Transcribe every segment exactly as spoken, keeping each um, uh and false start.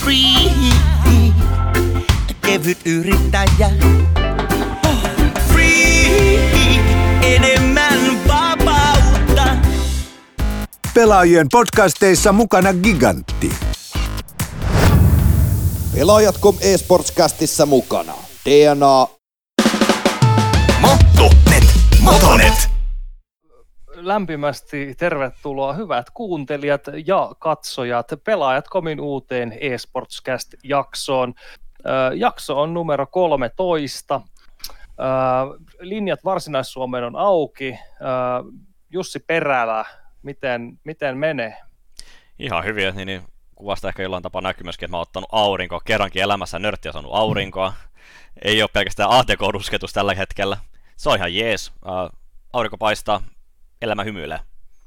free. Kevyt yrittäjä. Free, enemmän vapautta. Pelaajien podcasteissa mukana Gigantti. Pelaajat piste com eSportscastissa mukana D N A. Motonet, Motonet. Lämpimästi tervetuloa hyvät kuuntelijat ja katsojat Pelaajat piste comin uuteen eSportscast-jaksoon. Jakso on numero kolmetoista. Linjat Varsinais-Suomeen on auki. Jussi Perälä, miten, miten menee? Ihan hyvin, niin, niin kuvasta ehkä jollain tapaa näkyy myöskin, että mä oon ottanut aurinkoa. Kerrankin elämässä nörtti on saanut aurinkoa. Ei ole pelkästään A T K-rusketus tällä hetkellä. Se on ihan jees. Aurinko paistaa, elämä hymyilee.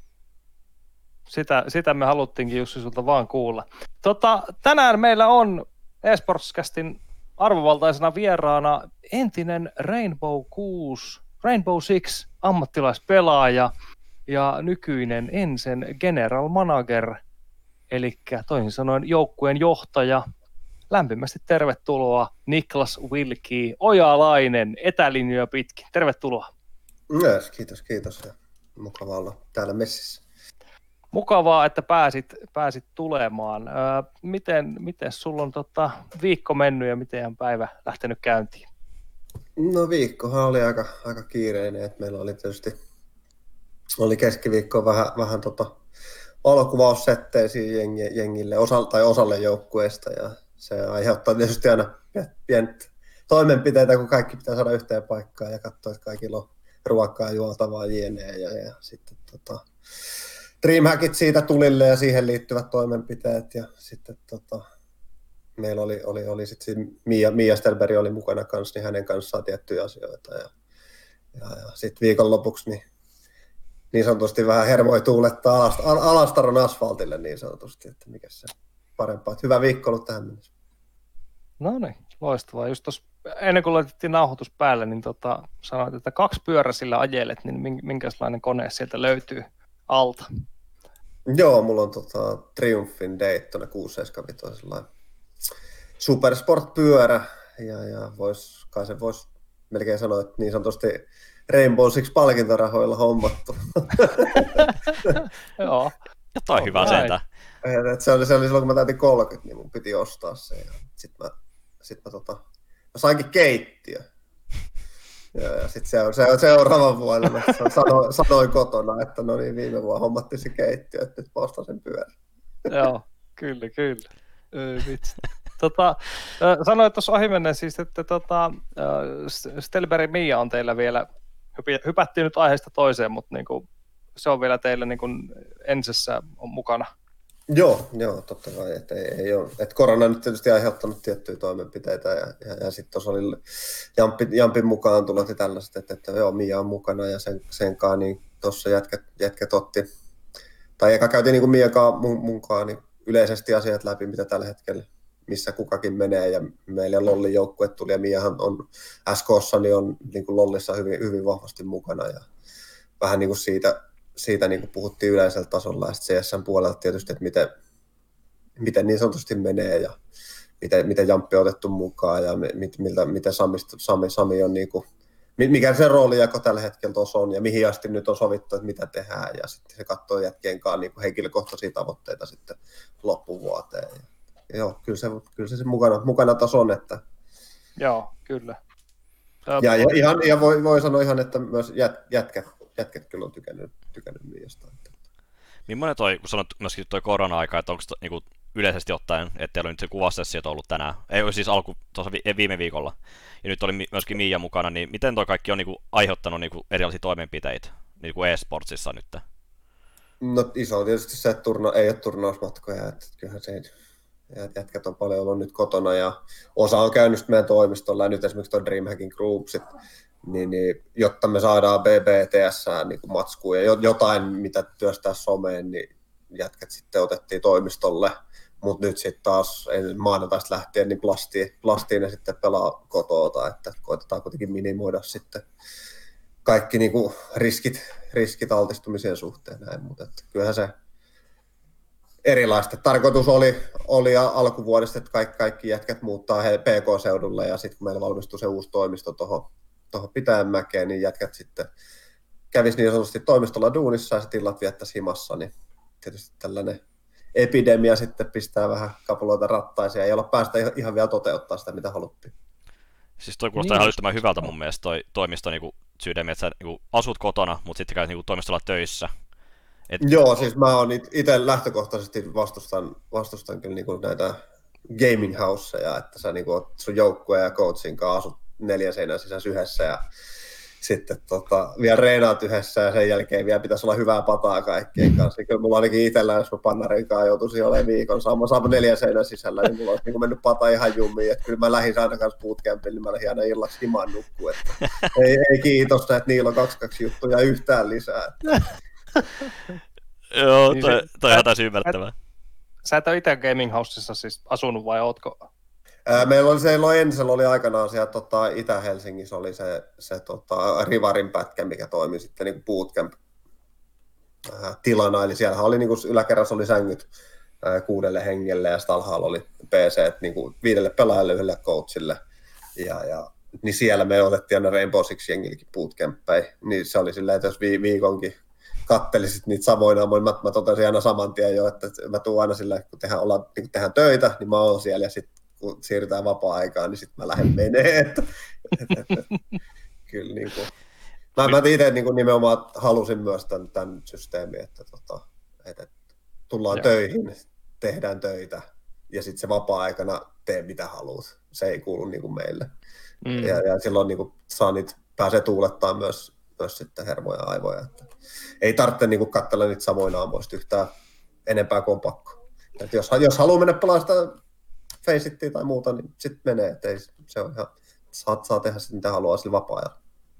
Sitä, sitä me haluttiinkin Jussi sulta vaan kuulla. Tota, tänään meillä on eSportscastin arvovaltaisena vieraana entinen Rainbow kuusi, Rainbow Six ammattilaispelaaja ja nykyinen Ensen general manager, eli toisin sanoen joukkueen johtaja. Lämpimästi tervetuloa Niklas Wilki Ojalainen etälinjoja pitkin. Tervetuloa. Yes, kiitos, kiitos. Ja mukava olla täällä messissä. Mukavaa, että pääsit, pääsit tulemaan. Öö, miten, miten sulla on tota, viikko mennyt ja miten päivä lähtenyt käyntiin? No viikkohan oli aika, aika kiireinen, että meillä oli tietysti oli keskiviikko vähän, vähän tota, valokuvaussetteisiä jengi, jengille osa, tai osalle joukkueesta ja se aiheuttaa tietysti aina pientä toimenpiteitä, kun kaikki pitää saada yhteen paikkaan ja katsoa, että kaikilla on ruokaa, juotavaa, jne. Ja, ja sitten tota, Dreamhackit siitä tulille ja siihen liittyvät toimenpiteet ja sitten tota, meillä oli, oli, oli sitten Mia, Mia Stelberg oli mukana kanssa, niin hänen kanssaan tiettyjä asioita ja, ja, ja sitten viikonlopuksi niin, niin sanotusti vähän hermoi tuulettaa alast, Alastaron asfaltille niin sanotusti, että mikä se parempaa. Että hyvä viikko ollut tähän mennessä. No niin, loistavaa. Just tuossa ennen kuin laitettiin nauhoitus päälle, niin tota, sanoit, että kaksi pyöräisillä ajelet, niin minkälainen kone sieltä löytyy alta? Joo, mulla on tota, Triumphin Daytona kuusi seitsemän viisi Supersport-pyörä ja, ja vois, kai se voisi melkein sanoa, että niin sanotusti Rainbow Six palkintorahoilla hommattu. Joo. Jotain hyvää sentään. Se oli, se oli silloin, kun mä täytin kolmekymmentä, niin mun piti ostaa se. Ja sit mä, sit mä, tota, mä sainkin keittiö. Ja, ja sitten se, se, seuraavan vuonna mä sanoin, sanoin kotona, että no niin, viime vuonna hommattiin se keittiö, että nyt mä ostan sen pyörän. Joo, kyllä, kyllä. Öö, vitsi. Tota, sanoit tuossa ohimennen siis, että tota, Stelberg Mia on teillä vielä, hypättiin nyt aiheesta toiseen, mutta niinku, se on vielä teillä niinku ensessä on mukana. Joo, joo, totta kai, että ei, ei ole. Et korona on nyt tietysti aiheuttanut tiettyjä toimenpiteitä ja, ja, ja sitten tuossa oli Jampi, Jampin mukaan tulot ja tällaiset, että, että joo, Mia on mukana ja sen, senkaan, niin tuossa jätket, jätket otti, tai eka käytiin niin kuin Miakaan mun, munkaan niin yleisesti asiat läpi, mitä tällä hetkellä, missä kukakin menee ja meillä Lollin joukkue tuli ja Miahan on S K:ssa, niin on niin kuin Lollissa hyvin, hyvin vahvasti mukana ja vähän niin kuin siitä, siitä niin kuin puhuttiin yleisellä tasolla ja sitten C S:n puolelta tietysti, että miten, miten niin sanotusti menee ja miten, miten Jamppi on otettu mukaan ja mit, miltä, miten Sami, Sami, Sami on, niin kuin, mikä se roolijako tällä hetkellä tuossa on ja mihin asti nyt on sovittu, että mitä tehdään ja sitten se katsoo jätkien kanssa niin kuin henkilökohtaisia tavoitteita sitten loppuvuoteen. Ja, ja joo, kyllä se, kyllä se, se mukana, mukana taas on. Että... Joo, kyllä. Ja, ja, ihan, ja voi, voi sanoa ihan, että myös jät, jätkät, jätkät kyllä on tykännyt, tykännyt Miasta. Millainen toi, kun sanot myöskin toi korona-aika, että onko to, niinku, yleisesti ottaen, että teillä on nyt se kuvasessiot ollut tänään, ei siis alku tuossa vi, viime viikolla, ja nyt oli myöskin Miia mukana, niin miten toi kaikki on niinku, aiheuttanut niinku, erilaisia toimenpiteitä niinku eSportsissa nyt? No iso on tietysti se, että turna, ei ole turnausmatkoja, että kyllähän se jätkät on paljon ollut nyt kotona, ja osa on käynyt meidän toimistolla, ja nyt esimerkiksi tuo Dreamhacking Groupsit, niin, niin, jotta me saadaan B B T S:ään niin matskua ja jotain, mitä työstää someen, niin jätkät sitten otettiin toimistolle, mutta nyt sitten taas maanantaista lähtien niin plastiin, plastiin ja sitten pelaa kotoota, että koitetaan kuitenkin minimoida sitten kaikki niin kuin riskit, riskit altistumisen suhteen näin, mutta että kyllähän se erilaista. Tarkoitus oli, oli alkuvuodesta, että kaikki, kaikki jätkät muuttaa P K-seudulle ja sitten kun meillä valmistui se uusi toimisto tuohon tuohon Pitäjänmäkeen, niin jätkät sitten kävisi niin sanotusti toimistolla duunissa ja sitten illat viettäisi himassa, niin tietysti tällainen epidemia sitten pistää vähän kapuloita rattaisia, ei olla päästä ihan vielä toteuttaa sitä, mitä haluttiin. Siis toi kuulostaa niin, ihan älyttömän hyvältä mun mielestä toi toimisto niinku syydemmin, että sä niinku asut kotona, mutta sitten käyt niinku toimistolla töissä. Et... Joo, siis mä oon itse lähtökohtaisesti vastustan, vastustan kyllä niinku näitä gaming houseja, että sä niinku oot sun joukkueen ja coachin kanssa asut neljän seinän sisässä yhdessä ja sitten tota, vielä reenaat yhdessä ja sen jälkeen vielä pitäisi olla hyvää pataa kaikkien kanssa. Kyllä mulla ainakin itsellä, jos mä pannarin kanssa joutuisin olemaan viikon saamaan saamaan neljän seinän sisällä, niin mulla olisi niin mennyt pata ihan jummiin. Että kyllä mä lähdin aina kanssa bootcampille, niin mä lähdin aina illaksi himaan nukkua. Ei, ei kiitos, että niillä on kaksi kaksi juttuja yhtään lisää. Joo, toi, toi on ihan täysin ymmärrettävää. Sä et ole itse Gaming Housessa siis asunut vai ootko? Ää, meillä oli se Ensel oli aikanaan siellä tota, Itä-Helsingissä oli se, se tota, Rivarin pätkä, mikä toimi sitten niin bootcamp ää, tilana, eli siellä oli niin kuin, yläkerrassa oli sängyt ää, kuudelle hengelle ja sitten alhaalla oli P C niin kuin, viidelle pelaajalle, yhdelle coachille ja, ja niin siellä me otettiin aina Rainbow Six jengillekin bootcamppäin, niin se oli silleen, että jos vi- viikonkin kattelisit niitä samoina, mä, mä totesin aina saman tien jo, että mä tuun aina sillä, kun tehdään, ollaan, niin kun tehdään töitä, niin mä oon siellä ja sitten kun siirrytään vapaa-aikaan, niin sitten mä lähden menee. Että, et, et, et, kyllä niin kuin. Mä, mä itse niin kuin nimenomaan halusin myös tämän, tämän systeemin, että, tota, että, että tullaan ja. töihin, tehdään töitä ja sitten se vapaa-aikana tee mitä haluat. Se ei kuulu niin kuin meille. Mm. Ja, ja silloin niin kuin saa niitä, pääsee tuulettaa myös, myös sitten hermoja ja aivoja. Että ei tarvitse niin kuin katsella niitä samoina aamuista yhtään enempää kuin on pakko. Että jos, jos haluaa mennä pelaamaan sitä Facettia tai muuta, niin sitten menee, että ei, se on ihan, saa, saa tehdä sitä, mitä haluaa sillä vapaa-ajalla.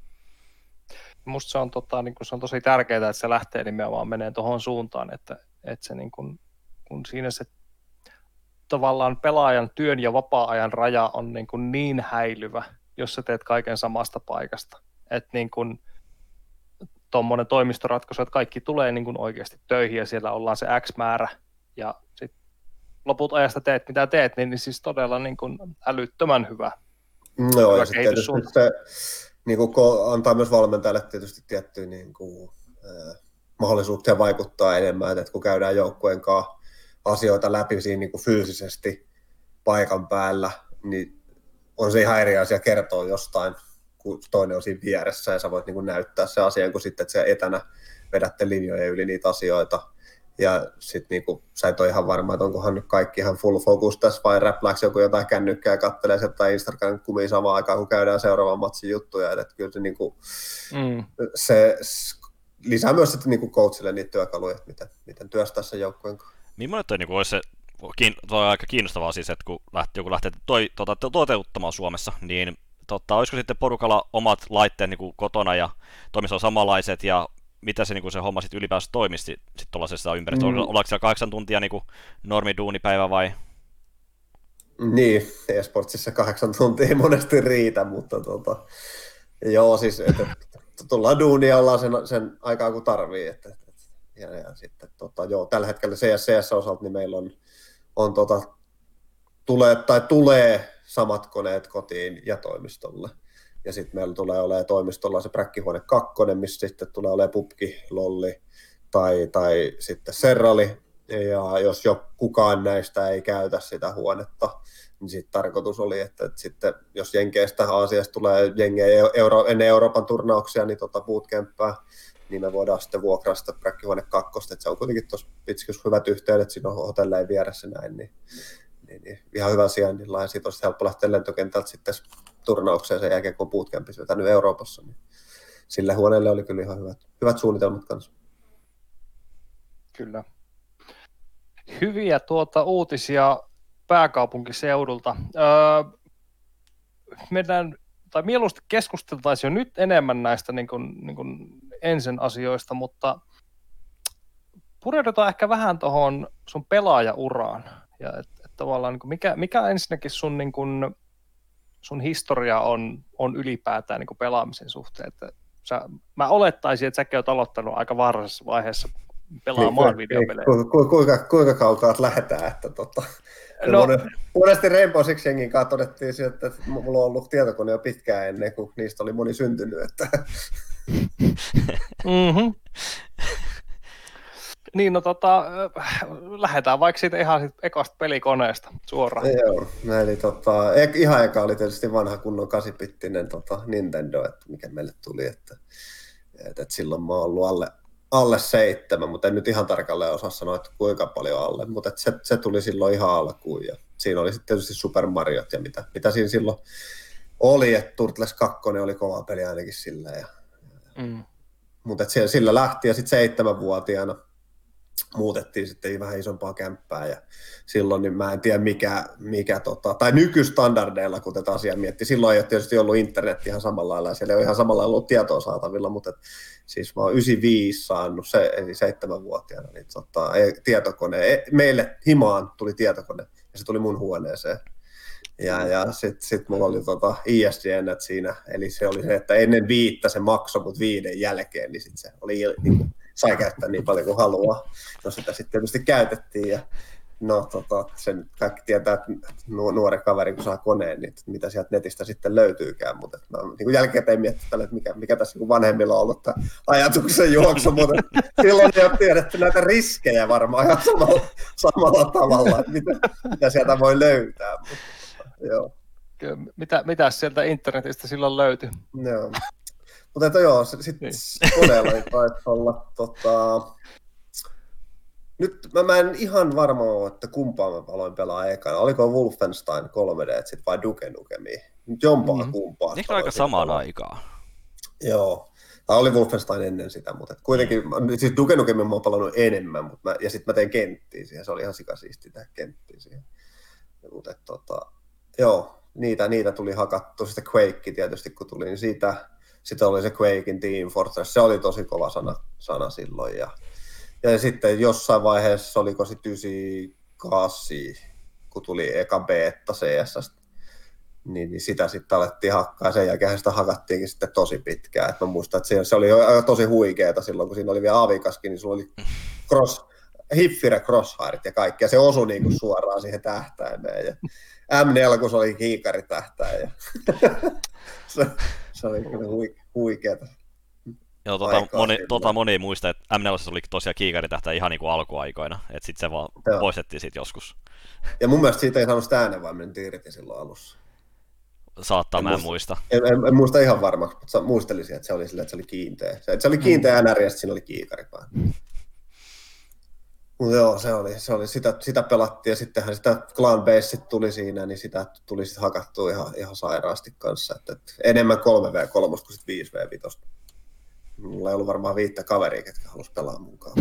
Musta se on, tota, niin se on tosi tärkeää, että se lähtee nimenomaan menee tuohon suuntaan, että, että se niin kun, kun siinä se tavallaan pelaajan työn ja vapaa-ajan raja on niin, kuin niin häilyvä, jos sä teet kaiken samasta paikasta. Että niin kuin tuommoinen toimistoratkaisu, että kaikki tulee niin kuin oikeasti töihin ja siellä ollaan se X määrä ja sitten loput ajasta teet mitä teet, niin, niin siis todella niin kuin älyttömän hyvä. No joo, ja sitten tietysti se niin kuin antaa myös valmentajalle tietysti tiettyjä niin kuin, äh, mahdollisuuksia vaikuttaa enemmän, että kun käydään joukkueen kanssa asioita läpi siinä niin kuin fyysisesti paikan päällä, niin on se ihan eri asia kertoa jostain, kun toinen on siinä vieressä ja sä voit niin kuin näyttää se asian, kun sitten, että sä etänä vedätte linjojen yli niitä asioita. Ja sitten niinku, sä et ole ihan varma, että onkohan nyt kaikki ihan full focus tässä vai räplääkö joku jotain kännykkää ja kattelee sieltä tai Instagram kumia samaan aikaan, kun käydään seuraavan matsin juttuja. Että kyllä se, niinku, mm. se lisää myös sitten niinku coachille niitä työkaluja, että miten, miten työstää sen joukkueen kanssa. Millainen toi niinku olisi se, toi on aika kiinnostavaa siis, että kun lähti, joku lähtee toi, tota, toteuttamaan Suomessa, niin tota, olisiko sitten porukalla omat laitteet niinku kotona ja toimistolla samanlaiset ja mitä se, niin se homma sitten ylipäänsä toimisi sitten tuollaisessa ympäristössä? Mm. Ollaanko siellä kahdeksan tuntia niin normiduunipäivä vai? Niin, eSportsissa kahdeksan tuntia ei monesti riitä, mutta tota, joo, siis et, et, tullaan duunia, ollaan sen, sen aikaa kun tarvii. Et, et, et, ja, ja sitten tota, joo, tällä hetkellä C S C S-osalta niin meillä on, on tota, tulee, tai tulee samat koneet kotiin ja toimistolle. Ja sitten meillä tulee olemaan toimistolla se präkkihuone kakkonen, missä sitten tulee olemaan pubki, lolli tai, tai sitten serrali. Ja jos jo kukaan näistä ei käytä sitä huonetta, niin sitten tarkoitus oli, että, että sitten jos Jenkeistä Aasiasta tulee jengejä Euro, ennen Euroopan turnauksia, niin tota bootcamppää, niin me voidaan sitten vuokraa sitä präkkihuone kakkosta. Että se on kuitenkin tuossa Pitskissä hyvät yhteydet, siinä on hotelleja vieressä näin, niin, niin, niin ihan hyvä sijainnilla. Ja siitä olisi helppo lähteä lentokentältä sitten turnaukseen sen jälkeen, kun on bootcampissa vetänyt Euroopassa. Niin sille huoneelle oli kyllä ihan hyvät, hyvät suunnitelmat kanssa. Kyllä. Hyviä tuota uutisia pääkaupunkiseudulta. Öö, meidän, tai mieluusti keskusteltaisiin jo nyt enemmän näistä niin kuin, niin kuin ensin asioista, mutta pureudutaan ehkä vähän tuohon sun pelaajauraan. Ja et, et tavallaan, niin kuin mikä, mikä ensinnäkin sun, niin kuin, sun historia on, on ylipäätään niin kuin pelaamisen suhteen. Että sä, mä olettaisin, että säkin oot aloittanut aika varhaisessa vaiheessa pelaamaan Niin, videopelejä. ku, ku, kuinka, kuinka kaukaa lähdetään, että tota, No. no, monesti Rainbow Six Jengin kanssa todettiin, että, että mulla on ollut tietokone jo pitkään ennen kuin niistä oli moni syntynyt. Että... Mm-hmm. Niin, no tota, lähdetään vaikka siitä ihan siitä ekasta pelikoneesta suoraan. Joo, eli tota, e- ihan eka oli tietysti vanha kunnon kahdeksanbittinen tota, Nintendo, että mikä meille tuli, että, että, että silloin mä oon ollut alle, alle seitsemän, mutta en nyt ihan tarkalleen osaa sanoa, että kuinka paljon alle, mutta että se, se tuli silloin ihan alkuun ja siinä oli sitten tietysti Super Mariot ja mitä, mitä siinä silloin oli, että Turtles kaksi oli kova peli ainakin sillä. Ja, Mm. mutta että sillä lähti ja sitten seitsemänvuotiaana muutettiin sitten vähän isompaa kämppää ja silloin niin mä en tiedä mikä, mikä tota, tai nykystandardeilla kun tätä asiaa miettii, silloin ei ole tietysti ollut internet ihan samalla lailla ja siellä ei ole ihan samalla lailla ollut tietoa saatavilla, mutta et, siis mä oon yhdeksänkymmentäviisi saanut, se, eli seitsemänvuotiaana, niin tota, ei, tietokone, ei, meille himaan tuli tietokone ja se tuli mun huoneeseen. Ja, ja sitten sit mulla oli tota I S D N siinä, eli se oli se, että ennen viittä se maksoi, mutta viiden jälkeen, niin sit se oli niin kuin, sai käyttää niin paljon kuin haluaa. No sitä sitten tietysti käytettiin ja no tota, sen kaikki tietää, että nuori kaveri kun saa koneen, niin mitä sieltä netistä sitten löytyykään, mutta mä niin jälkikäteen miettinyt, että mikä, mikä tässä vanhemmilla on ollut tämä ajatuksen juoksu, mutta silloin ei ole tiedetty näitä riskejä varmaan ihan samalla, samalla tavalla, että mitä, mitä sieltä voi löytää. Mutta, joo. Mitä, mitä sieltä internetistä silloin löytyi? Joo. Mutta että joo, sitten niin. Koneella taisi olla tota... Nyt mä, mä en ihan varma ole, että kumpaa mä aloin pelaa ekana. Oliko Wolfenstein kolme D sit vai Duke Nukemia? Nyt jompaa mm-hmm. kumpaa. Eikö aika samaan aikaan? Joo. Tai oli Wolfenstein ennen sitä, mutta kuitenkin, siis Duke Nukemia mä oon palannut enemmän, mutta mä, ja sitten mä tein kenttiä siihen, se oli ihan sikasiisti tehdä kenttiä siihen. Mutta tota, joo, niitä, niitä tuli hakattu. Sitten Quake tietysti, kun tuli, niin siitä, sitten oli se Quakein Team Fortress, se oli tosi kova sana, sana silloin. Ja, ja sitten jossain vaiheessa, oliko sitten yhdeksänkymmentäkahdeksan, kun tuli eka beta C S, niin, niin sitä sitten alettiin hakkaa, ja sen jälkeen sitä hakattiinkin sitten tosi pitkään. Et mä muistan, että se, se oli jo tosi huikeeta silloin, kun siinä oli vielä Avikaskin, niin sulla oli cross, hiffire crosshairit ja kaikki, ja se osui niinku suoraan siihen tähtäimeen. Ja M neljä, kun se oli kiikaritähtäin, ja se, se oli kyllä huike, huikeeta. Joo, tota, moni, tota moni ei muista, että M neljä oli tosiaan kiikaritähtäin ihan niin kuin alkuaikoina, että sitten se vaan Joo. poistettiin siitä joskus. Ja mun mielestä siitä ei saanut sitä äänenvaimen irti silloin alussa. Saattaa, en mä en muista. muista. En, en, en muista ihan varmaksi, mutta muistelisin, että se oli sillä, että se oli kiinteä. Se, että se oli kiinteä mm. N R ja siinä oli kiikari päällä. Mutta joo, se oli, se oli sitä, sitä pelattiin ja sittenhän sitä Clan Base tuli siinä, niin sitä tuli sitten hakattua ihan, ihan sairaasti kanssa. Että, että enemmän kolme V kolme kuin sitten viisi V viisi. Mulla ei ollut varmaan viittä kaveria, ketkä halusi pelaa mukaan.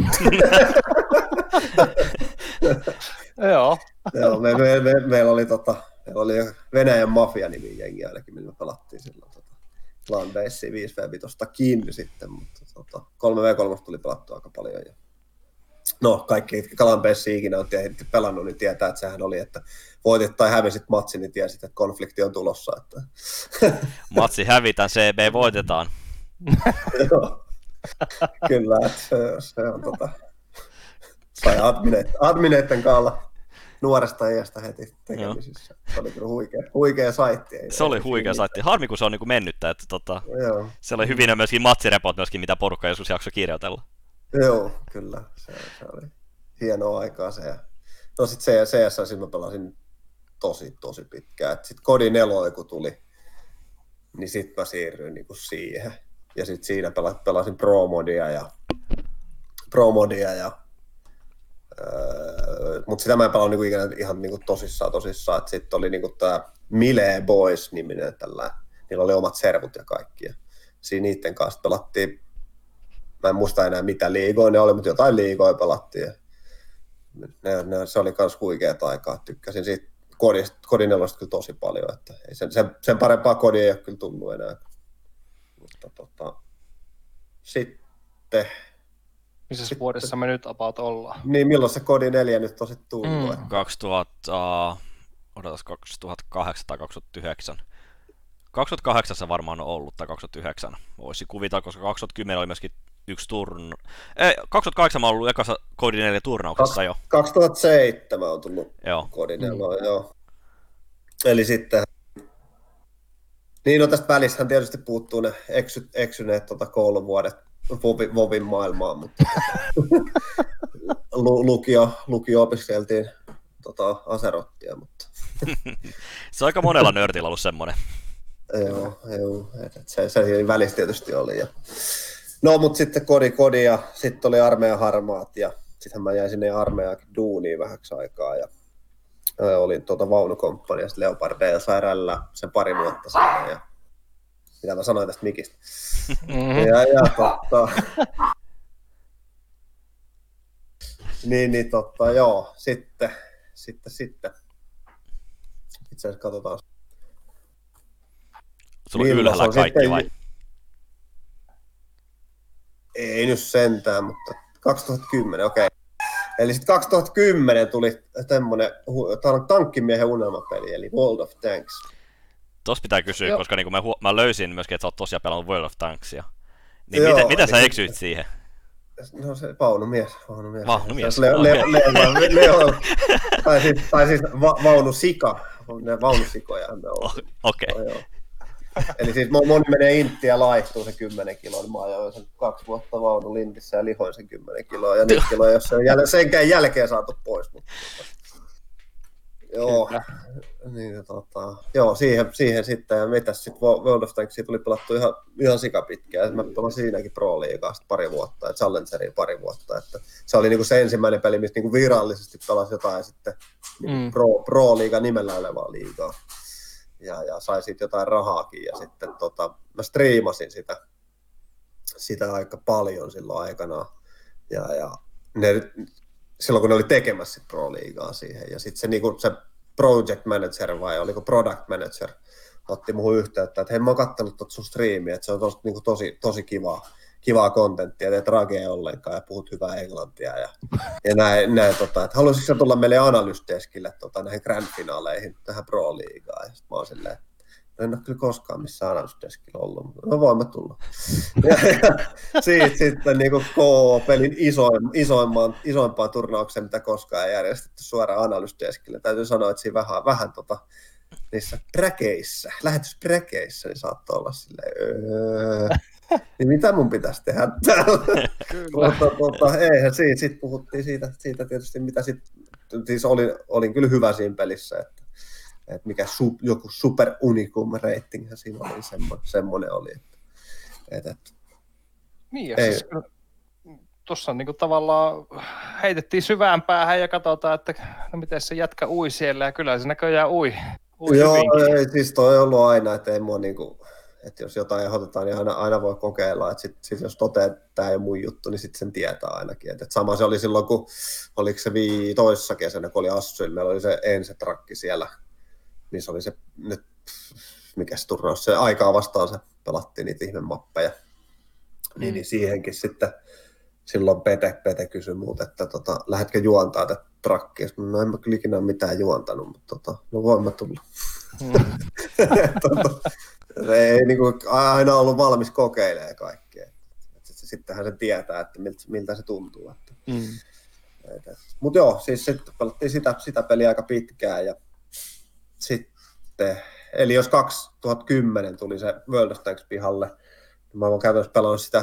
Joo. Joo, me, me, me, meillä oli, tota, meillä oli Venäjän Mafia-nimi jengi ainakin, millä me pelattiin silloin tota, Clan Base viisi V viisi kiinni sitten, mutta tota, kolme V kolme tuli pelattua aika paljon. Ja... No, kaikki Clan Base ikinä on tietysti pelannut, niin tietää, että sehän oli, että voitit tai hävisit matsin, niin tiesit, että konflikti on tulossa. Että... Matsi hävitään, C B voitetaan. Joo, kyllä, että se, se on tota... Sai admineet, admineitten kaalla nuoresta iästä heti tekemisissä. Joo. Se oli kyllä huikea, huikea saitti. Ei, se oli huikea saitti. Harmi, kun se on niin kuin mennyttä. Että tota, Joo. Se oli hyvinä myöskin matsirepot, myöskin, mitä porukka joskus jaksoi kirjoitella. Joo, kyllä. Se, se oli hienoa aikaa se. No sit C S mä pelasin tosi, tosi pitkään. Sitten Kodi neljä, kun tuli, niin sit mä siirryin niinku siihen. Ja sit siinä pelasin Pro-modia ja Pro-modia ja Öö, mutta sitä mä en pelannut niinku ihan, ihan niinku tosissaan tosissaan, että sitten oli niinku tää Melee Boys-niminen tällä, niillä oli omat servut ja kaikki, ja siinä niiden kanssa pelattiin, mä en muista enää mitä liigoja ne oli, mutta jotain liigoja pelattiin, ja ne, ne, se oli kans huikeeta aikaa, tykkäsin siitä Kodin nelosta kyllä tosi paljon, että ei sen, sen, sen parempaa Kodia ei ole kyllä tullut enää, mutta tota, sitten missä sitten, vuodessa me nyt about ollaan? Niin, milloin se Kodi neljä nyt on sitten tullut? Mm. kaksituhatta, odotas, kaksituhattakahdeksan tai kaksituhattayhdeksän. kaksituhattakahdeksan se varmaan on ollut, tai kaksituhattayhdeksän. Voisi kuvitella, koska kaksituhattakymmenen oli myöskin yksi turn... Ei, kaksituhattakahdeksan mä oon ollut ekassa Kodi neljä turnauksessa jo. kaksituhattaseitsemän on tullut Joo. Kodi neljä, mm. joo. Eli sitten... Niin, no tästä välissähän tietysti puuttuu ne eksy, eksyneet tota, kouluvuodet Vovin, Vovin maailmaan, mutta lukio, lukio opiskeltiin tota, aserottia, mutta... Se on aika monella nörtillä ollut semmoinen. Joo, joo. Se, se välissä tietysti oli. Ja... No, mutta sitten kodi, kodi ja sitten oli armeijan harmaat ja sitten mä jäin sinne armeijaakin duuniin vähäksi aikaa ja, ja olin tuota vaunukomppaniasta Leopardeilla sairaalla sen pari vuotta siinä ja mitä mä sanoin tästä mikistä. Mm-hmm. Ja, ja totta. niin, niin totta, joo. Sitten, sitten, sitten. Itse asiassa katsotaan. Sulla on ylhäällä kaikki sitten... vai? Ei nyt sentään, mutta kaksituhattakymmenen, okei. Okay. Eli sitten kaksituhattakymmenen tuli tämmönen tankkimiehen unelmapeli, eli World of Tanks. Tuossa pitää kysyä, Joo. koska niin mä, mä löysin myöskin, että sä oot tosiaan pelannut World of Tanksia. Niin Joo, miten, miten sä niin, eksyit siihen? No se vaunumies. Vaunumies. Vaunumies. Leo, Leo, Leo, Leo, tai siis, tai siis va, vaunusika. Ne vaunusikoja me oltiin. Okei. Okay. No, eli siis moni menee intti ja laihtuu se kymmenen kiloa, niin mä ajoin sen kaksi vuotta vaunu lintissä ja lihoin sen kymmenen kiloa, ja nyt kiloa, jos se on jäl- senkään jälkeen saatu pois. Mutta... Joo, niin, tota, joo siihen, siihen sitten, ja mitäs sitten World of Tanksia tuli pelattu ihan, ihan sikapitkään, mä pelasin siinäkin Pro-liigaa pari vuotta, ja Challengeria pari vuotta, että se oli niinku se ensimmäinen peli, missä niinku virallisesti pelasi jotain, ja sitten niinku mm. Pro, Pro-liiga nimellä olevaa liigaa. Ja, ja sai siitä jotain rahaakin ja sitten tota, mä striimasin sitä, sitä aika paljon silloin aikanaan ja, ja ne, silloin kun ne oli tekemässä Pro-liigaa siihen ja sitten se, niinku, se project manager vai oliko product manager otti muhun yhteyttä, että hei mä oon kattanut tot sun striimiä, että se on tos, niinku, tosi, tosi kivaa, kivaa kontenttia, teet ragea ollenkaan ja puhut hyvää englantia ja, ja näin, näin tota, että haluaisitko sä tulla meille analysteskille tota, näihin grand finaaleihin tähän Pro-liigaan ja sit mä oon silleen, no en ole kyllä koskaan missään analysteskillä ollut, mutta no voimme tulla. ja, ja siitä sitten niin K O-pelin isoin, isoimman, isoimpaan turnaukseen, mitä koskaan ei järjestetty suoraan analysteskille. Täytyy sanoa, että siinä vähän, vähän tota, niissä präkeissä, lähetyspräkeissä, niin saattoi olla silleen, öö, niin mitä mun pitäisi tehdä täällä? Mutta tota, eihän siitä, sitten puhuttiin siitä, siitä tietysti, mitä sitten, siis olin, olin kyllä hyvä siinä pelissä, että, että mikä su, joku super unicum rating siinä oli, semmoinen, semmoinen oli. Että, että, niin, ja siis tuossa niin tavallaan heitettiin syvään päähän ja katsotaan, että no miten se jätkä ui siellä, ja kyllä se näköjään ui. ui Joo, hyvinkin. ei, siis toi on ollut aina, että ei mua niinku... Että jos jotain ehdotetaan, niin aina, aina voi kokeilla, että sit, sit jos toteaa, että tämä ei ole mun juttu, niin sitten sen tietää ainakin. Et, et sama se oli silloin, kun oliko se vii, toissa kesänä, kun oli Assuilla, meillä oli se Ense-trakki siellä, missä oli se, nyt, mikä se turnaus, se aikaa vastaan se pelattiin niitä ihmemappeja. Mm. Niin, niin siihenkin sitten silloin Pete, Pete kysyi muut, että tota, lähdetkö juontaa tätä trakkia? No en mä kyllä ikinä mitään juontanut, mutta tota, no voin mä tulla. Mm. tota, ei niin kuin, aina ollut valmis kokeilemaan kaikkea. Sittenhän se tietää, että miltä, miltä se tuntuu. Mm. Mutta joo, siis sitten pelattiin sitä, sitä peliä aika pitkään. Ja sitten, eli jos kaksituhattakymmenen tuli se World of Tanks pihalle, niin mä oon käytännössä pelannut sitä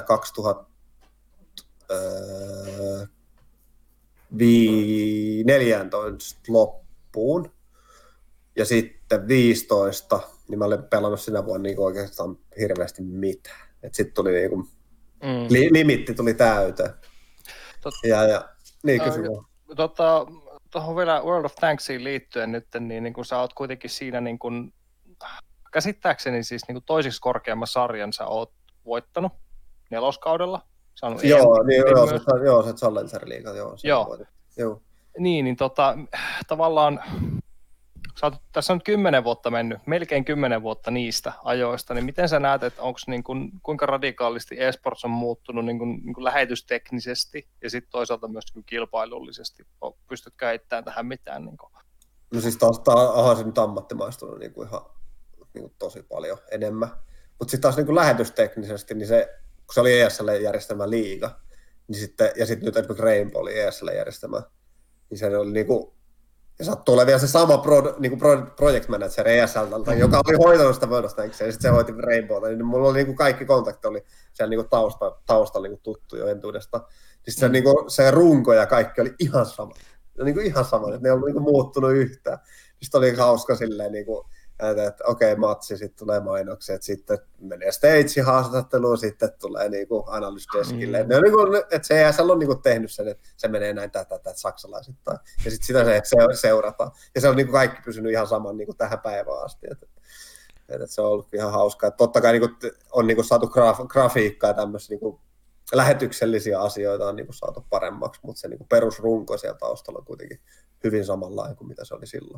kaksituhattaneljätoista loppuun. Ja sitten viisitoista, niin mä olen pelannut sinä vuonna niin oikeastaan hirveästi mitään. Sitten tuli niin kuin, mm. li, limitti tuli täyteen. Tot, ja, ja, niin kysy vaan. Tota, tuohon vielä World of Tanksiin liittyen nyt, niin, niin kun sä oot kuitenkin siinä niin kun, käsittääkseni siis niin kun toiseksi korkeamman sarjan sä oot voittanut neloskaudella. Saanut joo, niin, joo, se, joo, se Challenger-liiga. Joo, joo. joo. Niin, niin tota, tavallaan sä oot tässä on kymmenen vuotta mennyt, melkein kymmenen vuotta niistä ajoista, niin miten sä näet, että onko niin kuin, kuinka radikaalisti eSports on muuttunut niin kuin, niin kuin lähetysteknisesti ja sitten toisaalta myös niin kuin kilpailullisesti? Pystytkö heittämään tähän mitään? Niin kuin? No siis taas, taas se nyt ammattimaistunut niin kuin ihan niin kuin tosi paljon enemmän. Mutta sitten taas niin kuin lähetysteknisesti, niin se kun se oli E S L-järjestelmä liiga, niin sitten, ja sitten nyt esimerkiksi Rainbow oli E S L-järjestelmä, niin se oli niinku, ja sattuu olemaan vielä se sama pro, niinku pro, project manager E S L:ltä, joka oli hoitanut sitä World of Tanks, ja sitten se hoiti Rainbowta, niin mulla oli niinku kaikki kontakti oli siellä niinku tausta, taustalla niinku tuttu jo entuudesta. Siis se, mm. niinku, se runko ja kaikki oli ihan sama. Niinku ihan sama, että ne ei ollut niinku muuttunut yhtään. Sitten oli hauska silleen, niinku, että, että okei, okay, matsi, sitten tulee mainokset, sitten menee stage-haastatteluun, sitten tulee niinku analyse-deskille. Mm. Niinku, että se E S L on niinku tehnyt sen, että se menee näin tätä, tätä saksalaisittain. Ja sitten sitä se, se seurataan. Ja se on niinku kaikki pysynyt ihan saman niinku tähän päivään asti. Että, että se on ollut ihan hauskaa. Että totta kai niinku, on niinku saatu graf- grafiikkaa ja tämmöisiä niinku lähetyksellisiä asioita on niinku saatu paremmaksi, mutta se niinku perusrunko siellä taustalla on kuitenkin hyvin samanlainen kuin mitä se oli silloin.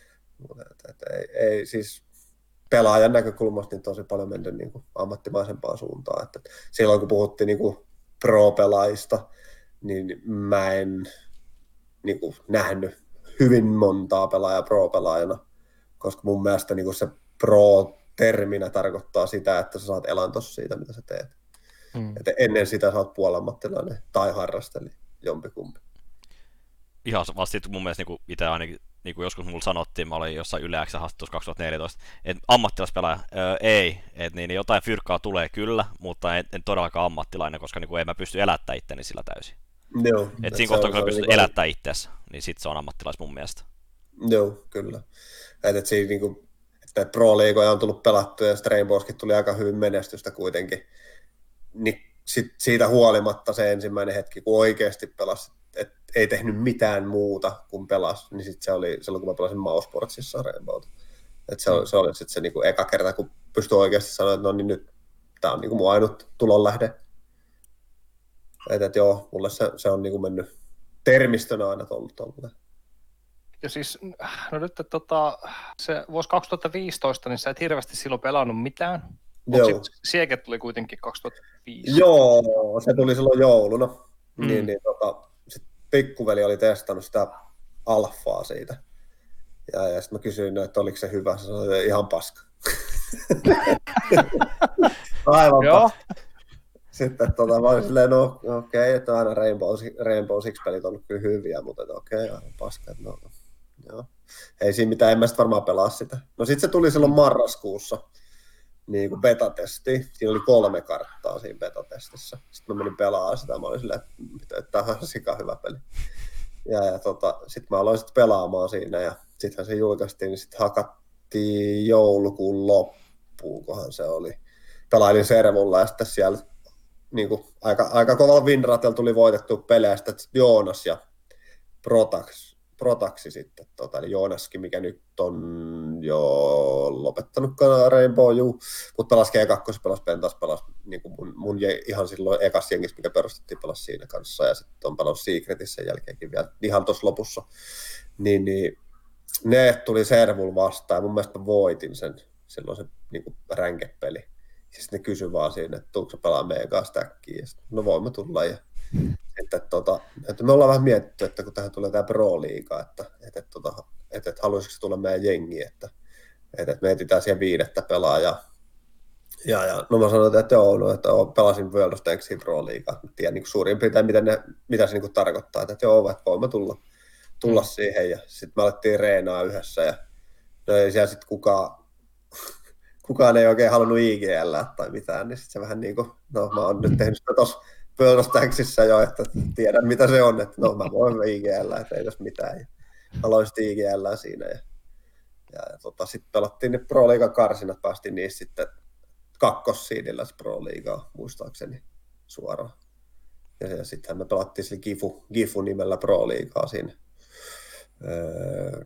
Et, et, ei, ei siis pelaajan näkökulmasta niin tosi paljon mennyt niin kuin ammattimaisempaan suuntaan. Et, et silloin kun puhuttiin niin kuin pro-pelaajista, niin mä en niin kuin nähnyt hyvin montaa pelaajaa pro-pelaajana, koska mun mielestä niin kuin se pro-terminä tarkoittaa sitä, että sä saat elantos siitä, mitä sä teet. Mm. Et ennen sitä sä oot puolammattilainen tai harrasteli jompikumpi. Ihan vasta mun mielestä niin itse ainakin niin kuin joskus mulla sanottiin, mä olin jossain Yle X:n haastattelussa kaksituhattaneljätoista, että ammattilaispelaaja, öö, ei, että niin, jotain fyrkkaa tulee kyllä, mutta en, en todellakaan ammattilainen, koska niin kuin, en mä pysty elättämään itteni sillä täysin. Joo. Että siinä kohtaa, kun sä pystyt niin elättämään itseäsi, niin sit se on ammattilais mun mielestä. Joo, kyllä. Että et siinä niin kuin, että pro-liigoja on tullut pelattua ja sitten Rainbowskin tuli aika hyvin menestystä kuitenkin, niin sit siitä huolimatta se ensimmäinen hetki, kun oikeasti pelasi, että ei tehnyt mitään muuta kuin pelasi, niin sitten se oli silloin, kun mä pelasin Mausportsissa Rainbowta. Että se, mm. se oli sitten se niinku eka kerta, kun pystyi oikeasti sanoa, että no niin nyt tää on niinku mun ainut tulonlähde. Että et joo, mulle se, se on niinku mennyt termistönä aina ollut tolleen. Ja siis, no nyt tota, se vuosi kaksituhattaviisitoista, niin sä et hirveästi silloin pelannut mitään, mutta sitten Siege tuli kuitenkin kaksituhattaviisi. Joo, se tuli silloin jouluna. Mm. Niin, niin tota, sitten pikkuveli oli testannut sitä alfaa siitä. Ja, ja sitten mä kysyin, että oliko se hyvä. Se sanoi, ihan paska. Aivan paska. Sitten tota, mä olin silleen, no okei, okay, että aina Rainbow, Rainbow Six-pelit on kyllä hyviä, mutta okei, okay, aivan paska. No, joo. Ei siinä mitään, en mä sit varmaan pelaa sitä. No sit se tuli silloin marraskuussa. Niin kuin betatesti. Siinä oli kolme karttaa siinä betatestissä. Sitten mä menin pelaamaan sitä. Mä olin silleen, että tämä on sika hyvä peli. Ja, ja tota, sitten mä aloin sitten pelaamaan siinä. Ja sittenhän se julkaistiin, niin sitten hakattiin joulukuun loppuun, kohan se oli. Pelailin servulla ja sitten siellä niin kuin, aika, aika kovalla winratella tuli voitettua pelejä. Sitten Joonas ja Protax. Protaxi sitten, tota, eli Joonaskin, mikä nyt on jo lopettanut Rainbow, juu, mutta pelasi G kaksi, pelasi Pentas, pelasi niin kuin mun, mun ihan silloin ekas jengissä, mikä perustettiin, pelasi siinä kanssa, ja sitten on pelannut Secretissä sen jälkeenkin vielä ihan tuossa lopussa, niin, niin ne tuli servulla vastaan, ja mun mielestä mä voitin sen, silloin se niin kuin ränkepeli, ja sitten ne kysyi vaan siinä, että tuutko sä pelaa meidän stackiin, ja sitten no voimme tulla, ja Että, tota, että me ollaan vähän mietitty, että kun tähän tulee tämä Pro-liiga, että, että, että, että, että haluaisiko se tulla meidän jengi, että, että, että me etsitään siihen viidettä pelaajaa. Ja, ja no mä sanoin, että joo, no, että pelasin World of Tanksin Pro-liigaa, että tiedän niin suurin piirtein, mitä, ne, mitä se niin tarkoittaa, että, että joo, että voimme tulla, tulla siihen, ja sitten me alettiin reenaa yhdessä, ja no ei siellä sitten kukaan, kukaan ei oikein halunnut I G L tai mitään, niin sitten se vähän niin kuin, no mä oon nyt tehnyt sitä tossa World of Tanksissa jo, että tiedän mitä se on, että no mä voin I G L, että ei tässä mitään. Ja aloin sitten I G L siinä ja, ja, ja tota, sitten pelattiin ne Pro-liigan karsinat, päästiin niistä sitten kakkossiidillä se Pro-liigaa muistaakseni suoraan. Ja, ja sittenhän me pelattiin sillä Gifu, Gifu-nimellä Pro-liigaa siinä öö,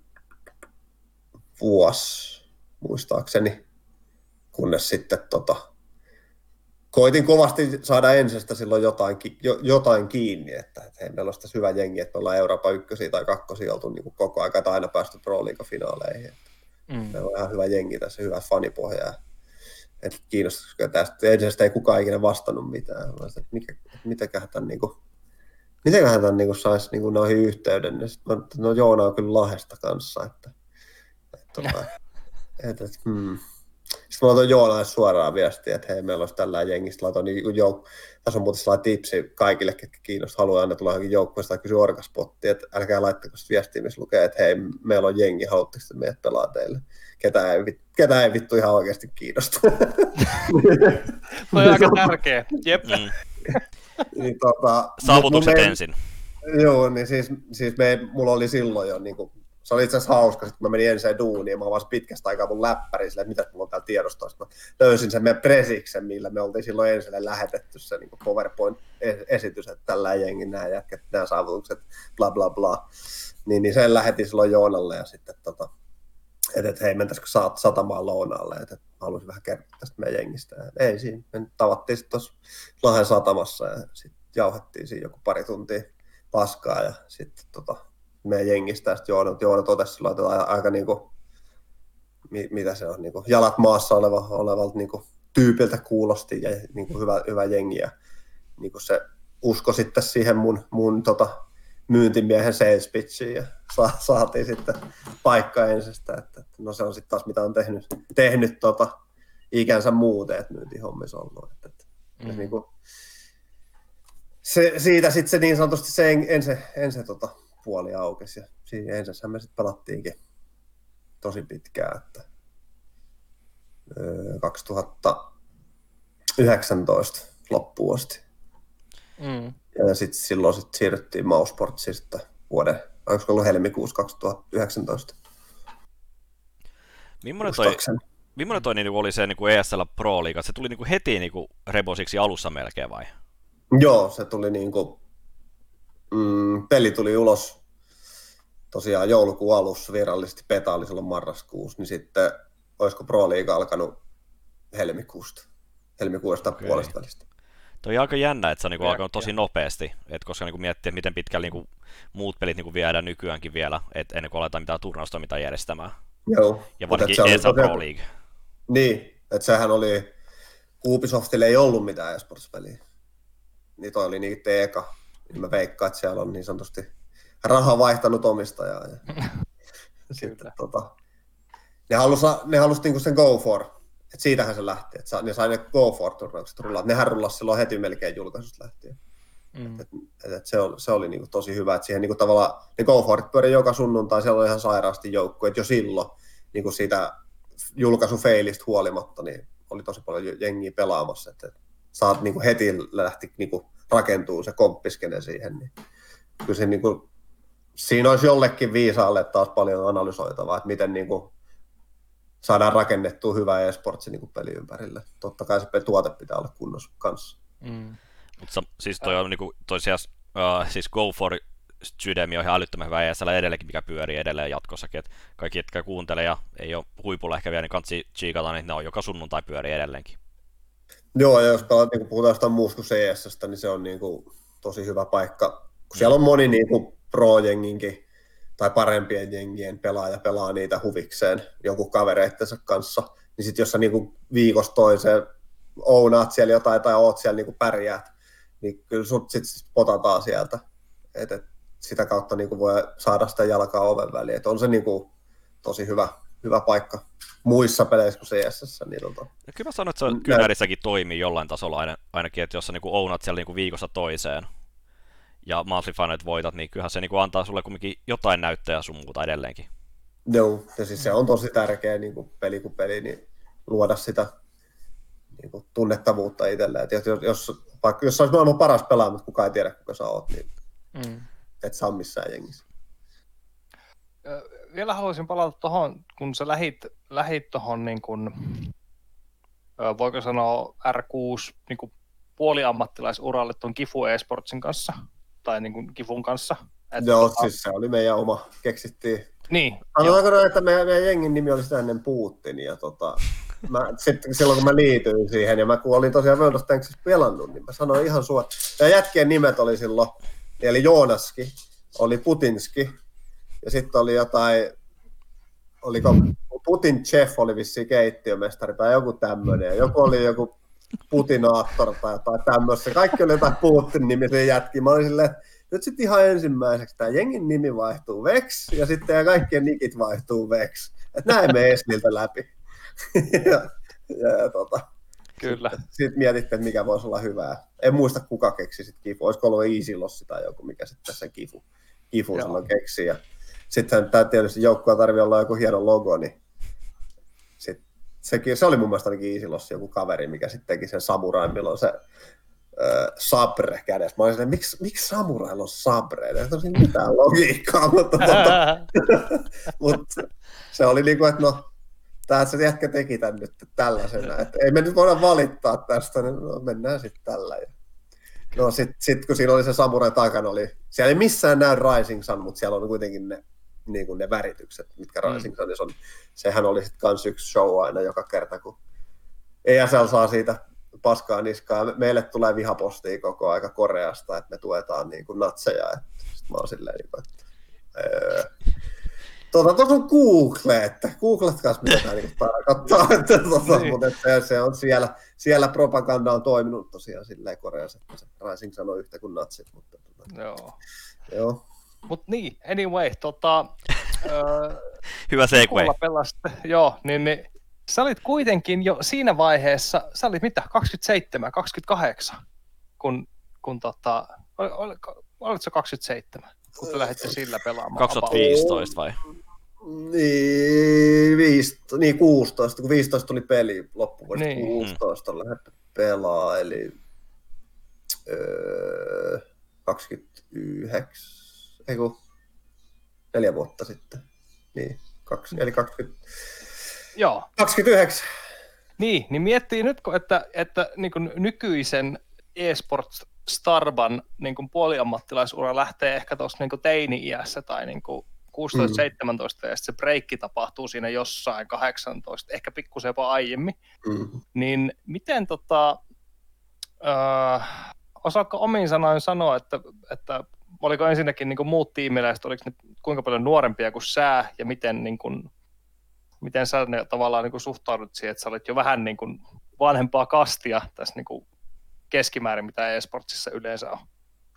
vuosi muistaakseni, kunnes sitten tota, koitin kovasti saada ensistä silloin jotain, jo, jotain kiinni, että, että hei, meillä olisi tässä hyvä jengi, että me ollaan Euroopan ykkösiä tai kakkosia oltu niin kuin koko ajan, että aina päästy Pro-liiga-finaaleihin. Mm. Meillä on ihan hyvä jengi tässä, hyvä fanipohja. Että kiinnostaisiko tästä. Ensistä ei kukaan ikinä vastannut mitään. Että mikä, että mitenköhän tämän, niin kuin, mitenköhän tämän niin kuin saisi niin kuin noihin yhteyden. Ja sitten mä, no Joona on kyllä Lahdesta kanssa. Että, että, että, että, hmm. Sitten mä laitoin Joonalle suoraan viestiä, että hei, meillä olisi tällainen jengistä. Laitoin niin jouk- Tässä on muuten sellainen tipsi kaikille, ketkä kiinnostaa, haluaa aina tulla johonkin joukkueesta tai kysyä orkaspottia, että älkää laittako sitä viestiä, missä lukee, että hei, meillä on jengi, haluatteko että meidät pelaa teille. Ketä ei, ketä ei vittu ihan oikeasti kiinnosta. Se on aika tärkeä. Jep. Mm. niin, tota, Saavutukset me, ensin. Joo, niin siis, siis me, mulla oli silloin jo, niin kuin, se oli itse asiassa hauska, kun mä menin ensin duuniin, mä avasin pitkästä aikaa mun läppäriin silleen, että mitäs mulla on täällä tiedostoista. Mä löysin sen meidän presiksen, millä me oltiin silloin ensin lähetetty se niin PowerPoint-esitys, että tällä jengi nämä jätkät, nämä saavutukset, bla bla bla. Niin, niin sen lähetin silloin Joonalle ja sitten, tota, että et, hei, mentäisikö saat satamaan lounaalle, että et, haluaisin vähän kertoa tästä meidän jengistä. Ja ei siinä, me tavattiin sitten tuossa Lahden satamassa ja sitten jauhettiin siinä joku pari tuntia paskaa ja sitten tota, meidän jengistä ja sitten Joona, Joona totesi silloin, että aika, aika niinku, mi, mitä se on, niinku, jalat maassa oleva, olevalta niinku, tyypiltä kuulosti ja niinku, hyvä, hyvä jengi ja niinku, se usko sitten siihen mun, mun tota, myyntimiehen sales pitchiin ja sa, saatiin sitten paikka ensistä, että, että no se on sitten taas mitä on tehnyt, tehnyt tota, ikänsä muuten, että myyntihommissa ollut. Että, että, mm. niinku, se, siitä sitten se niin sanotusti se en, ensin, ensin tota, puoli aukesi ja siinä ensin me sitten pelattiinkin tosi pitkään, että öö, kaksituhattayhdeksäntoista loppuun asti. Mm. Ja sitten silloin sit siirryttiin Mausportsiin sitten vuoden, olisiko ollut helmikuussa kaksituhattayhdeksäntoista. Millainen toi, millainen toi niin oli se niin E S L Pro-liiga? Se tuli niin heti niin Rebosiksi alussa melkein vai? Joo, se tuli niin kuin, mm, peli tuli ulos tosiaan joulukuun alussa, virallisesti beta oli silloin marraskuussa, niin sitten olisiko Pro-liiga alkanut helmikuusta, helmikuusta okay. puolesta välistä. Toi on aika jännä, että se on niinku alkanut tosi nopeasti, et koska niinku miettii, että miten pitkälle niinku muut pelit niinku viedään nykyäänkin vielä, et ennen kuin aletaan mitään turnausta mitään järjestämään. Joo. Ja varsinkin E S L Pro League. Niin, että sehän oli, Ubisoftille ei ollut mitään esports-peliä. Niin toi oli niitä eka. Niin mä veikkaan, että siellä on niin sanotusti raha vaihtanut omistajaa. Ja sitten tota, ne halusi, ne halusi niinku sen Go For. Et siitähän se lähti, että ne sai ne Go For-turnaukset rullaa. Nehän rullasi silloin heti melkein julkaisusta lähtien. Mm. Et, et, et se, oli, se oli niinku tosi hyvä, että siihen niinku tavallaan ne Go Forit pyörii joka sunnuntai, siellä oli ihan sairaasti joukkoja, että jo silloin niinku siitä julkaisufeilistä huolimatta niin oli tosi paljon jengiä pelaamassa, että et saat niinku heti lähti niinku rakentuu se komppiskene siihen, niin kyllä se niinku, siinä olisi jollekin viisaalle taas paljon analysoitavaa, että miten niinku saadaan rakennettua hyvää e-sportsi niin peli ympärille. Totta kai se tuote pitää olla kunnossa kanssa. Mm. Mutta siis toi on niinku, toi siis, uh, siis Go For Sydemi on ihan älyttömän hyvä E S L edelleenkin, mikä pyörii edelleen jatkossakin. Et kaikki, jotka kuuntelee ja ei ole huipulla ehkä vielä, niin kannattaa tsiikata, niin ne on joka sunnuntai pyörii edelleenkin. Joo, ja jos niin puhutaan jostain muusta kuin C S:stä, niin se on niin kuin tosi hyvä paikka. Kun siellä on moni niin kuin pro-jenginkin tai parempien jengien pelaaja pelaa niitä huvikseen joku kavereittensa kanssa, niin sitten jos sä niinku viikosta toiseen ounaat siellä jotain tai oot siellä niinku pärjäät, niin kyllä sut sitten potataan sieltä. Et, et sitä kautta niinku voi saada sitä jalkaa oven väliin. Et on se niinku tosi hyvä, hyvä paikka muissa peleissä kuin C S:ssä. Niin tota. Kyllä mä sanon, että se kynärissäkin toimii jollain tasolla aina, ainakin, että jos sä niinku ounat siellä niinku viikosta toiseen ja monthly funnit voitat, niin kyllähän se niinku antaa sulle kumminkin jotain näyttöä sun muuta edelleenkin. Joo, ja siis se on tosi tärkeä niin kuin peli kuin peli, niin luoda sitä niin kuin tunnettavuutta itselleen. Jos, jos, vaikka jos sä olisi maailman paras pelaaja, mutta kukaan ei tiedä, kuka sä oot, niin mm. et saa missään jengissä. Vielä haluaisin palata tuohon, kun sä lähit, lähit tuohon, niin kun, voiko sanoa R kuusi niin kun puoliammattilaisuralle tuon Kifu eSportsin kanssa, tai niin kuin Kifun kanssa. Että joo, tota... siis se oli meidän oma, keksittiin. Niin. Sanotaanko noin, että meidän, meidän jengin nimi oli sitä ennen Putin, ja tota, mä, sit, silloin kun mä liityin siihen, ja mä kun olin tosiaan World of Tanksissa pelannut, niin mä sanoin ihan suoraan, ja jätkien nimet oli silloin, eli Joonaski, oli Putinski, ja sitten oli jotain, oliko Putin Chef oli vissiin keittiömestari, tai joku tämmöinen, ja joku oli joku Putinaattor tai jotain tämmöistä. Kaikki oli jotain Putin-nimisiä jätkiä. Mä olin silleen, että nyt sitten ihan ensimmäiseksi tämä jengin nimi vaihtuu Vex, ja sitten ja kaikkien nikit vaihtuu Vex. Että näin me edes niiltä läpi. ja, ja, ja tota, Kyllä. Sitten sit mietitte, että mikä voisi olla hyvää. En muista, kuka keksi sit Kifu. Olisiko ollut Easy Lossi tai joku, mikä sitten se Kifu, kifu silloin keksi. Ja sittenhän tämä tietysti joukkue tarvii olla joku hieno logo, niin sit sekin, se oli mun mielestä ainakin Easy Lossi, joku kaveri, mikä sitten teki sen samurain, milloin se äh, sabre kädessä. Mä olin silleen, miksi, miksi samurailla on sabre? Ei ole siinä mitään logiikkaa, mutta tota, mut se oli niin kuin, että no, tämä se jätkä teki tän nyt tällaisena, että ei me nyt voida valittaa tästä, niin no, mennään sitten tällä. No sitten sit, kun siinä oli se samurai takana, oli, siellä ei missään näy Rising Sun, mutta siellä on kuitenkin ne, niin kuin ne väritykset, mitkä Rising Sunissa on. Sehän oli sitten kans yksi show aina joka kerta, kun E S L saa siitä paskaa niskaa. Meille tulee vihapostia koko aika Koreasta, että me tuetaan niin kuin natseja. Sitten mä oon silleen, että öö. Tuota, tuossa on Google, että googlatkaas mitä tämä niin tarkoittaa, että, tuota, niin. Mutta että se on siellä, siellä propaganda on toiminut tosiaan silleen Koreassa, että se Rising sanoo yhtä kuin natsit. Mutta, tuota, Joo. Joo. Mut niin, anyway, tota... öö, Hyvä segue. Joo, niin, niin sä olit kuitenkin jo siinä vaiheessa, sä olit mitä, kaksikymmentäseitsemän, kaksikymmentäkahdeksan, kun, kun tota, ol, ol, olitko kaksikymmentäseitsemän, kun te lähditte sillä pelaamaan? kaksituhattaviisitoista vai? Niin, viisi, niin kuusitoista, kun viisitoista tuli peli loppuvuodesta, niin. kuusitoista on lähdetty pelaa, eli öö, kaksikymmentäyhdeksän, ei kun neljä vuotta sitten, niin, kaksi, eli kaksikymmentä, Joo. kaksikymmentäyhdeksän. Niin, niin miettii nyt, että, että niin kuin nykyisen eSports Starban niin kuin puoliammattilaisura lähtee ehkä tuossa niin kuin teini-iässä tai niin kuin kuusitoista seitsemäntoista ja sitten se breikki tapahtuu siinä jossain kahdeksantoista, ehkä pikkusen jopa aiemmin, mm. niin miten tota, äh, osaatko omin sanoin sanoa, että, että oliko ensinnäkin niin kuin muut tiimiläiset, oliko ne kuinka paljon nuorempia kuin sä ja miten, niin kuin, miten sä ne tavallaan niin kuin suhtaudut siihen, että sä olit jo vähän niin kuin vanhempaa kastia tässä niin kuin keskimäärin, mitä eSportsissa yleensä on?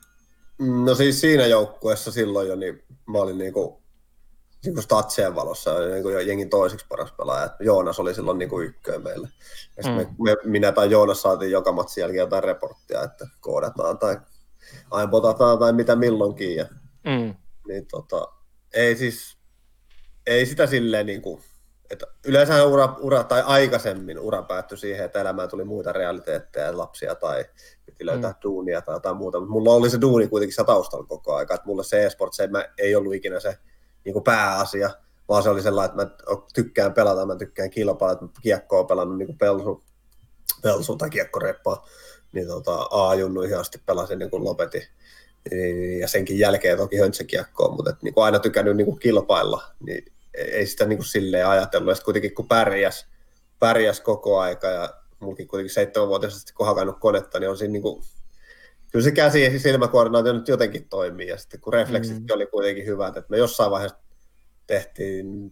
No siis siinä joukkueessa silloin jo, niin mä olin niinku, niinku statsien valossa niinku jo jengin toiseksi paras pelaaja. Joonas oli silloin niinku ykköön meille. Ja mm. me, me, minä tai Joonas saatiin joka matsin jälkeen jotain reporttia, että koodataan tai aimpotataan tai mitä milloinkin. Ja, mm. niin tota, ei siis, ei sitä silleen niinku, että yleensä ura, ura, tai aikaisemmin ura päättyi siihen, että elämään tuli muita realiteetteja, lapsia tai piti löytää mm. duunia tai jotain muuta, mutta mulla oli se duuni kuitenkin se taustalla koko aika, että mulle se eSports se ei ollut ikinä se niin kuin pääasia, vaan se oli sellainen, että mä tykkään pelata, mä tykkään kilpailla, että mä kiekkoa pelannut niin kuin pelsu, pelsu tai kiekkoreppaa, niin tota, A-junnuihin asti pelasin niin kuin lopetin. Ja senkin jälkeen toki höntsäkiekkoa, mutta et, niin kuin aina tykännyt niin kuin kilpailla, niin ei sitä niin kuin silleen ajatellut. Ja sitten kuitenkin kun pärjäs, pärjäs koko aika ja mullakin kuitenkin seitsemänvuotiaisesti kun hakannut konetta, niin on siinä niin kuin, kyllä se käsi- ja silmäkoordinaatio nyt jotenkin toimii. Ja sitten kun refleksitkin mm. oli kuitenkin hyvät, että me jossain vaiheessa tehtiin,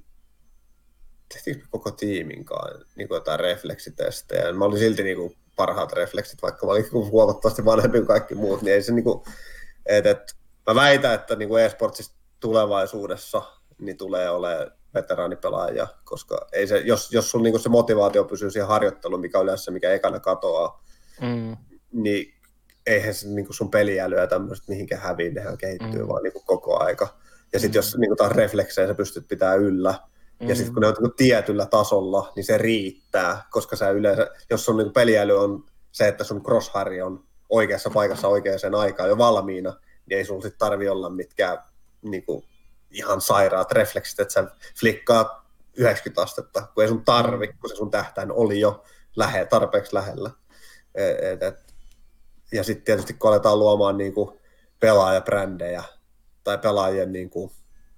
tehtiin koko tiimin kanssa niin kuin jotain refleksitestejä. Mä olin silti niin kuin parhaat refleksit, vaikka mä olin huomattavasti vanhempi kuin kaikki muut, niin ei se niin kuin, et, et, mä väitän, että niin kuin eSportsissa tulevaisuudessa niin tulee olemaan veteraanipelaajia, koska ei se, jos, jos sun niin se motivaatio pysyy siihen harjoitteluun, mikä on yleensä mikä ekana katoaa, mm. niin eihän se niin sun peliälyä ja tämmöiset mihinkään häviin, nehän kehittyy mm. vaan niin koko aika. Ja sitten mm. jos niin taas refleksejä sä pystyt pitämään yllä, mm. ja sitten kun ne on niin tietyllä tasolla, niin se riittää, koska sä yleensä, jos sun niin peliäly on se, että sun crosshair on oikeassa paikassa oikeaan aikaan jo valmiina, niin ei sun sitten tarvitse olla mitkään niin kuin ihan sairaat refleksit, että sä flikkaat yhdeksänkymmentä astetta, kun ei sun tarvi, kun se sun tähtäin oli jo lähe, tarpeeksi lähellä. Et, et, ja sitten tietysti kun aletaan luomaan niinku pelaajabrändejä tai pelaajien niinku,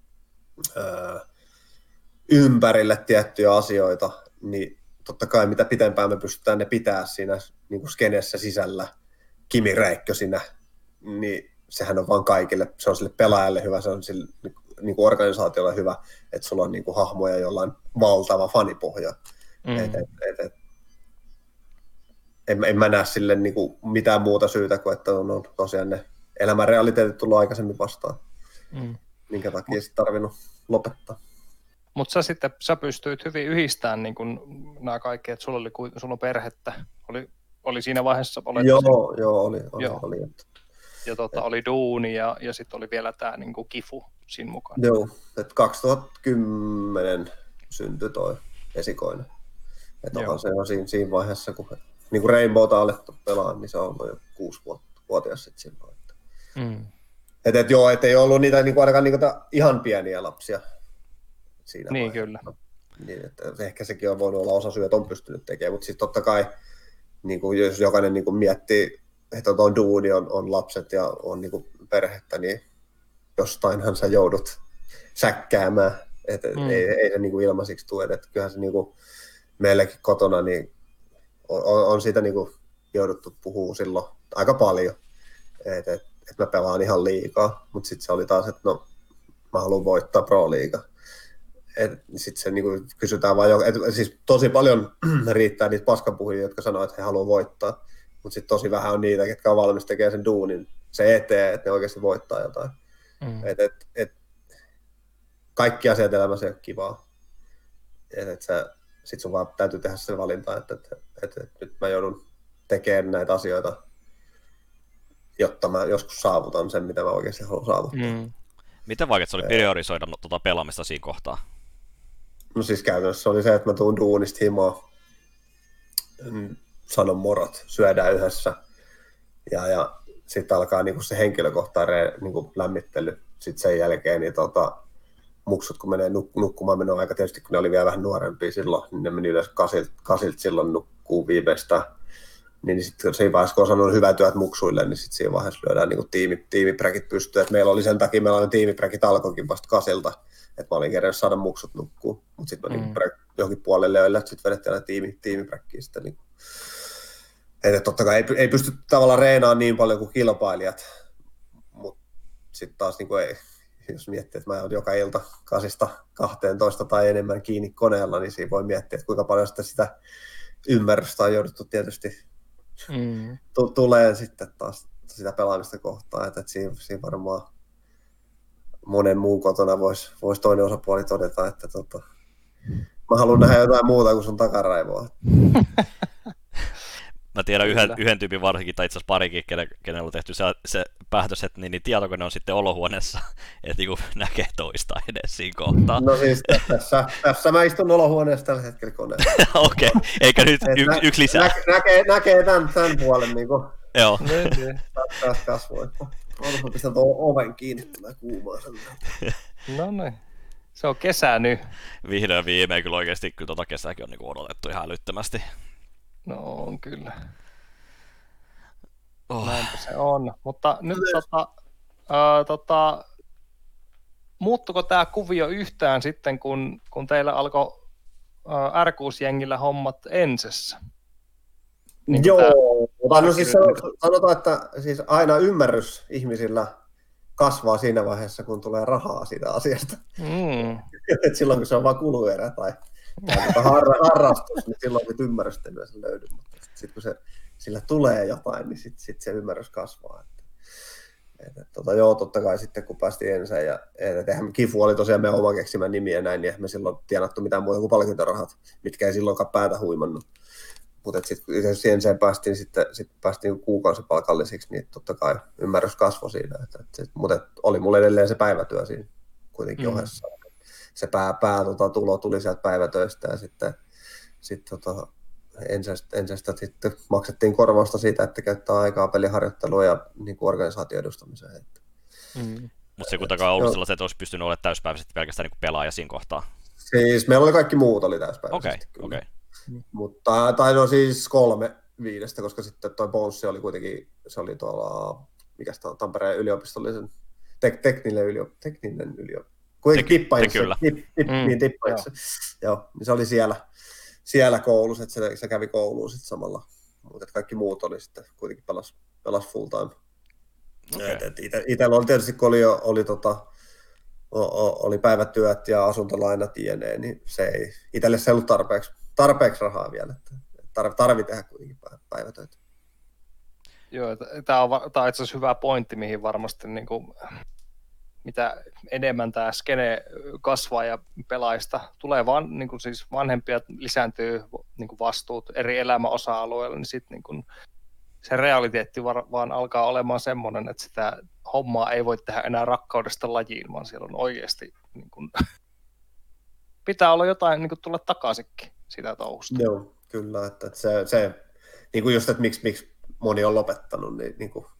ö, ympärille tiettyjä asioita, niin totta kai mitä pitempään me pystytään ne pitää siinä niinku skenessä sisällä, Kimi Räikkösinä, niin sehän on vaan kaikille, se on sille pelaajalle hyvä, se on sille niin kuin organisaatiolle hyvä, että sulla on niin kuin hahmoja, jolla on valtava fanipohja. Mm. Et, et, et, et. En, en mä näe sille niin kuin mitään muuta syytä kuin, että on, on tosiaan ne elämän realiteetit tullut aikaisemmin vastaan, mm. minkä takia sitten tarvinnut lopettaa. Mutta sä sitten sä pystyit hyvin yhdistämään niin kun nämä kaikki, että sulla oli ku- sulla on perhettä. Oli, oli siinä vaiheessa olet Joo, joo, oli, oli, Joo. oli. Että, ja tota, oli duuni ja, ja sitten oli vielä tämä niin kuin kifu siinä mukana. joo, että kaksituhattakymmenen syntyi toi esikoinen. Että onhan se on siinä, siinä vaiheessa, kun niin kuin Rainbowta alettu pelaa, niin se on ollut jo kuusivuotias sitten silloin. Että. Mm. Et, et joo, ettei ollut niitä niinku ainakaan niinku ihan pieniä lapsia siinä Niin, vaiheessa. kyllä. Niin, että ehkä sekin on voinut olla osa syy, että on pystynyt tekemään, mutta siis totta kai, niinku, jos jokainen niinku miettii, että on duuni, on, on lapset ja on niinku perhettä, niin jostainhan sä joudut säkkäämään, että mm. ei, ei se niinku ilmaisiksi tule, että kyllähän se niinku meilläkin kotona niin on, on siitä niinku jouduttu puhua silloin aika paljon, että et, et mä pelaan ihan liikaa, mutta sitten se oli taas, että no mä haluan voittaa Pro-liiga. Sitten se niinku kysytään vaan, jo, et, siis tosi paljon riittää niitä paskanpuhujia, jotka sanoo, että he haluaa voittaa, mutta sitten tosi vähän on niitä, jotka on valmis tekemään sen duunin se eteen, että ne oikeasti voittaa jotain. Mm. Et, et, et, kaikki asiat elämässä ei ole kivaa. Et, et sitten sun vaan täytyy tehdä se valinta, että et, et, et, nyt mä joudun tekemään näitä asioita, jotta mä joskus saavutan sen, mitä mä oikeasti haluan saavuttaa. Mm. Miten vaikeaa se oli priorisoida tuota pelaamista siinä kohtaa? No siis käytännössä oli se, että mä tuun duunista himoa, sanon morot, syödään yhdessä ja, ja sitten alkaa niinku se henkilökohtainen niinku lämmittely. Sitten sen jälkeen niin tota, muksut, kun menee nuk- nukkumaan menoa aika tietysti, kun ne oli vielä vähän nuorempia silloin, niin ne meni yleensä kasilta, kasilta silloin nukkuu viimeistään. Niin sitten siinä vaiheessa, kun on sanonut hyvää työt muksuille, niin sitten siinä vaiheessa lyödään niin tiimi, tiimipräkit pystyyn. Et meillä oli sen takia, meillä oli tiimipräkit alkoikin vasta kasilta, että mä olin kerran saada muksut nukkuu. Mutta sitten mä mm. niin johonkin puolelle öillä, että sitten vedettiin aina tiimi, tiimipräkkiä. Sitten niin että totta kai ei, ei pysty tavallaan reenaamaan niin paljon kuin kilpailijat, mutta sitten taas niin ei, jos miettii, että mä olen joka ilta kasista kahteentoista tai enemmän kiinni koneella, niin siinä voi miettiä, että kuinka paljon sitä, sitä ymmärrystä on jouduttu tietysti mm. t- tulee sitten taas sitä pelaamista kohtaan, että, että siinä, siinä varmaan monen muun kotona voisi vois toinen osapuoli todeta, että tota, mä haluan nähdä jotain muuta kuin sun takaraivoa. Mä tiedän yhden, yhden tyypin varsinkin, tai itse asiassa parikin, kenellä on tehty se, se päätös, että niin, niin tietokone on sitten olohuoneessa, että niin näkee toista edes siinä kohtaa. No siis tässä, tässä mä istun olohuoneessa tällä hetkellä koneella. Okei, okay. Eikä nyt y- nä- yksi lisää. Nä- näkee, näkee tämän, tämän puolen niin kuin Joo. Tässä kasvoin. Oletko pistän tuon oven kiinni, tulee kuumaa sen. No niin. Se on kesä nyt. Vihdoin viimein kyllä oikeasti, kyllä tuota kesääkin on niin kuin odotettu ihan älyttömästi. No on kyllä. Oh. Näinpä se on. Mutta nyt tota, ää, tota, muuttuko tämä kuvio yhtään sitten, kun, kun teillä alkoi ää, R kuusi-jengillä hommat ensessä? Niin joo, mutta no siis sanotaan, että siis aina ymmärrys ihmisillä kasvaa siinä vaiheessa, kun tulee rahaa siitä asiasta. Mm. Et silloin, kun se on vain kuluerä tai, tai har- harrastus, niin silloin sit ymmärrystä ei yleensä löydy. Mutta sitten kun se, sillä tulee jotain, niin sitten sit se ymmärrys kasvaa. Että, et, et, tota, joo, totta kai sitten kun päästiin ensin, ja et, eihän Kifu oli tosiaan meidän oma keksimä nimi ja näin, niin eihän me silloin tienattu mitään muuta kuin palkintorahat, mitkä ei silloinkaan päätä huimannut. Mutta sitten kun siihen päästiin, sitten sit päästiin kuukausipalkallisiksi, niin totta kai ymmärrys kasvoi siinä. Mutta oli mulla edelleen se päivätyö siinä kuitenkin mm. ohessa. Se pää, pää tota, tulo tuli sieltä päivätöistä ja sitten sit, tota, ensistä sitten maksettiin korvausta siitä, että käyttää aikaa peliharjoittelua ja niin organisaatioedustamiseen. Mm. Mutta se kuitenkaan ollut sellainen, että olisi pystynyt olemaan täyspäiväisesti pelkästään niin pelaaja siinä kohtaa. Siis meillä oli kaikki muut oli täyspäiväisesti. Okei, okay, okei. Okay. Mutta, tai no siis kolme viidestä, koska sitten toi Bonessi oli kuitenkin, se oli tuolla, mikäs tämä on, Tampereen yliopistollisen, tek, tekninen yliopisto, tekninen yliopisto, kuitenkin Tippainissa, tip, tip, mm, niin Tippainissa, joo. joo, niin se oli siellä, siellä koulussa, että se, se kävi kouluun sitten samalla, mutta kaikki muut oli sitten kuitenkin pelas, pelas full time. Okay. Itsellä oli tietysti, kun oli, oli tota, oli päivätyöt ja asuntolainat jne, niin se ei, itselle se ei ollut tarpeeksi, tarpeeksi rahaa vielä, että tarvii tarvi tehdä kuitenkin päivätöitä. Joo, tämä on, tämä on itse asiassa hyvä pointti, mihin varmasti niin kuin, mitä enemmän tämä skene kasvaa ja pelaajista tulee vaan niin kuin siis vanhempia, lisääntyy niin kuin vastuut eri elämän osa-alueilla, niin sitten niin kuin se realiteetti vaan alkaa olemaan semmoinen, että sitä hommaa ei voi tehdä enää rakkaudesta lajiin, vaan siellä on oikeasti niin kuin, pitää olla jotain niin kuin tulla takaisinkin sitä touhusta. Joo, kyllä, että, että se, se niin kuin just, että miksi, miksi moni on lopettanut, niin, niin kuin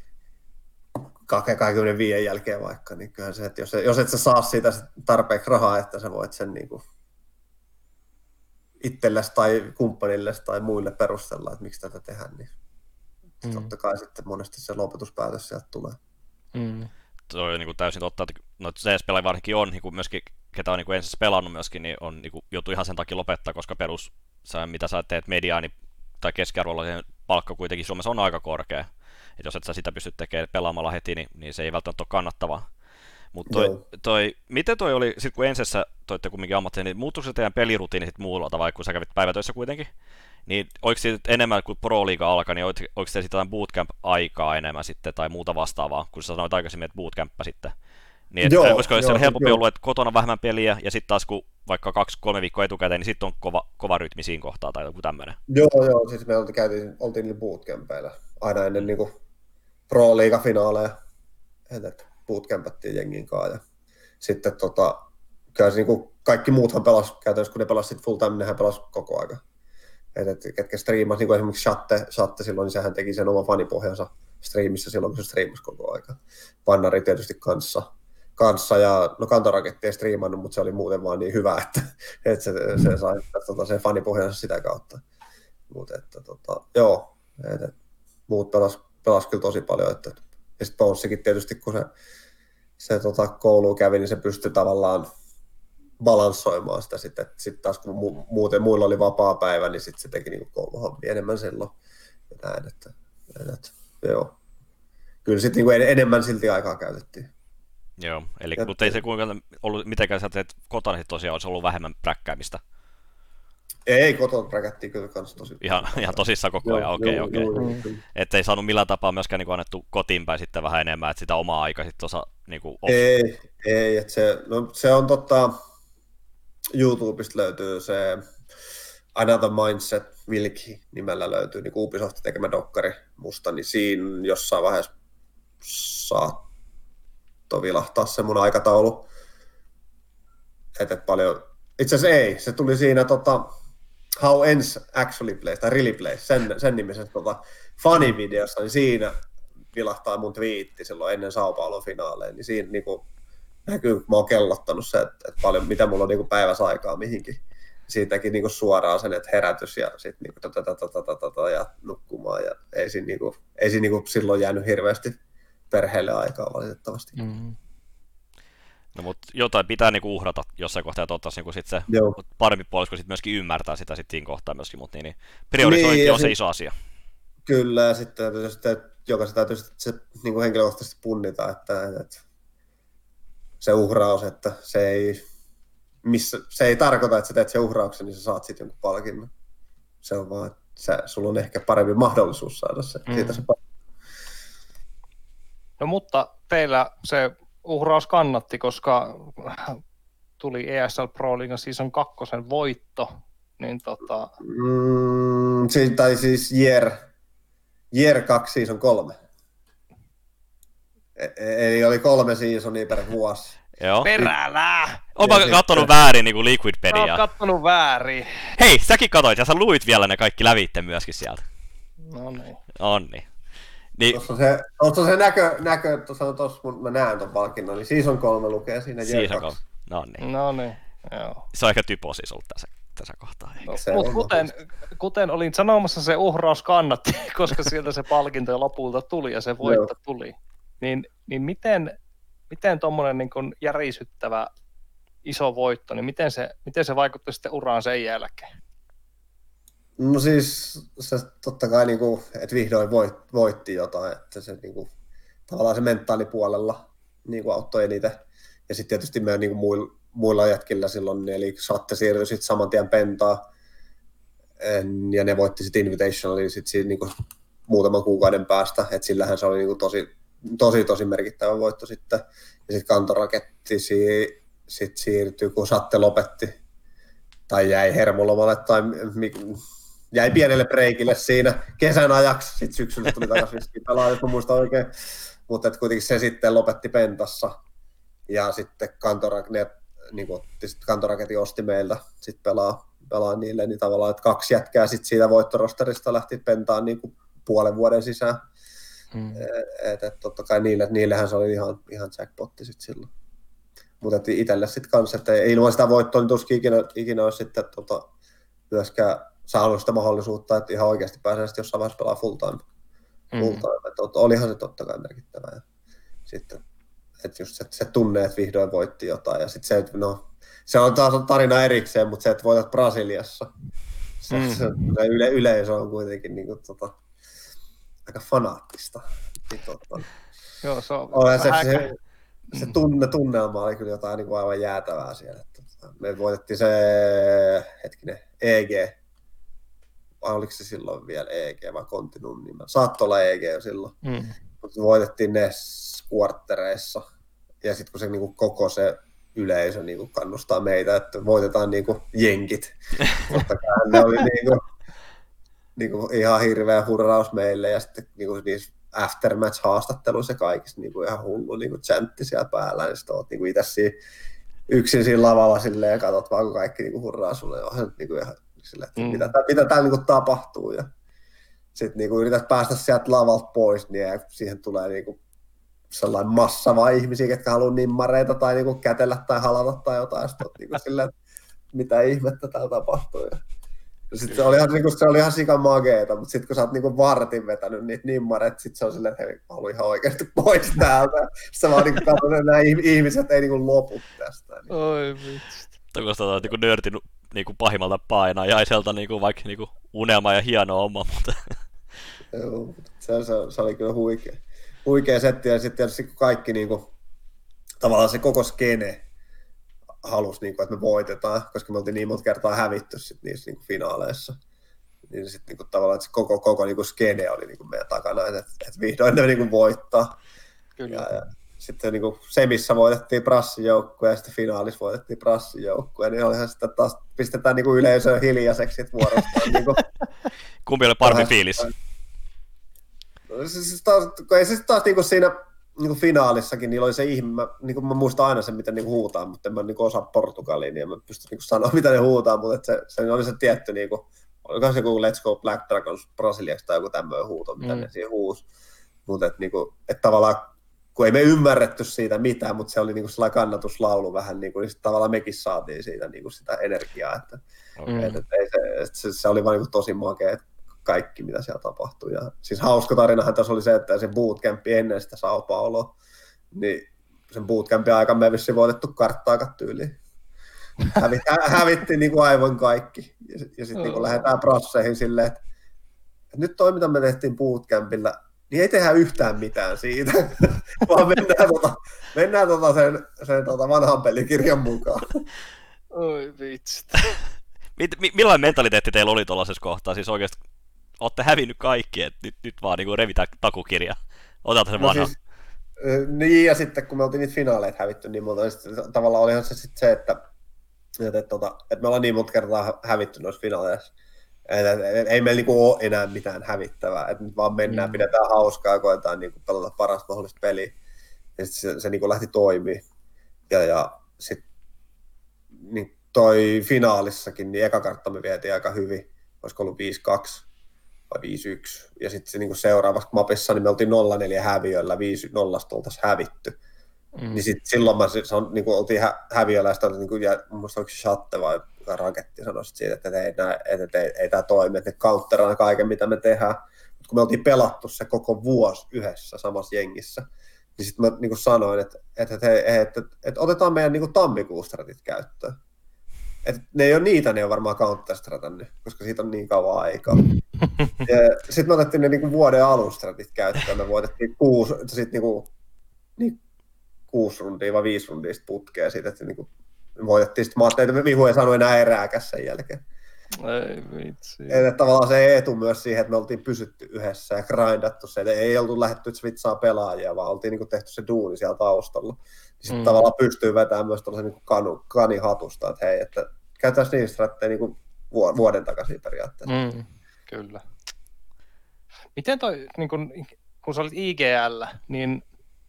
kaksikymmentäviisi jälkeen vaikka, niin kyllähän se, että jos, jos et sä saa siitä tarpeeksi rahaa, että sä voit sen niin kuin itsellesi tai kumppanillesi tai muille perustella, että miksi tätä tehdään, niin mm. totta kai sitten monesti se lopetuspäätös sieltä tulee. Mm. Se on niin kuin täysin totta, että no C S-pelaajia varsinkin on, niin kuin myöskin, ketä on niin kuin ensin pelannut myöskin, niin on niin kuin, joutuu ihan sen takia lopettaa, koska perus, mitä sä teet mediaani tai keskiarvolla, palkka kuitenkin Suomessa on aika korkea. Et jos et sä sitä pysty tekemään pelaamalla heti, niin, niin se ei välttämättä ole kannattavaa. Mutta toi, toi, miten toi oli, sit kun ensessä toitte kumminkin ammattiin, niin muuttuiko se teidän pelirutiini sit muulla tavalla, kun sä kävit päivätöissä kuitenkin? Niin oliko siitä enemmän kuin Pro-liiga alkaa, niin oliko, oliko se sitten bootcamp-aikaa enemmän sitten tai muuta vastaavaa, kun sä sanoit aikaisemmin, että bootcamppa sitten? Niin et, joo, olisiko joo, siellä helpompi joo. ollut, että kotona vähemmän peliä ja sitten taas kun vaikka kaksi, kolme viikkoa etukäteen, niin sitten on kova, kova rytmi siinä kohtaa tai joku tämmöinen? Joo, joo, siis me oltiin, käytiin, oltiin niillä bootcampeilla aina ennen niin kuin Pro-liiga-finaaleja, että bootcampattiin jengin kanssa. Ja sitten tota, kyllä se, niin kuin kaikki muuthan pelasi käytännössä, kun ne pelasivat full time, nehän pelasivat koko aika. Et, et, ketkä striimasi, niin kuin esimerkiksi Shatte, Shatte silloin, niin sehän teki sen oman fanipohjansa striimissä silloin, kun se striimasi koko aika. Pannari tietysti kanssa. kanssa ja no Kantoraketti ei striimannut, mutta se oli muuten vaan niin hyvä, että, että se, se sai tota, sen fanipohjansa sitä kautta. Mutta että tota, joo, et, et, muut pelas, pelas kyllä tosi paljon. Että, ja sitten Bonssikin tietysti, kun se, se tota, kouluun kävi, niin se pystyi tavallaan balanssoimaan sitä sitten. Sitten taas kun mu- muuten muilla oli vapaa päivä, niin sitten se teki niin kouluhommia enemmän silloin. Ja näin, että, että joo. Kyllä sitten niin enemmän silti aikaa käytettiin. Joo, eli ja, mutta ei se kuinka ollut mitenkään sieltä, että kotona tosiaan olisi ollut vähemmän präkkäämistä. Ei, kotona präkättiin kyllä kans tosi. Ihan, ihan tosissaan koko ajan, okei, okei. Että ei saanut millään tapaa myöskään niin annettu kotiin päin sitten vähän enemmän, että sitä omaa aikaa sitten osa niin kuin off. Ei, ei, että se, no, se on totta, YouTubesta löytyy se Another Mindset Wilki nimellä löytyy, niin Ubisoftin tekemä dokkari musta, niin siinä jossain vaiheessa saa vilahtaa se mun aikataulu. Et, et paljon. Itse asiassa ei, se tuli siinä tota, How Ends Actually Plays, tai Really Plays, sen, sen nimisessä tota, funny-videossa, niin siinä vilahtaa mun twiitti silloin ennen Sao Paulon finaaleja, niin siinä niinku, näkyy, kun mä oon kellottanut se, että et paljon, mitä mulla on niinku päivässä aikaa mihinkin. Siitäkin niinku suoraan sen, että herätys ja sitten niinku tata ja nukkumaan, ja ei siinä, niinku, ei siinä niinku silloin jäänyt hirveästi perheelle aikaa valitettavasti. Mm-hmm. No mutta jotain pitää niinku uhrata jossain kohtaa, ja toivottavasti niinku sit se Joo. parempi puolisko sit myöskin ymmärtää sitä sit siinä kohtaa myöskin, mutta niin, niin priorisointi niin, on se sit, iso asia. Kyllä, ja sitten jokaisen täytyy se niinku henkilökohtaisesti punnita, että, että se uhraus, että se ei, missä, se ei tarkoita, että sä teet sen uhrauksen, niin sä saat sitten jonkun palkinnon. Se on vaan, että sä, sulla on ehkä parempi mahdollisuus saada se, mm. siitä se palkinnon. No mutta teillä se uhraus kannatti, koska tuli E S L Pro League Season kakkosen voitto, niin tota... Mm, siis, tai siis Year, year kaksi Season kolme. E- eli oli kolme seasonia per vuosi. Joo. Perälä! Oonpa kattonut väärin niin kuin Liquidpedia. Oon kattonut väärin. Hei, säkin katoit ja sä luit vielä ne kaikki lävitte myöskin sieltä. No niin. Onni. Niin. Tuossa se, tuossa se näkö, näkö tuossa on tuossa, mä näen ton palkinnon, eli Season kolme lukee siinä. Season kolme, no niin. No niin, joo. Se on ehkä typo siis ollut tässä, tässä kohtaa. No, mutta kuten, kuten olin sanomassa, se uhraus kannatti, koska sieltä se palkinto lopulta tuli ja se voitto tuli. Niin, niin miten, miten tuommoinen niin kuin järisyttävä iso voitto, niin miten se, miten se vaikutti sitten uraan sen jälkeen? No siis se totta kai, niin kuin, että vihdoin voit, voitti jotain, että se niin kuin, tavallaan se mentaalipuolella niin kuin auttoi eniten. Ja sitten tietysti meidän niin kuin muilla, muilla jätkillä silloin, eli Shatte siirtyi sitten saman tien Pentaan, ja ne voitti sitten Invitationalia sitten siinä niin kuin muutaman kuukauden päästä, että sillähän se oli niin kuin tosi tosi tosi merkittävä voitto sitten. Ja sitten kantoraketti si- sit siirtyi, kun Satte lopetti tai jäi hermolomalle tai mi- jäi pienelle breikille siinä kesän ajaksi. Sitten syksyllä tuli takaisin pelaa, jos mä muistan oikein. Mutta kuitenkin se sitten lopetti Pentassa. Ja sitten kantoraketti, niin sit kantoraketti osti meiltä sit pelaa, pelaa niille, niin tavallaan, että kaksi jätkää sit siitä voittorosterista lähti Pentaan niin kuin puolen vuoden sisään. Hmm. Et, et, totta kai niille, niillehän se oli ihan, ihan jackpotti sit silloin. Mutta itselle sitten kanssa, että ilman sitä voittoa niin tuskin ikinä, ikinä olisi sitten tota, myöskään saanut sitä mahdollisuutta, että ihan oikeasti pääsee sitten jossain vaiheessa pelaa full time. Mm. Full time. Et, olihan se totta kai merkittävää. Ja sitten, että just se, se tunne, että vihdoin voitti jotain. Ja sitten se, että no, se on taas tarina erikseen, mutta se, että voitat Brasiliassa, se, mm. se, se yle, yleisö on kuitenkin niin kuin, tota, aika fanaattista. Niin, tota, Joo, se on oh, se, se, se tunne, tunnelma oli kyllä jotain niin kuin aivan jäätävää siellä. Tota, me voitettiin se, hetkinen, E G. Oliko se silloin vielä E G vai Continuum nimen? Saattoi olla E G jo silloin. Mm. Mutta voitettiin ne quartereissa. Ja sitten kun se niinku koko se yleisö niinku kannustaa meitä, että voitetaan niinku jenkit. Totta kai ne oli niinku, niinku ihan hirveä hurraus meille. Ja sitten niinku niissä aftermatch-haastatteluissa kaikissa niinku ihan hullu niinku chantti siellä päällä. Ja sitten oot niinku itse siinä yksin siinä lavalla silleen ja katsot vaan, kun kaikki niinku hurraa sulle. Onhan nyt niinku ihan silleen, että mm. mitä, mitä täällä niinku tapahtuu. Ja sitten niinku yrität päästä sieltä lavalta pois, niin siihen tulee niinku sellainen massa vaan ihmisiä, ketkä haluaa nimmareita tai niinku kätellä tai halata tai jotain. Sitten niinku silleen, että mitä ihmettä täällä tapahtuu. Ja sitten se oli ihan, niinku, se oli ihan sikan mageeta, mutta sitten kun sä oot niinku vartin vetänyt niitä nimmareita, sitten se on silleen, että hei, mä haluan ihan oikeasti pois täältä. Sitten vaan niinku katson, että nämä ihmiset ei niinku lopu tästä. Niin. Oi vitsi. Toivottavasti niinku nörtin niinku pahimmalta painaa, jaiselta niinku vaikka niinku unelma ja hieno oma, mutta joo, se, se, se oli kyllä huikea. Huikea setti, ja sitten tietysti kun kaikki niinku, tavallaan se koko skene halusi, niinku, että me voitetaan, koska me oltiin niin monta kertaa hävitty sit niissä niinku finaaleissa. Niin sitten niinku, tavallaan että se koko, koko niinku skene oli niinku meidän takana, että et vihdoin ne niinku voittaa. Kyllä. Ja, ja sitten niinku semissä voitettiin Brassin joukkue ja sitten finaalissa voitettiin Brassin joukkue, niin olihan sitten taas pistetään niinku yleisöön hiljaiseksi vuorostaan. niinku, kumpi oli parempi fiilis? Siis taas, ei se taas niinku siinä niinku finaalissakin, niillä oli se ihme, mä, niinku mä muistan aina sen, miten niinku huutaa, mutta en mä niinku osaa portugalia, niin en mä pysty niinku sanoa, mitä ne huutaa, mutta se, se oli se tietty, niinku, olikohan se joku Let's Go Black Dragons brasiliaksi tai joku tämmöinen huuto, mitä mm. ne siihen huusi. Mutta et, niinku, et tavallaan, kun ei me ymmärretty siitä mitään, mutta se oli niinku sellainen kannatuslaulu vähän, niinku, niin tavallaan mekin saatiin siitä niinku sitä energiaa, että mm. et, et, et, et, se, se oli vaan niinku tosi makea, kaikki, mitä siellä tapahtui. Ja siis hauska tarinahan tässä oli se, että se bootcampi ennen sitä Sao Pauloa, niin sen bootcampin aikana me vissiin voitettu karttaakat tyyliin. Hävit, hä, hävittiin niin kuin aivan kaikki. Ja, ja sitten niin lähdetään prasseihin silleen, että, että nyt toi, mitä me tehtiin bootcampilla, niin ei tehdä yhtään mitään siitä, vaan mennään, tota, mennään tota sen, sen tota vanhan pelikirjan mukaan. Oi vitsi. Millainen mentaliteetti teillä oli tuollaisessa kohtaa? Siis oikeasti olette hävinnyt kaikki, että nyt, nyt vaan niin revitään takukirja. Otetaan se no vanha. Siis, niin, ja sitten kun me oltiin niitä finaaleita hävitty niin monta, niin tavallaan olihan se sitten se, että, että, että, että me ollaan niin monta kertaa hävitty noissa finaaleissa. Että, että, että ei meillä niinku ole enää mitään hävittävää, että nyt vaan mennään, mm. pidetään hauskaa ja koetaan niinku pelata parasta mahdollista peliä. Ja sitten se, se niinku lähti toimii. Ja, ja sitten niin toi finaalissakin, niin eka kartta me vietiin aika hyvin, olisiko ollut viisi kaksi vai viisi yksi, ja sitten se, niin seuraavassa mapissa niin me oltiin nolla neljä häviöllä, viisi nolla oltaisiin hävitty. Mm. Niin sitten silloin me se on, niin oltiin hä- häviöllä, ja sitten niin ja mun mielestä oliko se Shatte vai Raketti sanoi siitä, että ei, nää, että ei, ei tämä toimi, että ne counteraan kaiken, mitä me tehdään. Mutta kun me oltiin pelattu se koko vuosi yhdessä samassa jengissä, niin sitten mä niin sanoin, että, että, että, että, että, että otetaan meidän niin tammikuustratit käyttöön. Että ne ei ole niitä, ne on varmaan counter-stratannut, koska siitä on niin kauan aikaa. Sitten me otettiin ne niinku vuoden alustratit käyttöön, me voitettiin kuusi, sit niinku, niin, kuusi rundia vai viisi rundia putkea siitä, että niinku, me voitettiin. Sitten mä ajattelin, että Mihu ei saanut enää erääkäs sen jälkeen. Ei vitsi. Että tavallaan se etu myös siihen, että me oltiin pysytty yhdessä ja grindattu se, että ei oltu lähdetty svitsaa pelaajia, vaan oltiin niin kuin tehty se duuni siellä taustalla. Sitten mm. tavallaan pystyy vetämään myös tuollaisen niin kanu, kanihatusta, että hei, että käytäisiin niitä stratteja niin vuoden takaisin periaatteessa. Mm. Kyllä. Miten toi, niin kun, kun sä olit I G L, niin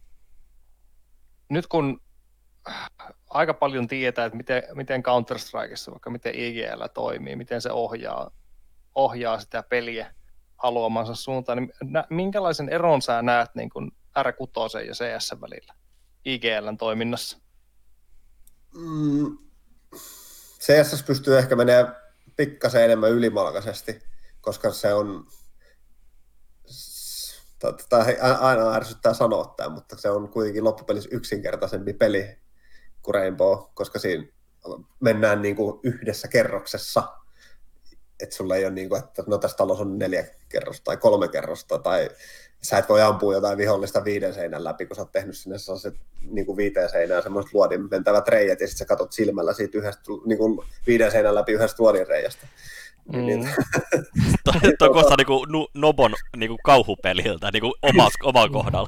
nyt kun aika paljon tietää, että miten, miten Counter-Strikeissa, vaikka miten I G L toimii, miten se ohjaa, ohjaa sitä peliä haluamansa suuntaan, niin nä, minkälaisen eron sä näet niin kuin R kuusi ja C S välillä I G L:n toiminnassa? Mm, C S pystyy ehkä menemään pikkasen enemmän ylimalkaisesti, koska se on, tämä aina ärsyttää sanoa tämä, mutta se on kuitenkin loppupelissä yksinkertaisempi peli kuin Rainbow, koska siinä mennään niin kuin yhdessä kerroksessa, että sulla ei ole niin kuin, että no tässä talossa on neljä kerrosta tai kolme kerrosta, tai sä et voi ampua jotain vihollista viiden seinän läpi, kun sä oot tehnyt sinne sellaiset niin kuin viiteen seinään semmoiset luodin mentävät reijät, ja sitten sä katot silmällä siitä yhdestä, niin kuin viiden seinän läpi yhdestä luodin reijästä. Mm. Niin, Toi kuulostaa niinku Nobon niinku kauhupeliltä niinku omalla kohdalla.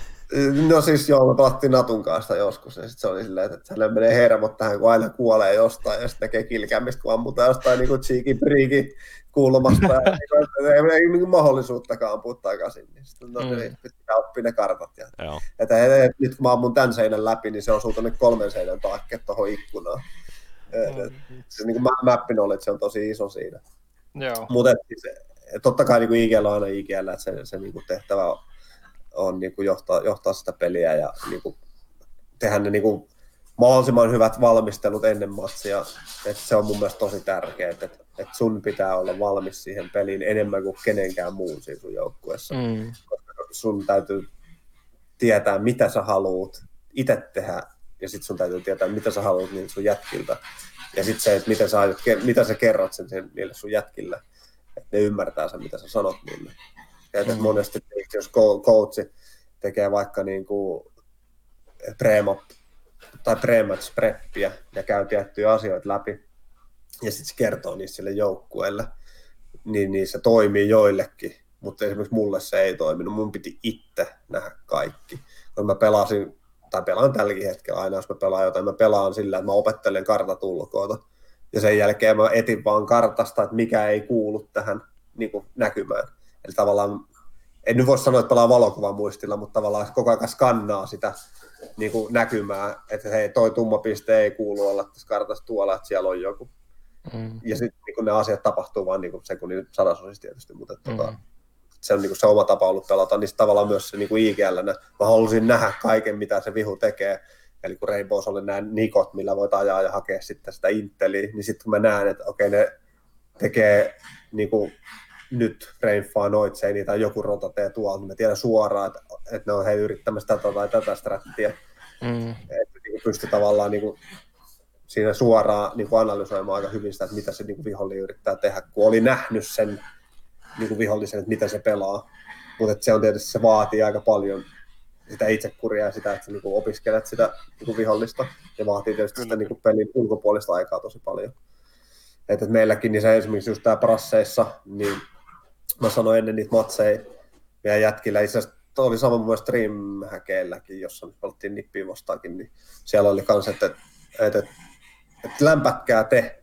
No siis joo, me pelattiin Natun kanssa joskus, ja sitten se oli silleen, että hänelle menee hermot tähän, kun aina kuolee jostain, ja sitten näkee kilkäämistä, kun ammutaan jostain niin cheekin priikin kulmasta, ja ei, ei, ei niin mahdollisuuttakaan ampua takaisin, niin sitten no, mm. pitää oppia ne kartat. Ja, että et, et, nyt kun mä ammun tämän seinän läpi, niin se osuu tuonne kolmen seinän taakke tuohon ikkunaan. Mm. Et, se niin mappi knowledge on tosi iso siinä. Mutta totta kai niin I G L on aina I G L, että se, se niin tehtävä on, on niin johtaa, johtaa sitä peliä ja niin tehdä ne niin mahdollisimman hyvät valmistelut ennen matsia. Että se on mun mielestä tosi tärkeää, että, että sun pitää olla valmis siihen peliin enemmän kuin kenenkään muun siinä sun joukkueessa. Mm. Koska sun täytyy tietää, mitä sä haluut itse tehdä, ja sitten sun täytyy tietää, mitä sä haluat niiltä sun jätkiltä. Ja sitten se, että miten sä, aiot, mitä sä kerrot sen, sen niille sun jätkille, että ne ymmärtää sen, mitä sä sanot niille. Ja että mm. monesti, jos coachi tekee vaikka niinku pre-map tai pre-match preppiä ja käy tiettyjä asioita läpi, ja sitten se kertoo niistä sille joukkueelle, niin, niin se toimii joillekin, mutta esimerkiksi mulle se ei toiminut. Mun piti itse nähdä kaikki. Kun mä pelasin, tai pelaan tälläkin hetkellä aina, jos mä pelaan jotain, mä pelaan sillä, että mä opettelen kartat ulkoota, ja sen jälkeen mä etin vaan kartasta, että mikä ei kuulu tähän niin kuin näkymään. Eli tavallaan, en nyt voi sanoa, että pelaa valokuvan muistilla, mutta tavallaan koko ajan skannaa sitä niin kuin näkymää, että hei, toi tumma piste ei kuulu olla tässä kartassa tuolla, että siellä on joku. Mm. Ja sitten niin ne asiat tapahtuu vaan niin sekunnin sadasosissa tietysti, mutta mm. tota, se on niin se oma tapa ollut pelata, niin tavallaan myös se niin I G L, mä halusin nähdä kaiken, mitä se vihu tekee. Eli kun Rainbows oli nämä nikot, millä voit ajaa ja hakea sitten sitä inteliä, niin sitten kun mä näen, että okei, ne tekee niin kuin nyt Rainfaa noitsee tai joku rotatee tuolla, niin mä tiedän suoraan, että, että ne on he yrittämässä tätä tai tätä strattia. Mm. Että niin pystyy tavallaan niin kuin siinä suoraan niin kuin analysoimaan aika hyvin sitä, että mitä se niin kuin vihollinen yrittää tehdä, kun oli nähnyt sen niin kuin vihollisen, että mitä se pelaa. Mutta se on tietysti, se vaatii aika paljon sitä itsekuria ja sitä, että sä niin kuin opiskelet sitä niin kuin vihollista. Ja vaatii tietysti sitä niin kuin pelin ulkopuolista aikaa tosi paljon. Että meilläkin, niin se esimerkiksi just tää Brasseissa, niin mä sanoin ennen niitä matseja meidän jätkillä, itse asiassa oli sama mun mielestä Dreamhackeilläkin, jossa me pelattiin nippiä vastaakin, niin siellä oli kans, että, että, että, että lämpätkää te,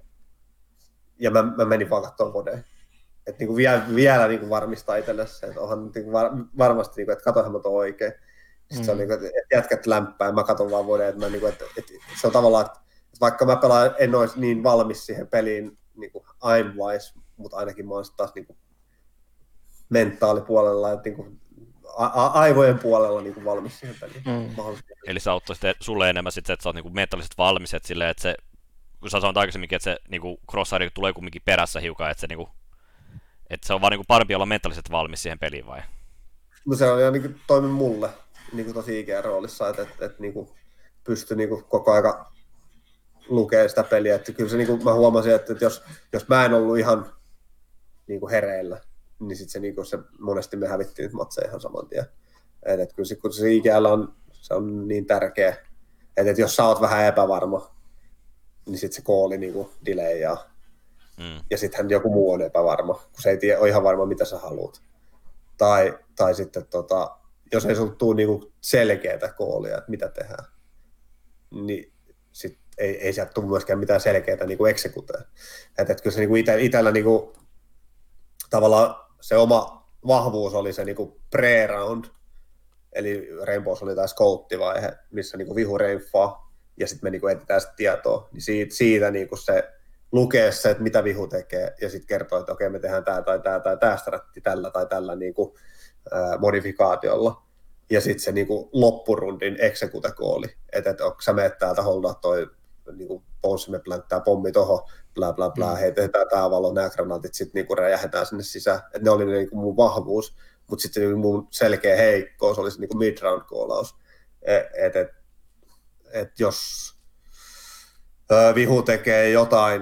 ja mä, mä menin vaan katsomaan vodeen. Että niin vielä, vielä niin varmistaa itselle se, että onhan niin var, varmasti, niin kuin, että katoinhan mä tuon oikein. Sitten mm. se on niin kuin, että jätkät lämpää, ja mä katon vaan vodeen, että, mä, niin kuin, että, että se on tavallaan, että vaikka mä pelaan, en olisi niin valmis siihen peliin niin kuin I'm wise, mutta ainakin mä oon taas niin kuin mentaalipuolella ja niin kuin a- aivojen puolella niin kuin valmis siihen peliin. Mm. Eli sä auttoi sitten sulle enemmän sit, että sä oot niin kuin mentaalisesti valmis, että, silleen, että se, kun sä sanoit aikaisemminkin, että se niin kuin crosshair tulee kumminkin perässä hiukan, että se, niin kuin, että se on vaan niin kuin parempi olla mentaalisesti valmis siihen peliin vai? No se on jo niin kuin toimi mulle niin kuin tosi ikäinen roolissa, että, että, että niin kuin pystyi niin kuin koko ajan lukee sitä peliä, että kyllä se, niin kuin mä huomasin, että, että jos, jos mä en ollut ihan niin kuin hereillä, niin sitten se, niin kuin se, monesti me hävittiin nyt matseja ihan saman tien. Että, että kyllä se, kun se I G L on, se on niin tärkeä, että, että jos sä oot vähän epävarma, niin sitten se kooli niin kuin delay ja Mm. ja sittenhän joku muu on epävarma, kun se ei tiedä, ole ihan varma, mitä sä haluat. Tai, tai sitten, tota, jos ei sulla tule niinku selkeää koolia, että mitä tehdään, niin sit ei, ei sieltä tule myöskään mitään selkeää niinku executea. Että et kyllä se niinku ite, itellä niinku, tavallaan se oma vahvuus oli se niinku pre-round, eli Rainbows oli tämä scouttivaihe, missä niinku vihu reinfaa, ja sitten me niinku etsitään sitä tietoa, niin siitä, siitä niinku se lukee se, että mitä vihu tekee, ja sitten kertoo, että okei, me tehdään tämä tai tämä tai tämä stratti tällä tai tällä niinku, ää, modifikaatiolla, ja sitten se niinku loppurundin execute-kooli, että et, sä menet täältä holdaa toi niinku, me plänttää pommi tohon, blää blää blää, mm. heitetään tää valo, nämä granaatit, sitten niinku räjähdetään sinne sisään, että ne oli niinku mun vahvuus, mutta sitten niinku mun selkeä heikkous oli se niinku mid-round-koolaus, että et, et jos ö, vihu tekee jotain,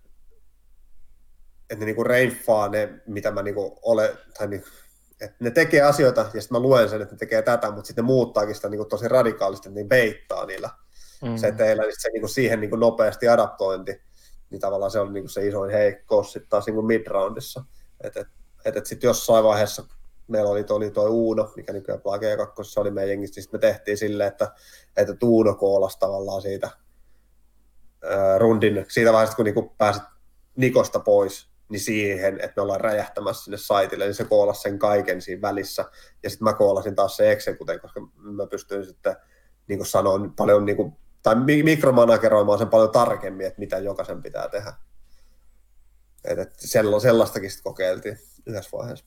että ne niinku reinfaa ne, mitä mä niinku ole, tai niinku, että ne tekee asioita, ja sitten mä luen sen, että ne tekee tätä, mutta sitten ne muuttaakin sitä niinku tosi radikaalisti, että ne beittaa niillä mm. seteillä, niin se niinku siihen niinku nopeasti adaptointi, niin tavallaan se on niinku se isoin heikkous sitten taas niinku mid-roundissa, että et, et, et sitten jossain vaiheessa meillä oli toi, toi Uuno, mikä nykyään pelaa G kaksi oli meidän jengissä, niin me tehtiin silleen, että, että Uuno koolasi tavallaan siitä ää, rundin, siitä vaiheesta kun niinku pääsit Nikosta pois, niin siihen, että me ollaan räjähtämässä sinne saitille, niin se koolasi sen kaiken siinä välissä, ja sitten mä koolasin taas se executen, koska mä pystyin sitten niin sanoa paljon, niin kuin, tai mikromanageroimaan sen paljon tarkemmin, että mitä jokaisen pitää tehdä. Et, et sellaistakin sitten kokeiltiin yhdessä vaiheessa.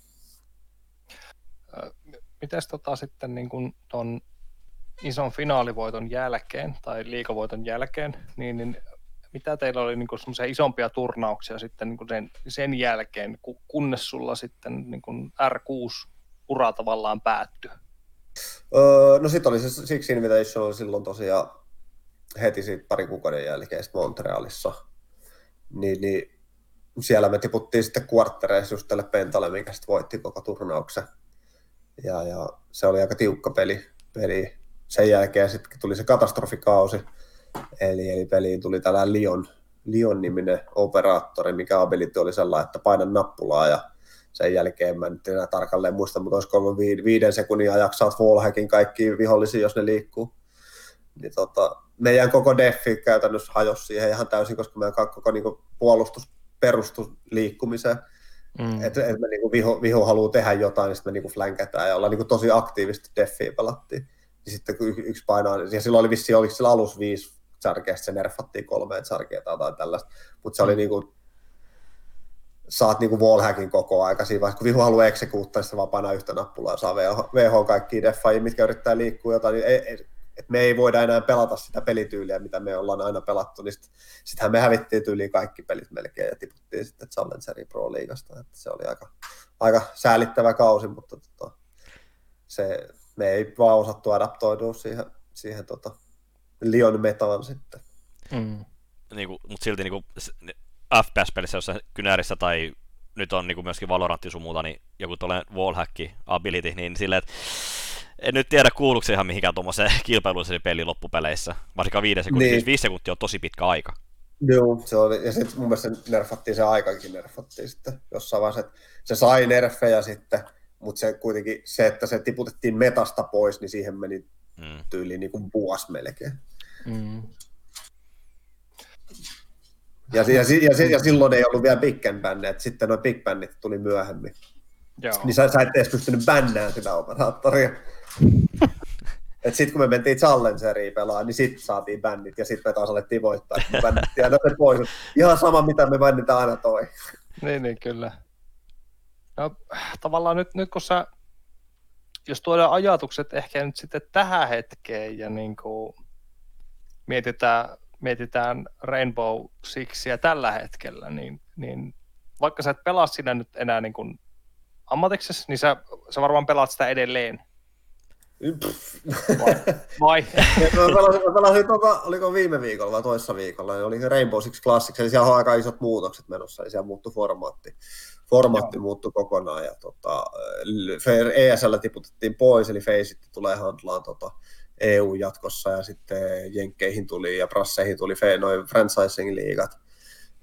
Mites tota sitten niin kun ton ison finaalivoiton jälkeen tai liigavoiton jälkeen, niin, niin mitä teillä oli niin semmoisia isompia turnauksia sitten niin sen, sen jälkeen, kunnes sulla sitten niin R kuusi ura tavallaan päättyi? Öö, no sitten oli se Six Invitational silloin tosiaan heti siitä pari kuukauden jälkeen sitten Montrealissa. Niin, niin siellä me tiputtiin sitten kuarttereissa just tälle Pentalle, mikä sitten voitti koko turnauksen. Ja, ja se oli aika tiukka peli. peli. Sen jälkeen sitten tuli se katastrofikausi. Eli, eli peliin tuli tällainen Lion, Lion-niminen operaattori, mikä ability oli sellainen, että painan nappulaa ja sen jälkeen mä en nyt enää tarkalleen muista, mutta olisiko ollut viiden sekunnin ajaksi saat wallhackin kaikki vihollisia, jos ne liikkuu. Niin tota, meidän koko defi käytännössä hajosi siihen ihan täysin, koska meidän koko niinku puolustus perustui liikkumiseen. Mm. Että et me niinku viho, viho haluaa tehdä jotain, niin sitten me niinku flankätään ja ollaan niinku tosi aktiivisesti defiä pelattiin. Ja sitten y- yksi painaa, ja silloin oli vissiin, oliko sillä alussa viisi sarkeasta, se nerfattiin kolmeen sarkeaa tai jotain tällaista, mutta se oli niinku, saat niinku wallhackin koko aika siinä vaiheessa, kun vihu haluaa execuuttaa, niin se vaan painaa yhtä nappulaa ja saa V H kaikkia deffaajia, mitkä yrittää liikkua jotain, niin ei, ei, et me ei voida enää pelata sitä pelityyliä, mitä me ollaan aina pelattu, niin sittenhän sit me hävittiin tyyliin kaikki pelit melkein ja tiputtiin sitten Challengerin Pro-liigasta, että se oli aika, aika säälittävä kausi, mutta tota, se, me ei vaan osattu adaptoidua siihen, siihen tota, Lion metaan sitten. Mm. Niinku, mutta silti niinku, F P S-pelissä jossain kynärissä tai nyt on niinku myöskin Valorantti sun muuta, niin joku tuollainen wallhack ability, niin silleen, että en nyt tiedä kuuluuko se ihan mihinkään tuommoiseen kilpailullisen pelin loppupeleissä, varsinkaan viiden sekuntia, niin. Viisi sekuntia on tosi pitkä aika. Joo, se oli, ja sitten mun mielestä se nerfattiin, se aikakin nerfattiin sitten jossain vaiheessa, että se sai nerfejä sitten, mutta se kuitenkin se, että se tiputettiin metasta pois, niin siihen meni mm. tyyliin niin kuin vuosi melkein. Mm. Ja, ja, ja, ja silloin ei ollut vielä Big Band, että sitten nuo Big Bandit tuli myöhemmin. Joo. Niin sä, sä et edes pystynyt bännään sitä operaattoria. Sitten kun me mentiin Challengeriin pelaamaan, niin sitten saatiin bännit ja sitten me taas alettiin voittaa. Me bännittiin aina se pois. Ihan sama, mitä me bännitään aina toi. Niin, niin kyllä. No, tavallaan nyt, nyt kun sä, jos tuodaan ajatukset ehkä nyt sitten tähän hetkeen ja niin kuin mietitään, mietitään Rainbow Sixia tällä hetkellä, niin, niin vaikka sä et pelaa siinä nyt enää niin kuin ammatiksessa, niin sä, sä varmaan pelaat sitä edelleen. Vai? Vai? Mä pelasin, mä pelasin tuota, oliko viime viikolla vai toissa viikolla, niin oli Rainbow Six Classics, eli siellä on aika isot muutokset menossa, eli siellä muuttui formaatti. Formaatti Joo. muuttui kokonaan, ja tota, E S L tiputettiin pois, eli Faceit tulee handlaan tota, E U jatkossa, ja sitten Jenkkeihin tuli, ja Brasseihin tuli noin franchising-liigat.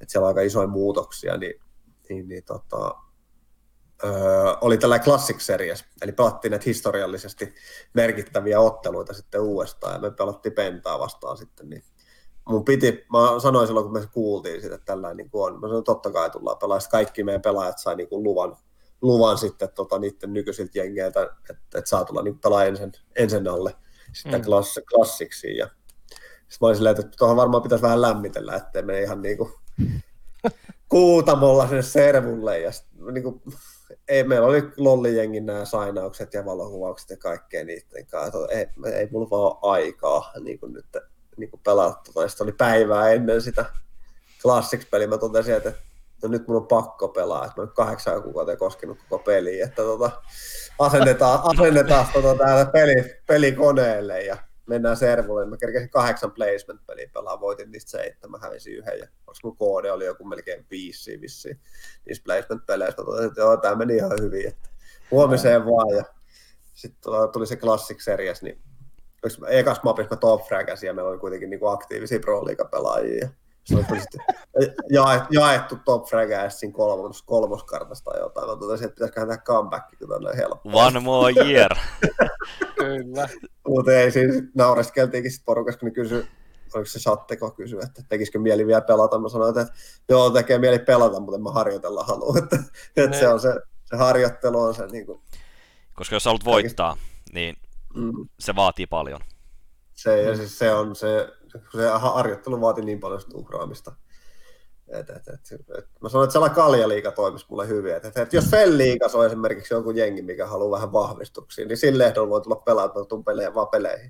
että siellä on aika isoja muutoksia, niin, niin, niin tota, öö, oli tällainen Classic Series, eli pelattiin näitä historiallisesti merkittäviä otteluita sitten uudestaan, ja me pelattiin Pentaa vastaan sitten, niin mun piti, mä sanoin silloin, kun me kuultiin siitä, että tällainen niin on, mä sanoin, että totta kai tullaan pelaa, kaikki meidän pelaajat sai niin kuin luvan, luvan sitten tota, niiden nykyisiltä jengeiltä, että, että saa tulla niin pelaa ensin, ensin alle sitten mm. klass, klassiksi. Ja sitten mä olin silleen, että tuohon varmaan pitäisi vähän lämmitellä, ettei mene ihan niin kuin kuutamolla sen servulle. Ja sit, niin kuin, ei, meillä oli lollijengin nämä sainaukset ja valokuvaukset ja kaikkea niiden kanssa. Ei, ei mulla vaan ole aikaa niin kuin nyt niin kuin pelata. Tota. Sitten oli päivää ennen sitä Classics-peliä. Mä totesin, että no nyt mun on pakko pelaa, että mä nyt kahdeksan kuukautta koskenut koko peliä, että tota, asennetaan, asennetaan tota täällä peli, pelikoneelle ja mennään servulle. Mä kerkesin kahdeksan placement-peliä pelaa, voitin niistä seitsemän, hävisin yhden ja koska mun koode oli joku melkein viisi vissiin niissä placement-peleissä. Mä totesin, että joo, tää meni ihan hyvin, että huomiseen vaan ja sitten tuli se Classic Series, niin ekas mapissa mä top fragasin ja meillä oli kuitenkin niinku aktiivisia pro-liiga-pelaajia. Se oli jaettu, jaettu top fraga siinä kolmos, kolmoskartasta tai jotain. Mä totesin, että pitäisiköhän tehdä comeback, kun tämä on helppoa. One more year. Kyllä. Mutta ei, siinä naureskeltiinkin sitten porukassa, kun ne kysyi, oliko se Satteko kysyi, että tekisikö mieli vielä pelata. Mä sanoin, että joo, tekee mieli pelata, mutta en mä harjoitella halua. Että, että se, on se, se harjoittelu on se niin kuin... Koska jos haluat voittaa, niin mm. se vaatii paljon. Se, ja siis se on se... Se harjoittelu vaati niin paljon sitä uhraamista. Et, et, et, et. Mä sanoin, että sellainen kaljaliiga toimisi mulle hyvin. Et, et, et jos Fell-liigas on esimerkiksi jonkun jengi, mikä haluaa vähän vahvistuksia, niin sillä ehdolla voi tulla pelaa, että mä tuun pelejä vaan peleihin.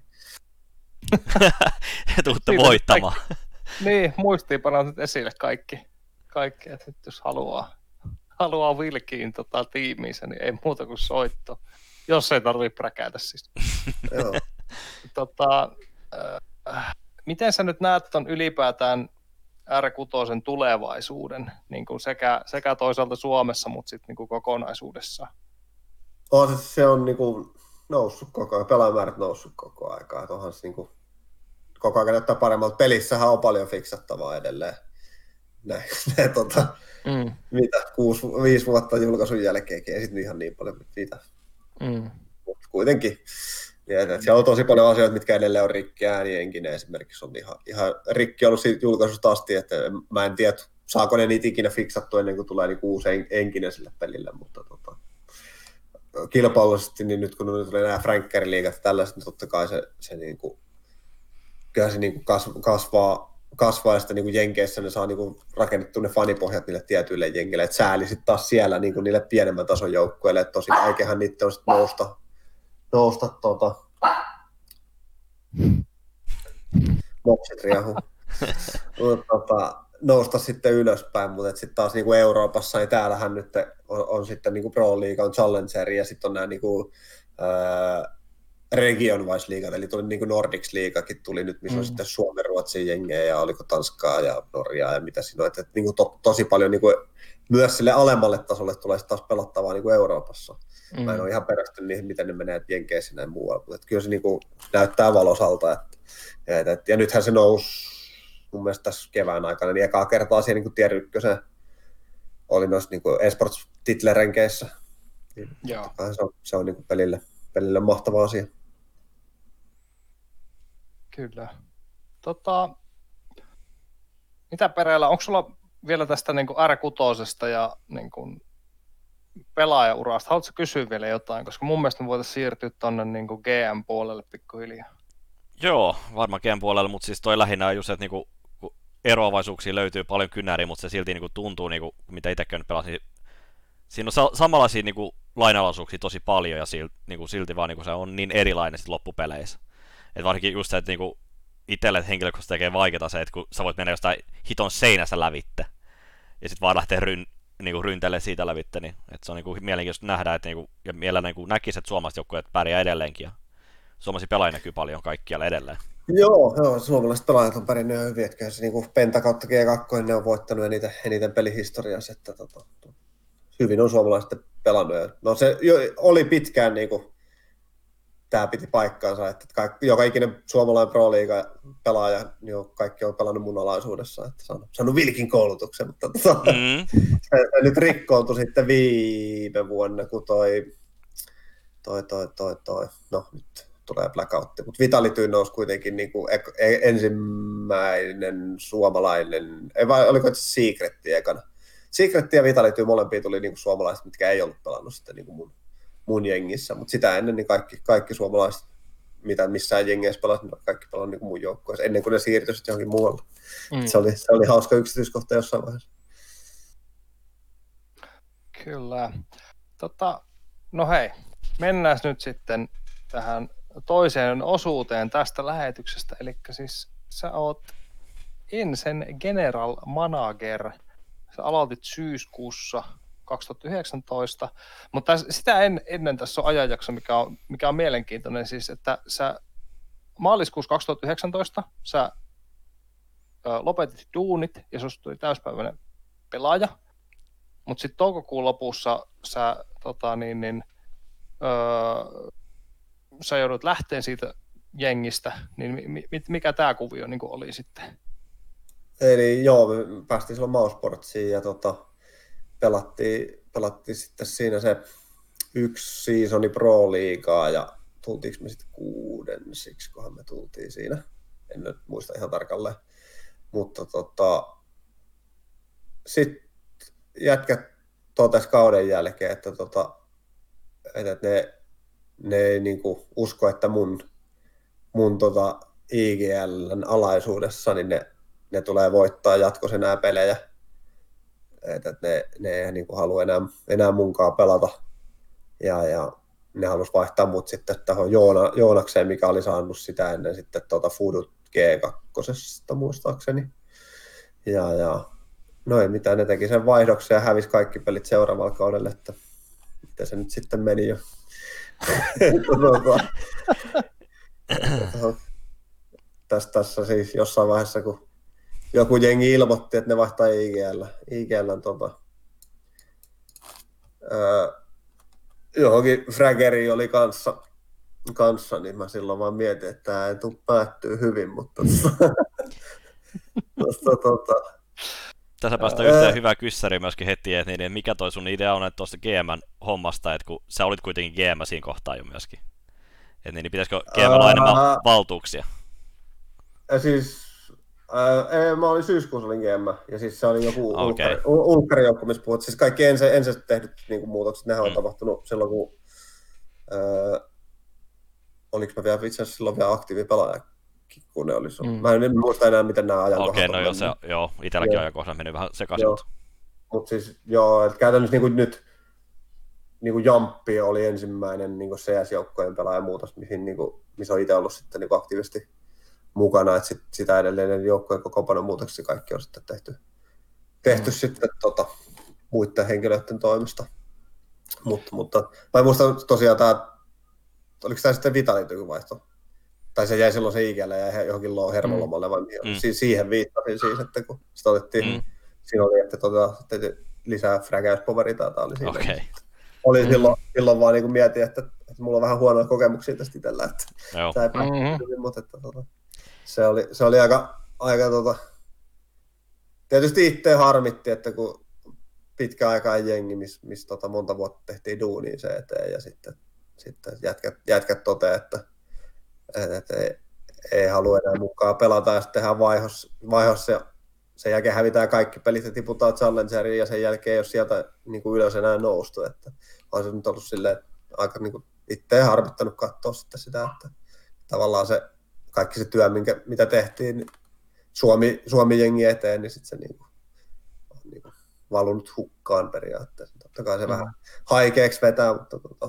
Tuutte voittamaan. Niin, muistiinpanoa nyt esille kaikki. Kaikki, että nyt jos haluaa, haluaa vilkiin tota, tiimiinsä, niin ei muuta kuin soitto. Jos ei tarvitse präkätä siis. Joo. tota, äh, Miten sä nyt näet ton ylipäätään R kuusi tulevaisuuden niin kuin sekä, sekä toisaalta Suomessa, mutta sitten niin kuin kokonaisuudessaan? On, se on niin kuin noussut koko ajan, pelaajamäärät noussut koko ajan. Onhan se niin kuin, koko ajan näyttää paremmalta. Pelissähän on paljon fiksattavaa edelleen. Näin, ne, tota, mm. mitä, kuusi, viisi vuotta julkaisun jälkeenkin, ei sitten ihan niin paljon mitä. Mm. Mutta kuitenkin. Ja, että siellä on tosi paljon asioita, mitkä edelleen on rikki. Äänienkinen esimerkiksi on ihan, ihan rikki ollut siitä julkaisusta asti, että mä en tiedä, saako ne niitä ikinä fiksattua ennen kuin tulee niinku uusi enkinen sille pelille, mutta tota, kilpailullisesti niin nyt kun nyt tulee nämä Frankkeri-liigat ja tällaiset, niin totta kai se, se niinku, kyllä se niinku kasvaa, kasvaa ja sitten niinku Jenkeissä ne saa niinku rakennettua ne fanipohjat niille tietyille jengille, että sääli sitten taas siellä niinku niille pienemmän tason joukkueille, että tosi vaikeahan niitä on sitten nousta nousta tuota... Mopsit riahu. tota, nousta sitten ylöspäin, mutta sitten taas niinku Euroopassa, niin täällähän nyt on, on sitten niinku Pro-liiga, on Challenger ja sitten on nämä niinku, äh, region-wise-liigat, eli tuli niinku Nordics-liigakin tuli nyt, missä mm. on sitten Suomen, Ruotsin jengejä ja oliko Tanskaa ja Norjaa ja mitä siinä on, että niinku to, tosi paljon niinku, myös sille alemmalle tasolle tulee taas pelattavaa niinku Euroopassa. Mm. Mä en ole ihan perästynyt niihin, miten ne menee Jenkeissä ja näin muualla, mutta kyllä se niinku näyttää valosalta. Että, et, et, ja nythän se nousi mun mielestä tässä kevään aikana, niin ekaa kertaa siihen niin tier ykkösen oli noissa niin esports-titlerenkeissä. Niin, se on, se on niin pelille, pelille mahtava asia. Kyllä. Tota, mitä Pereillä, onko sulla vielä tästä niin kuin R kuusi ja niin kuin pelaajaurasta. Haluatko kysyä vielä jotain, koska mun mielestä me voitaisiin siirtyä tuonne niin G M-puolelle pikkuhiljaa. Joo, varmaan G M-puolelle, mutta siis toi lähinnä just, että niinku, eroavaisuuksia löytyy paljon kynäriä, mutta se silti niinku tuntuu, niinku, mitä itsekään nyt pelasin, niin siinä on sa- samanlaisia niinku, lainalaisuuksia tosi paljon ja silti, niinku, silti vaan niinku, se on niin erilainen sit loppupeleissä. Et varsinkin just se, että niinku, itselle henkilökohtaisesti tekee vaikeaa se, että kun sä voit mennä jostain hiton seinästä lävitte ja sitten vaan lähteä ryn, niinku, ryntelee siitä lävitte, niin että se on niinku, mielenkiintoista nähdä, että niinku, ja mielellä niinku, näkisi, että suomalaiset joukkueet pärjää edelleenkin ja suomalaisia pelaajia näkyy paljon kaikkialla edelleen. Joo, joo, suomalaiset pelaajat on pärjännyt ihan hyvin, että se niinku Penta kautta G kaksi ne on voittanut eniten, eniten pelihistoriassa, että tota, hyvin on suomalaiset pelannut. No se jo, oli pitkään niinku tämä piti paikkaansa, että kaikki, joka ikinen suomalainen Pro-liiga pelaaja, niin kaikki on pelannut mun alaisuudessa, että saanut, saanut Vilkin koulutuksen, mutta tota, mm. se, se nyt rikkoutui sitten viime vuonna, kun toi, toi, toi, toi, toi, no nyt tulee blackoutti, mutta Vitality nousi kuitenkin niin kuin ensimmäinen suomalainen, ei vai oliko se Secretti ekana? Secretti ja Vitality molempia tuli niin kuin suomalaiset, mitkä ei ollut pelannut sitten niin kuin mun mun jengissä, mutta sitä ennen niin kaikki, kaikki suomalaiset, mitä missään jengeissä pelasi, niin kaikki pelasivat niin mun joukkueessa, ennen kuin ne siirtyi sitten johonkin muualle. Mm. Se, oli, se oli hauska yksityiskohta jossain vaiheessa. Kyllä. Tota, no hei, mennään nyt sitten tähän toiseen osuuteen tästä lähetyksestä, eli siis sä oot Ensen General Manager, sä aloitit syyskuussa kaksituhattayhdeksäntoista, mutta sitä en, ennen tässä on ajanjakso, mikä on, mikä on mielenkiintoinen, siis että sä maaliskuussa kaksituhattayhdeksäntoista sä ö, lopetit duunit ja susta tuli täyspäiväinen pelaaja, mutta sitten toukokuun lopussa sä, tota, niin, niin, ö, sä joudut lähteen siitä jengistä, niin mi, mi, mikä tämä kuvio niin oli sitten? Eli joo, me päästiin silloin Mausportsiin ja tota, pelattiin, pelattiin sitten siinä se yksi seasoni Pro-liigaa ja tultiinko me sitten kuudensiksi, kunhan me tultiin siinä. En nyt muista ihan tarkalleen. Mutta tota, sitten jätkät totesi kauden jälkeen, että, tota, että ne, ne ei niinku usko, että mun, mun tota I G L:n alaisuudessa niin ne, ne tulee voittaa jatkossa nämä pelejä. Että ne, ne ei niinku halua enää, enää munkaan pelata. Ja, ja ne halusi vaihtaa mut sitten tähän Joona, Joonakseen, mikä oli saanut sitä ennen sitten tuota Fudut G kaksi muistaakseni. Ja, ja no ei mitään, ne teki sen vaihdoksen ja hävisi kaikki pelit seuraavalla kaudelle, että miten se nyt sitten meni jo. tässä, tässä siis jossain vaiheessa, kun joku jengi ilmoitti, että ne vaihtaa I G L. I G L:n tota, öö, johonkin Frageriin oli kanssa, kanssa, niin mä silloin vaan mietin, että tämä ei tule päättyä hyvin, mutta tosta, tota, tässä päästään yhteen ää... hyvää kyssäriä myöskin heti, että niin, mikä toi sun idea on, että tuosta G M-hommasta, että kun sä olit kuitenkin G M siinä kohtaa jo myöskin, että niin, niin pitäisikö G M olla enemmän ää... valtuuksia? Ja siis Ää, mä olin syyskuussa olin G M, ja siis se oli joku okay. ulkkarijoukko, missä puhut. Siis kaikki ensin, ensin tehdyt niin muutokset, nehän on mm. tapahtunut silloin, kun ää, oliko mä vielä itse asiassa silloin vielä aktiivipelaaja, kun ne oli mm. Mä en muista enää, miten nämä ajankohdat Okei, okay, no joo, se, joo, itselläkin ajankohdat meni vähän sekaisin. Mutta Mut siis joo, että käytännössä niin nyt niin Jamppi oli ensimmäinen niin C S-joukkojen pelaajamuutos, mihin, niin kuin, missä on itse ollut sitten niin aktiivisesti mukana, että sit, sitä edelleen joukkojen kokoonpanon muutoksi kaikki on sitten tehty, tehty mm. sitten tota, muiden henkilöiden toimesta. Mut, mutta mä en muista tosiaan tämä, oliko tämä sitten Vitality vaihto? Tai se jäi silloin se I G L ja johonkin hermolomalle, vai mm. si- siihen viittasin siis, että kun sitä otettiin, mm. siinä oli, että tota, lisää frägäyspoveri tai oli siinä. Okay. Oli mm. silloin, silloin vaan niin mietin, että, että mulla on vähän huonoja kokemuksia tästä itsellä, että Joo. tämä ei päätty hyvin, mutta että, tota, Se oli, se oli aika, aika tota... tietysti itse harmitti, että kun pitkä aikaa jengi, missä mis, tota, monta vuotta tehtiin duunia se eteen ja sitten, sitten jätkät, jätkät toteaa, että, että ei, ei halua enää mukaan pelata ja sitten tehdään vaihos, vaihos ja sen jälkeen hävitään kaikki pelit ja tiputaan Challengeriin ja sen jälkeen ei ole sieltä niin kuin ylös enää noustu. Että on se nyt ollut silleen, aika niin kuin itse harmittanut katsoa sitten sitä, että tavallaan se kaikki se työ, minkä, mitä tehtiin Suomi, Suomi-jengi eteen, niin sitten se niinku, on niinku valunut hukkaan periaatteessa. Totta kai se mm. vähän haikeaksi vetää, mutta tota,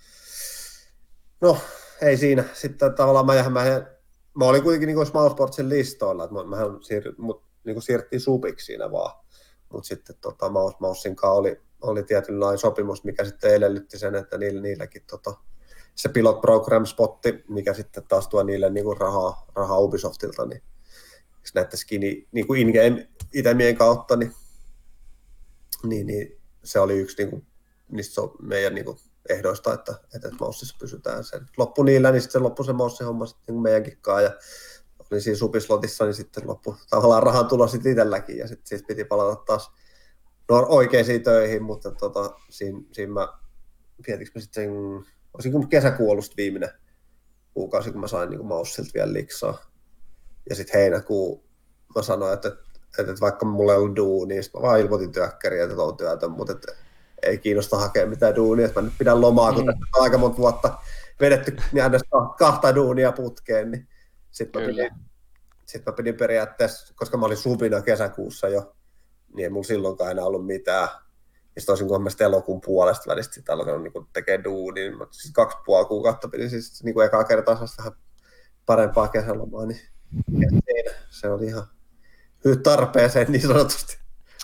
no ei siinä. Sitten tavallaan mä, mä, mä olin kuitenkin niinku Small Sportsin listoilla, että mähän siir, mut, niinku siirrettiin supiksi siinä vaan. Mutta sitten tota, Maus, Maussin kanssa oli, oli tietynlainen sopimus, mikä sitten edellytti sen, että niillä, niilläkin tota, se Pilot Program-spotti, mikä sitten taas tuo niille niinku rahaa, rahaa Ubisoftilta, niin näiden skini niinku in-game itemien kautta, niin, niin, niin se oli yksi niinku, niistä so, meidän niinku ehdoista, että, että Moussissa pysytään. Se loppui niillä, niin sitten se loppui se Moussin homma sitten niin meidänkin kanssa. Ja olin siinä supislotissa, niin sitten loppui tavallaan rahan tulo sitten itselläkin. Ja sitten sit piti palata taas no, oikeisiin töihin, mutta tota, siinä, siinä mä, mietinkö mä sitten sen, olisin kesäkuulusta viimeinen kuukausi, kun mä sain niin Moussilta vielä liksaa. Ja sitten heinäkuu mä sanoin, että, että, että vaikka mulla ei ollut duunia, niin mä vaan ilmoitin työkkäriä, että on työtön, mutta että ei kiinnosta hakea mitään duunia, että mä nyt pidän lomaa, kun mm. on aika monta vuotta vedetty niin aina kahta duunia putkeen, niin sitten mä, pidin, sit mä pidin periaatteessa, koska mä olin subina kesäkuussa jo, niin ei mulla silloinkaan enää ollut mitään. Ja sitten olisin kun elokuun puolesta välistä sitten alkanut niin tekemään duunia, niin mä siis kaksi puoli kuukautta pidin siis niin ekaa kertaa saada vähän parempaa kesälomaa, niin se oli ihan hyvä tarpeeseen niin sanotusti.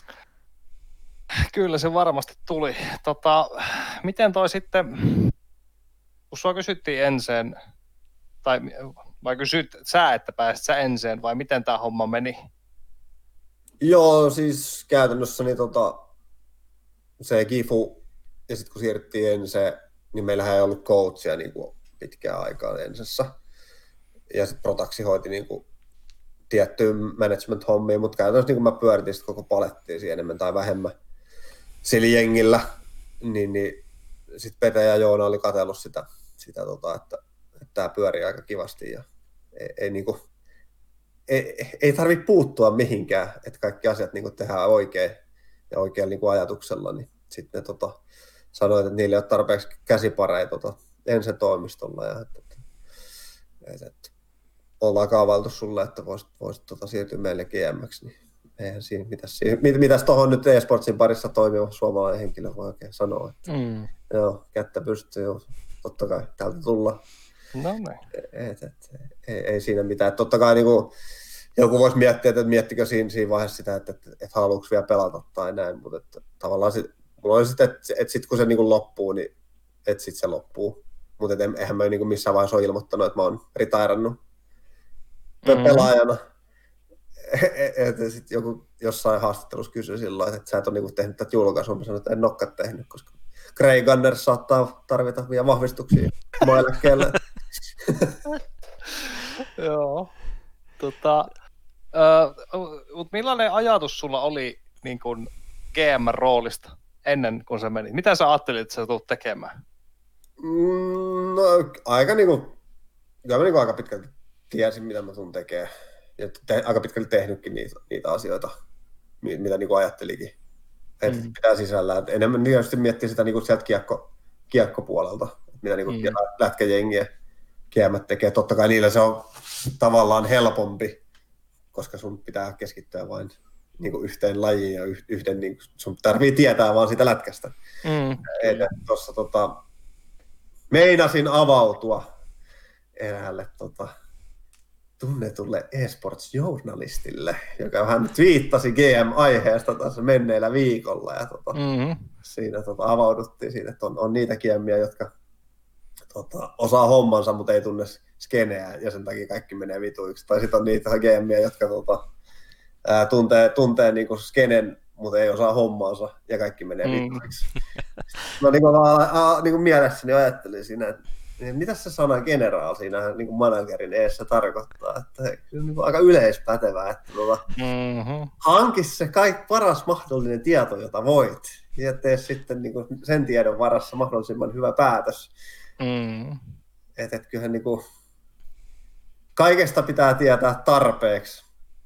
Kyllä se varmasti tuli. Tota, miten toi sitten, kun sua kysyttiin ensin, tai vai kysyt sä, että pääsit sä ensin, vai miten tää homma meni? Joo, siis käytännössä niin tota, se Gifu, ja sitten kun siirryttiin ensin, niin meillähän ei ollut coachia niin kuin pitkään aikaa ensissä. Ja sitten Protaxi hoiti niin kuin tiettyä management-hommia, mutta käytännössä niin kuin mä pyöritin sit koko palettiin siinä enemmän tai vähemmän sillä jengillä, niin, niin sitten Pete ja Joona oli katsellut sitä, sitä tota, että, että tämä pyörii aika kivasti ja ei, ei, niin kuin, ei, ei tarvitse puuttua mihinkään, että kaikki asiat niin kuin tehdään oikein ja oikein niin kuin ajatuksella, niin sitten ne tota, sanoivat, että niillä ei ole tarpeeksi käsipareja tota, ensin toimistolla ja että, että, että, että ollaan kaavailtu sulle, että voisit, voisit tota, siirtyä meille G M:ksi, niin eihän siinä, mitäs, siinä, mit, mitäs tuohon nyt eSportsin parissa toimiva suomalainen henkilö voi oikein sanoa, että mm. joo, kättä pystyy, joo, totta kai täältä tullaan. No niin. Et, et, ei, ei siinä mitään, että totta kai niin kuin, joku voisi miettiä, että miettikö siinä, siinä vaiheessa sitä, että, että, että haluatko vielä pelata tai näin, mutta että, tavallaan sit, mulla oli sitten, että, että sitten kun se niin kuin loppuu, niin että sitten se loppuu, mutta eihän mä niin kuin missään vaiheessa ole ilmoittanut, että mä oon ritairannut mm. pelaajana. Että sitten joku jossain haastattelussa kysyi silloin, että sä et ole niinku tehnyt tätä julkaisua. Mä sanoin, että en olekaan tehnyt, koska Grey Gunners saattaa tarvita vielä vahvistuksia maailmankielellä. Joo. Tota, äh, mutta millainen ajatus sulla oli niin kun G M-roolista ennen kuin se meni? Mitä sä ajattelit, että sä tulet tekemään? Mm, no, aika niinku, kyllä mä niinku aika pitkälti tiesin, mitä mä tulen tekemään. Ja te, aika pitkälti tehnytkin niitä, niitä asioita, mitä niin kuin ajattelikin. Että mm. pitää sisällä. Et enemmän tietysti miettii sitä niin kuin sieltä kiekko, kiekkopuolelta, mitä niin kuin mm. lätkäjengiä G M tekee. Totta kai niillä se on tavallaan helpompi, koska sun pitää keskittyä vain niin kuin yhteen lajiin ja yhden, niin kuin, sun tarvii tietää vaan sitä lätkästä. Mm. Et, tossa, tota, meinasin avautua eräälle tota, tunnetulle eSports-journalistille, joka hän twiittasi G M-aiheesta tässä menneellä viikolla. Ja tota, mm-hmm. siinä tota, avauduttiin siitä, että on, on niitä GMiä, jotka tota, osaa hommansa, mutta ei tunne skeneä, ja sen takia kaikki menee vituiksi. Tai sitten on niitä GMiä, jotka tota, ää, tuntee, tuntee niinku skenen, mutta ei osaa hommansa, ja kaikki menee mm. vituiksi. Mä niinku, vaan, a, niinku mielessäni ajattelin siinä, että mitä se sana generaal siinä niin kuin managerin eessä tarkoittaa, että se on niin kuin aika yleispätevää, että tuota, mm-hmm. hanki se kaikki paras mahdollinen tieto, jota voit, ja tee sitten niin kuin sen tiedon varassa mahdollisimman hyvä päätös. Mm. Että et kyllähän niin kuin, kaikesta pitää tietää tarpeeksi,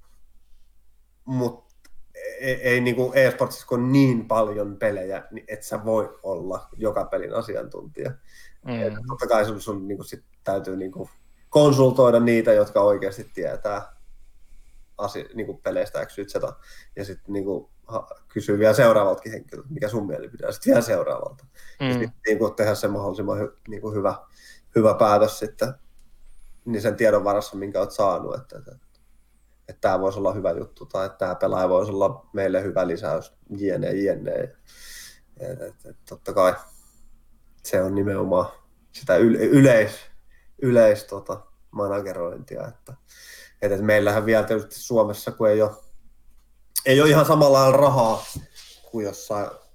mutta ei, ei niin kuin eSportsissa kun on niin paljon pelejä, niin et sä voi olla joka pelin asiantuntija. Mm. Totta kai sun, sun niin kuin, sit täytyy niin kuin, konsultoida niitä, jotka oikeasti tietää asia, niin kuin, peleistä X Y Z, ja sitten niin kuin, kysyy vielä seuraavaltakin henkilöltä, mikä sun mielipide, ja sitten vielä seuraavalta. Mm. Ja sitten niin kuin, tehdä se mahdollisimman hy, niin kuin, hyvä, hyvä päätös sitten niin sen tiedon varassa, minkä olet saanut, että, että, että tämä voisi olla hyvä juttu, tai että tämä pelaaja voisi olla meille hyvä lisäys, jne, jne. Et, et, et, totta kai se on nimenomaan sitä yleis, yleis tota, managerointia, että, että meillähän vielä tietysti Suomessa, kun ei ole, ei ole ihan samalla lailla rahaa kuin jossain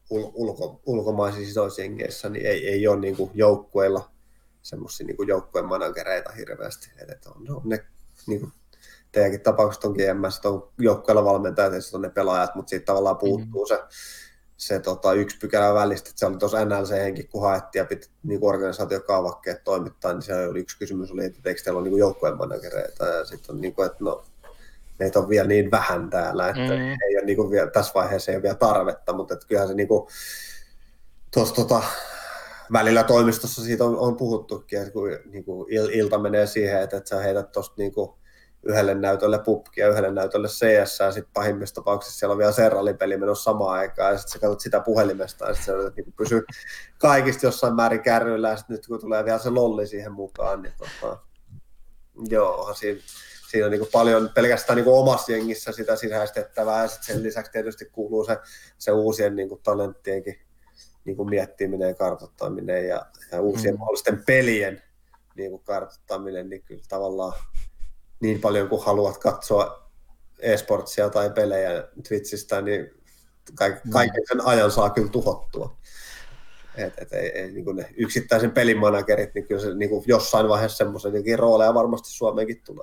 ul, ulko, ulkomaisissa isoissa jengeissä, niin ei, ei ole niin kuin joukkueilla semmoisia niin kuin joukkueen managereita hirveästi. Et on, on ne, niin kuin teidänkin tapaukset on G M S, on joukkueilla valmentajat ja sitten on ne pelaajat, mutta siitä tavallaan puuttuu mm. se, se tota, yksi pykälä välistä, että se oli tuossa N L C-henki, kun haettiin ja piti niin organisaatiokaavakkeet toimittaa, niin se oli yksi kysymys, oli, että eikö teillä ole niin joukkueen managereita, ja sitten on niin kuin, että no, meitä on vielä niin vähän täällä, että mm. ei ole niin kuin vielä, tässä vaiheessa ei ole vielä tarvetta, mutta että kyllähän se niin kuin, tuossa tota, välillä toimistossa siitä on, on puhuttukin, että kun niin kuin il, ilta menee siihen, että, että sä heität tuosta niin kuin yhdelle näytölle pubkia ja yhdelle näytölle C S, ja sitten pahimmissa tapauksissa siellä on vielä serralipeli menossa samaan aikaan, ja sitten sä katsot sitä puhelimesta, ja sitten sä niin pysyy kaikista jossain määrin kärryillä, ja sitten nyt kun tulee vielä se lolli siihen mukaan, niin tota, joo, siinä, siinä on niin kuin paljon pelkästään niin kuin omassa jengissä sitä sisäistettävää, ja sitten sen lisäksi tietysti kuuluu se, se uusien niin kuin talenttienkin niin kuin miettiminen ja kartoittaminen, ja, ja uusien mm. mahdollisten pelien niin kuin kartoittaminen, niin kyllä tavallaan niin paljon kuin haluat katsoa e-sportsia tai pelejä Twitchistä, niin kaiken sen ajan saa kyllä tuhottua. Et, et ei, ei, niin ne yksittäisen pelimanagerit, niin kyllä se niin jossain vaiheessa semmoisen rooleja varmasti Suomeenkin tulee.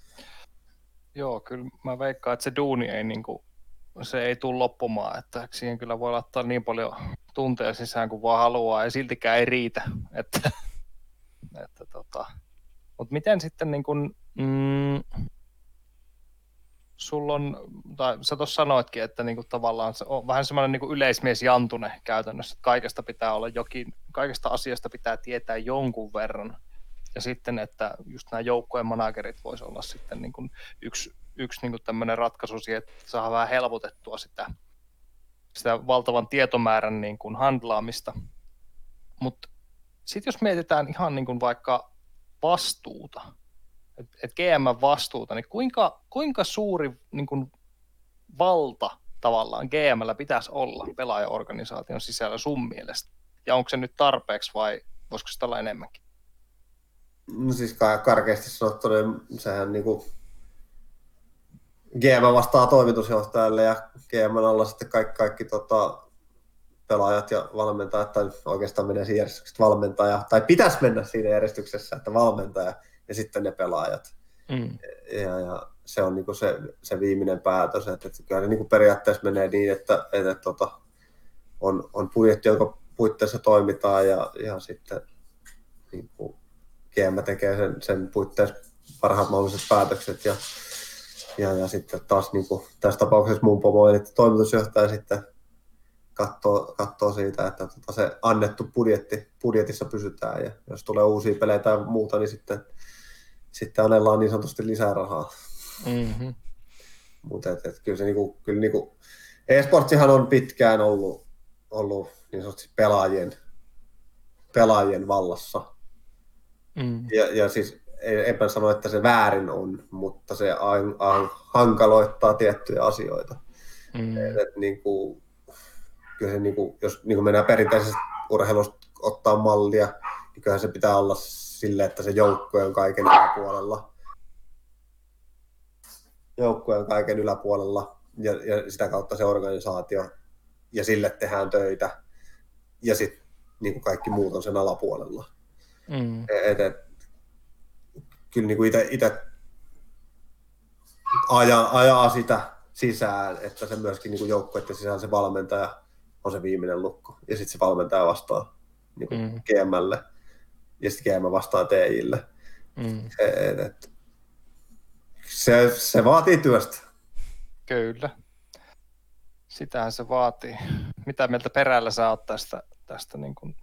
Joo, kyllä mä veikkaan, että se duuni ei, niin kuin, se ei tule loppumaan, että siihen kyllä voi laittaa niin paljon tunteja sisään kuin vaan haluaa, ja siltikään ei riitä. Että, että, tota. Mutta miten sitten niin kuin, mm, sulla on, tai sä tuossa sanoitkin, että niinku tavallaan se on vähän semmoinen niinku yleismies Jantune käytännössä, että kaikesta pitää olla jokin, kaikesta asiasta pitää tietää jonkun verran. Ja sitten, että just nämä joukkueen managerit voisi olla sitten niinku yksi, yksi niinku tämmöinen ratkaisu siihen, että saadaan vähän helpotettua sitä, sitä valtavan tietomäärän niinku handlaamista. Mutta sitten jos mietitään ihan niinku vaikka vastuuta, että et G M-vastuuta, niin kuinka, kuinka suuri niin kuin, valta tavallaan G M:llä pitäisi olla pelaajaorganisaation sisällä sun mielestä? Ja onko se nyt tarpeeksi vai voisiko sitä olla enemmänkin? No siis karkeasti sanottuna, sehän niin kuin G M vastaa toimitusjohtajalle ja G M alla sitten kaikki, kaikki tota, pelaajat ja valmentajat, tai oikeastaan menee siinä järjestyksessä valmentaja, tai pitäisi mennä siinä järjestyksessä, että valmentaja ja sitten ne pelaajat. Mm. Ja, ja se on niinku se, se viimeinen päätös, että, että kyllä ne niinku periaatteessa menee niin, että, että, että tota, on, on budjetti, jonka puitteissa toimitaan, ja, ja sitten niinku G M tekee sen, sen puitteissa parhaat mahdolliset päätökset, ja, ja, ja sitten taas niinku, tässä tapauksessa mun pomo, eli toimitusjohtaja sitten katsoo, katsoo siitä, että tota, se annettu budjetti, budjetissa pysytään, ja jos tulee uusia pelejä tai muuta, niin sitten Sitten anellaan niin sanotusti lisää rahaa. Mm-hmm. Mutta et, et, kyllä se niinku, kyllä niinku, e-sportsihan on pitkään ollut, ollut niin sanotusti pelaajien, pelaajien vallassa. Mm. Ja, ja siis enpä sano, että se väärin on, mutta se an, an, hankaloittaa tiettyjä asioita. Mm. Et, et, niinku, kyllä se, niinku, jos niinku mennään perinteisestä urheilusta ottaa mallia, niin kyllähän se pitää olla sille, että se joukkue on kaiken yläpuolella. Joukkue on kaiken yläpuolella ja, ja sitä kautta se organisaatio ja sille tehdään töitä ja sitten niin kaikki muut on sen alapuolella. Mm. Et, et, kyllä niin itse ajaa, ajaa sitä sisään, että se myöskin niin joukkueiden sisään se valmentaja on se viimeinen lukko ja sitten se valmentaja vastaa niin mm. G M:lle. Ja sitten G M vastaa T I:lle. Mm. Et, et, se, se vaatii työstä. Kyllä. Sitähän se vaatii. Mitä mieltä perällä sä oot tästä, tästä niin kuin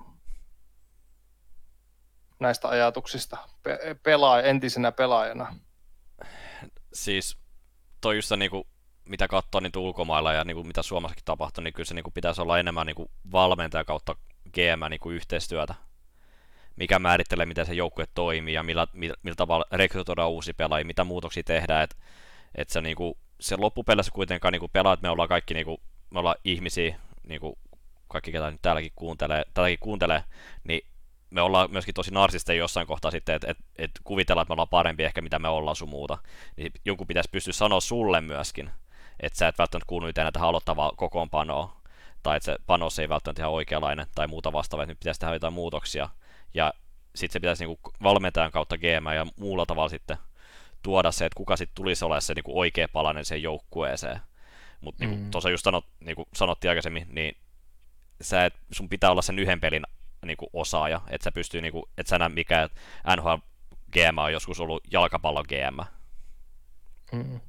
näistä ajatuksista Pe- pelaa, entisenä pelaajana? Siis toi just se, niin kuin, mitä katsoo niin ulkomailla ja niin kuin, mitä Suomessakin tapahtuu, niin kyllä se niin kuin, pitäisi olla enemmän niin kuin, valmentaja kautta G M niin kuin, yhteistyötä, mikä määrittelee, miten se joukkue toimii ja millä, millä, millä tavalla rekrytoidaan uusia pelaajia, mitä muutoksia tehdään. Et, et se, niinku, se loppupeleissä kuitenkaan niinku pelaajat, me ollaan kaikki niinku, me ollaan ihmisiä, niinku, kaikki ketä nyt täälläkin kuuntelee, täälläkin kuuntelee, niin me ollaan myöskin tosi narsisteja jossain kohtaa sitten, että et, et kuvitellaan, että me ollaan parempi ehkä mitä me ollaan sun muuta. Niin joku pitäisi pystyä sanoa sulle myöskin, että sä et välttämättä kuulu nyt enää tähän aloittavaan kokoonpanoon. tai että se panos ei välttämättä ihan oikeanlainen tai muuta vastaavaa, että nyt pitäisi tehdä jotain muutoksia. Ja sitten se pitäisi niinku valmentajan kautta G M ja muulla tavalla sitten tuoda se, että kuka sitten tulisi olemaan se niinku oikea palanen sen joukkueeseen. Mutta mm. niinku, tuossa just sanot, niinku sanottiin aikaisemmin, niin sä et, sun pitää olla sen yhden pelin niinku osaaja, että sä pystyy, niinku, et sä näe mikä N H L G M on joskus ollut jalkapallon G M. Mm.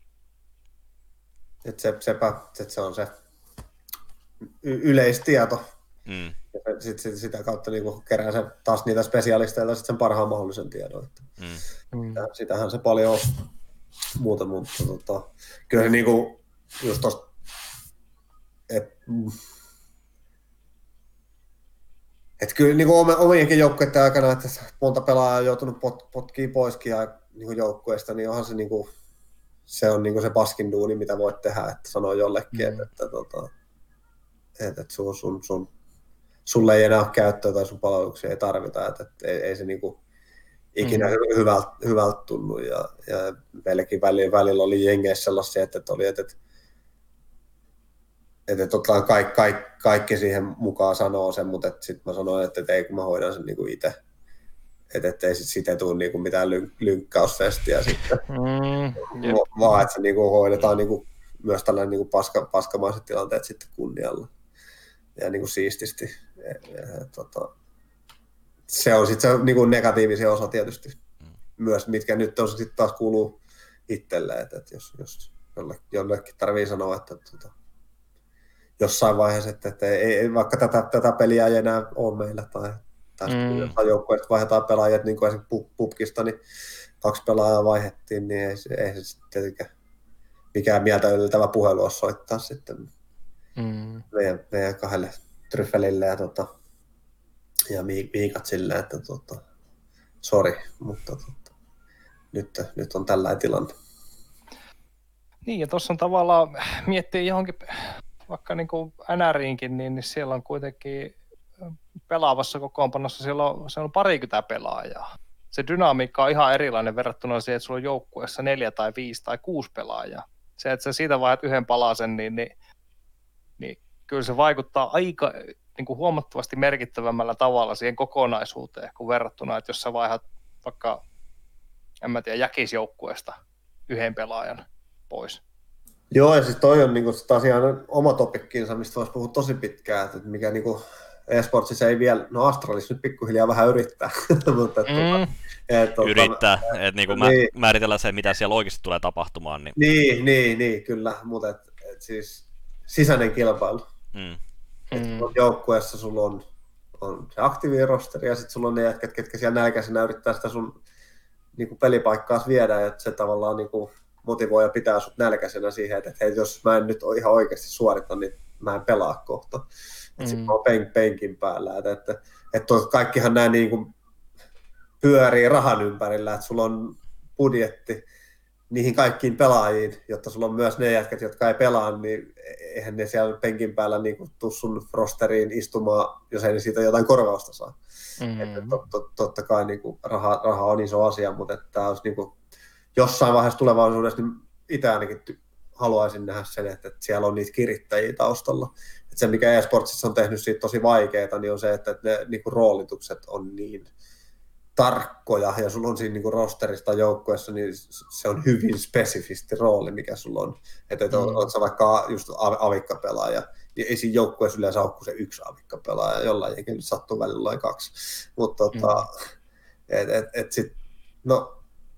Että se, sepä, että se on se y- yleistieto. Mm. Ja sit, sit, sitä kautta niinku kerää se taas niitä spesialisteilta sit sen parhaan mahdollisen tiedon. Että Mm. sitä, sitähän se paljon on muuta, mutta tota, kyllä se niinku just tosta, että et kyllä niinku omienkin joukkueiden aikana, että monta pelaajaa on joutunut pot, potkiin poiskin ja niinku joukkueesta, niin onhan se niinku se on niinku se paskin duuni, mitä voit tehdä, että sanoo jollekin, mm. että, että, tota, että, että sun, sun, sun, sulle ei enää ole käyttöä tai sun palveluksia ei tarvita, että, että ei, ei se niinku ikinä mm. hyvältä, hyvältä tunnu. Ja, ja meilläkin välillä, välillä oli jengeissä sellaisia, että, että oli, että, että, että, että kaikki, kaikki, kaikki siihen mukaan sanoo sen, mutta sitten mä sanoin, että, että ei kun mä hoidan sen niinku itse. Että et ei sit siitä tule niinku mitään lyn- lynkkausfestiä sitten, mm, vaan että se niinku hoidetaan niinku myös tällainen niinku paska, paskamaiset tilanteet sitten kunnialla ja niinku siististi. Ja, ja, tota, se on sitten se niinku negatiivisia osa tietysti mm. myös, mitkä nyt on sitten taas kuuluu itselle, että et jos, jos jollekin, jollekin tarvii sanoa, että tota, jossain vaiheessa, että, että ei, ei, vaikka tätä, tätä peliä ei enää ole meillä tai tästä mm. jossain joukkueesta vaihdetaan pelaajat, niin kuin esimerkiksi pupkista, niin kaksi pelaajaa vaihdettiin, niin ei, ei se tietenkään mikään mieltä yltävä puhelu ole soittaa sitten mm. meidän, meidän kahdelle Tryffelille ja, tota, ja Miikat silleen, että tota, sori, mutta tota, nyt, nyt on tällainen tilanne. Niin, ja tuossa on tavallaan, miettii johonkin, vaikka niin kuin N R:iinkin, niin, niin siellä on kuitenkin pelaavassa kokoonpanossa siellä on, siellä on parikymmentä pelaajaa. Se dynamiikka on ihan erilainen verrattuna siihen, että sulla on joukkueessa neljä tai viisi tai kuusi pelaajaa. Se, että sä siitä vaihdat yhden palasen, niin, niin, niin kyllä se vaikuttaa aika niin kuin huomattavasti merkittävämmällä tavalla siihen kokonaisuuteen, kuin verrattuna, että jos sä vaihdat vaikka, en mä tiedä, jäkisjoukkueesta yhden pelaajan pois. Joo, ja siis toi on niinku taas ihan oma topikkiinsa, mistä voisi puhua tosi pitkään, että mikä niinku eSportsissa ei vielä, no Astralis nyt pikkuhiljaa vähän yrittää, mutta mm. et, tuota, yrittää, että niinku niin. määritellään se, mitä siellä oikeasti tulee tapahtumaan. Niin, niin, niin, niin kyllä, mutta et, et siis sisäinen kilpailu. Mm. Et mm. joukkueessa sulla on, on se aktiivirosteri ja sitten sulla on ne jätkät, ketkä siellä nälkäisenä yrittää sitä sun niinku pelipaikkaas viedä, ja se tavallaan niinku motivoi ja pitää sut nälkäisenä siihen, että hei, jos mä en nyt ihan oikeasti suorita, niin mä en pelaa kohta. Mm. Sitten mä oon pen, penkin päällä. Että, että, että kaikkihan nämä niin kuin pyörii rahan ympärillä, että sulla on budjetti niihin kaikkiin pelaajiin, jotta sulla on myös ne jätkät, jotka ei pelaa, niin eihän ne siellä penkin päällä niin kuin tuu sun rosteriin istumaan, jos ei ne siitä jotain korvausta saa. Mm. Että tot, tot, totta kai niin kuin raha, raha on iso asia, mutta että tämä olisi niin kuin jossain vaiheessa tulevaisuudessa, niin itse ainakin haluaisin nähdä sen, että siellä on niitä kirittäjiä taustalla. Että se, mikä eSportsissa on tehnyt siitä tosi vaikeaa, niin on se, että ne niin kuin roolitukset on niin tarkkoja, ja sulla on siinä niin kuin rosterista joukkueessa, niin se on hyvin spesifisti rooli, mikä sulla on. Että et mm. oot sä vaikka just avikkapelaaja, niin ei siinä joukkueessa yleensä ole kuin se yksi avikkapelaaja, jollain jenkin sattuu välillä kaksi. Mutta tota, mm. et, et, et sit, no,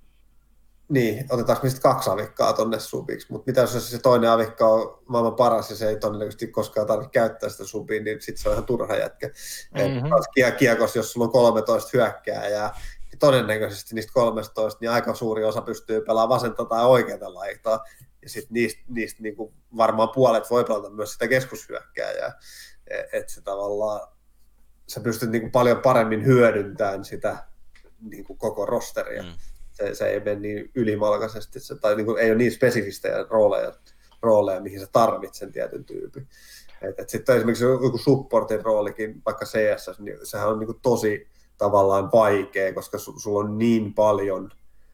niin, otetaanko me sitten kaksi avikkaa tonne subiksi, mutta mitä jos se toinen avikka on maailman paras ja se ei todennäköisesti koskaan tarvitse käyttää sitä subia, niin sitten se on ihan turha jätkä. Mm-hmm. Kiekossa, jos sulla on kolmetoista hyökkääjää, niin todennäköisesti niistä kolmetoista niin aika suuri osa pystyy pelaamaan vasenta tai oikeata laitaa, ja sitten niistä, niistä niin kuin varmaan puolet voi pelata myös sitä keskushyökkääjää, että se tavallaan, sä pystyt niin kuin paljon paremmin hyödyntämään sitä niin kuin koko rosteria. Mm. Se, se ei mene niin ylimalkaisesti, se, tai niin kuin, ei ole niin spesifistejä rooleja, rooleja, mihin sä tarvitset sen tietyn tyypin. Et, et sitten esimerkiksi joku supportin roolikin, vaikka C S, niin sehän on niin kuin tosi tavallaan vaikea, koska su, sulla on niin paljon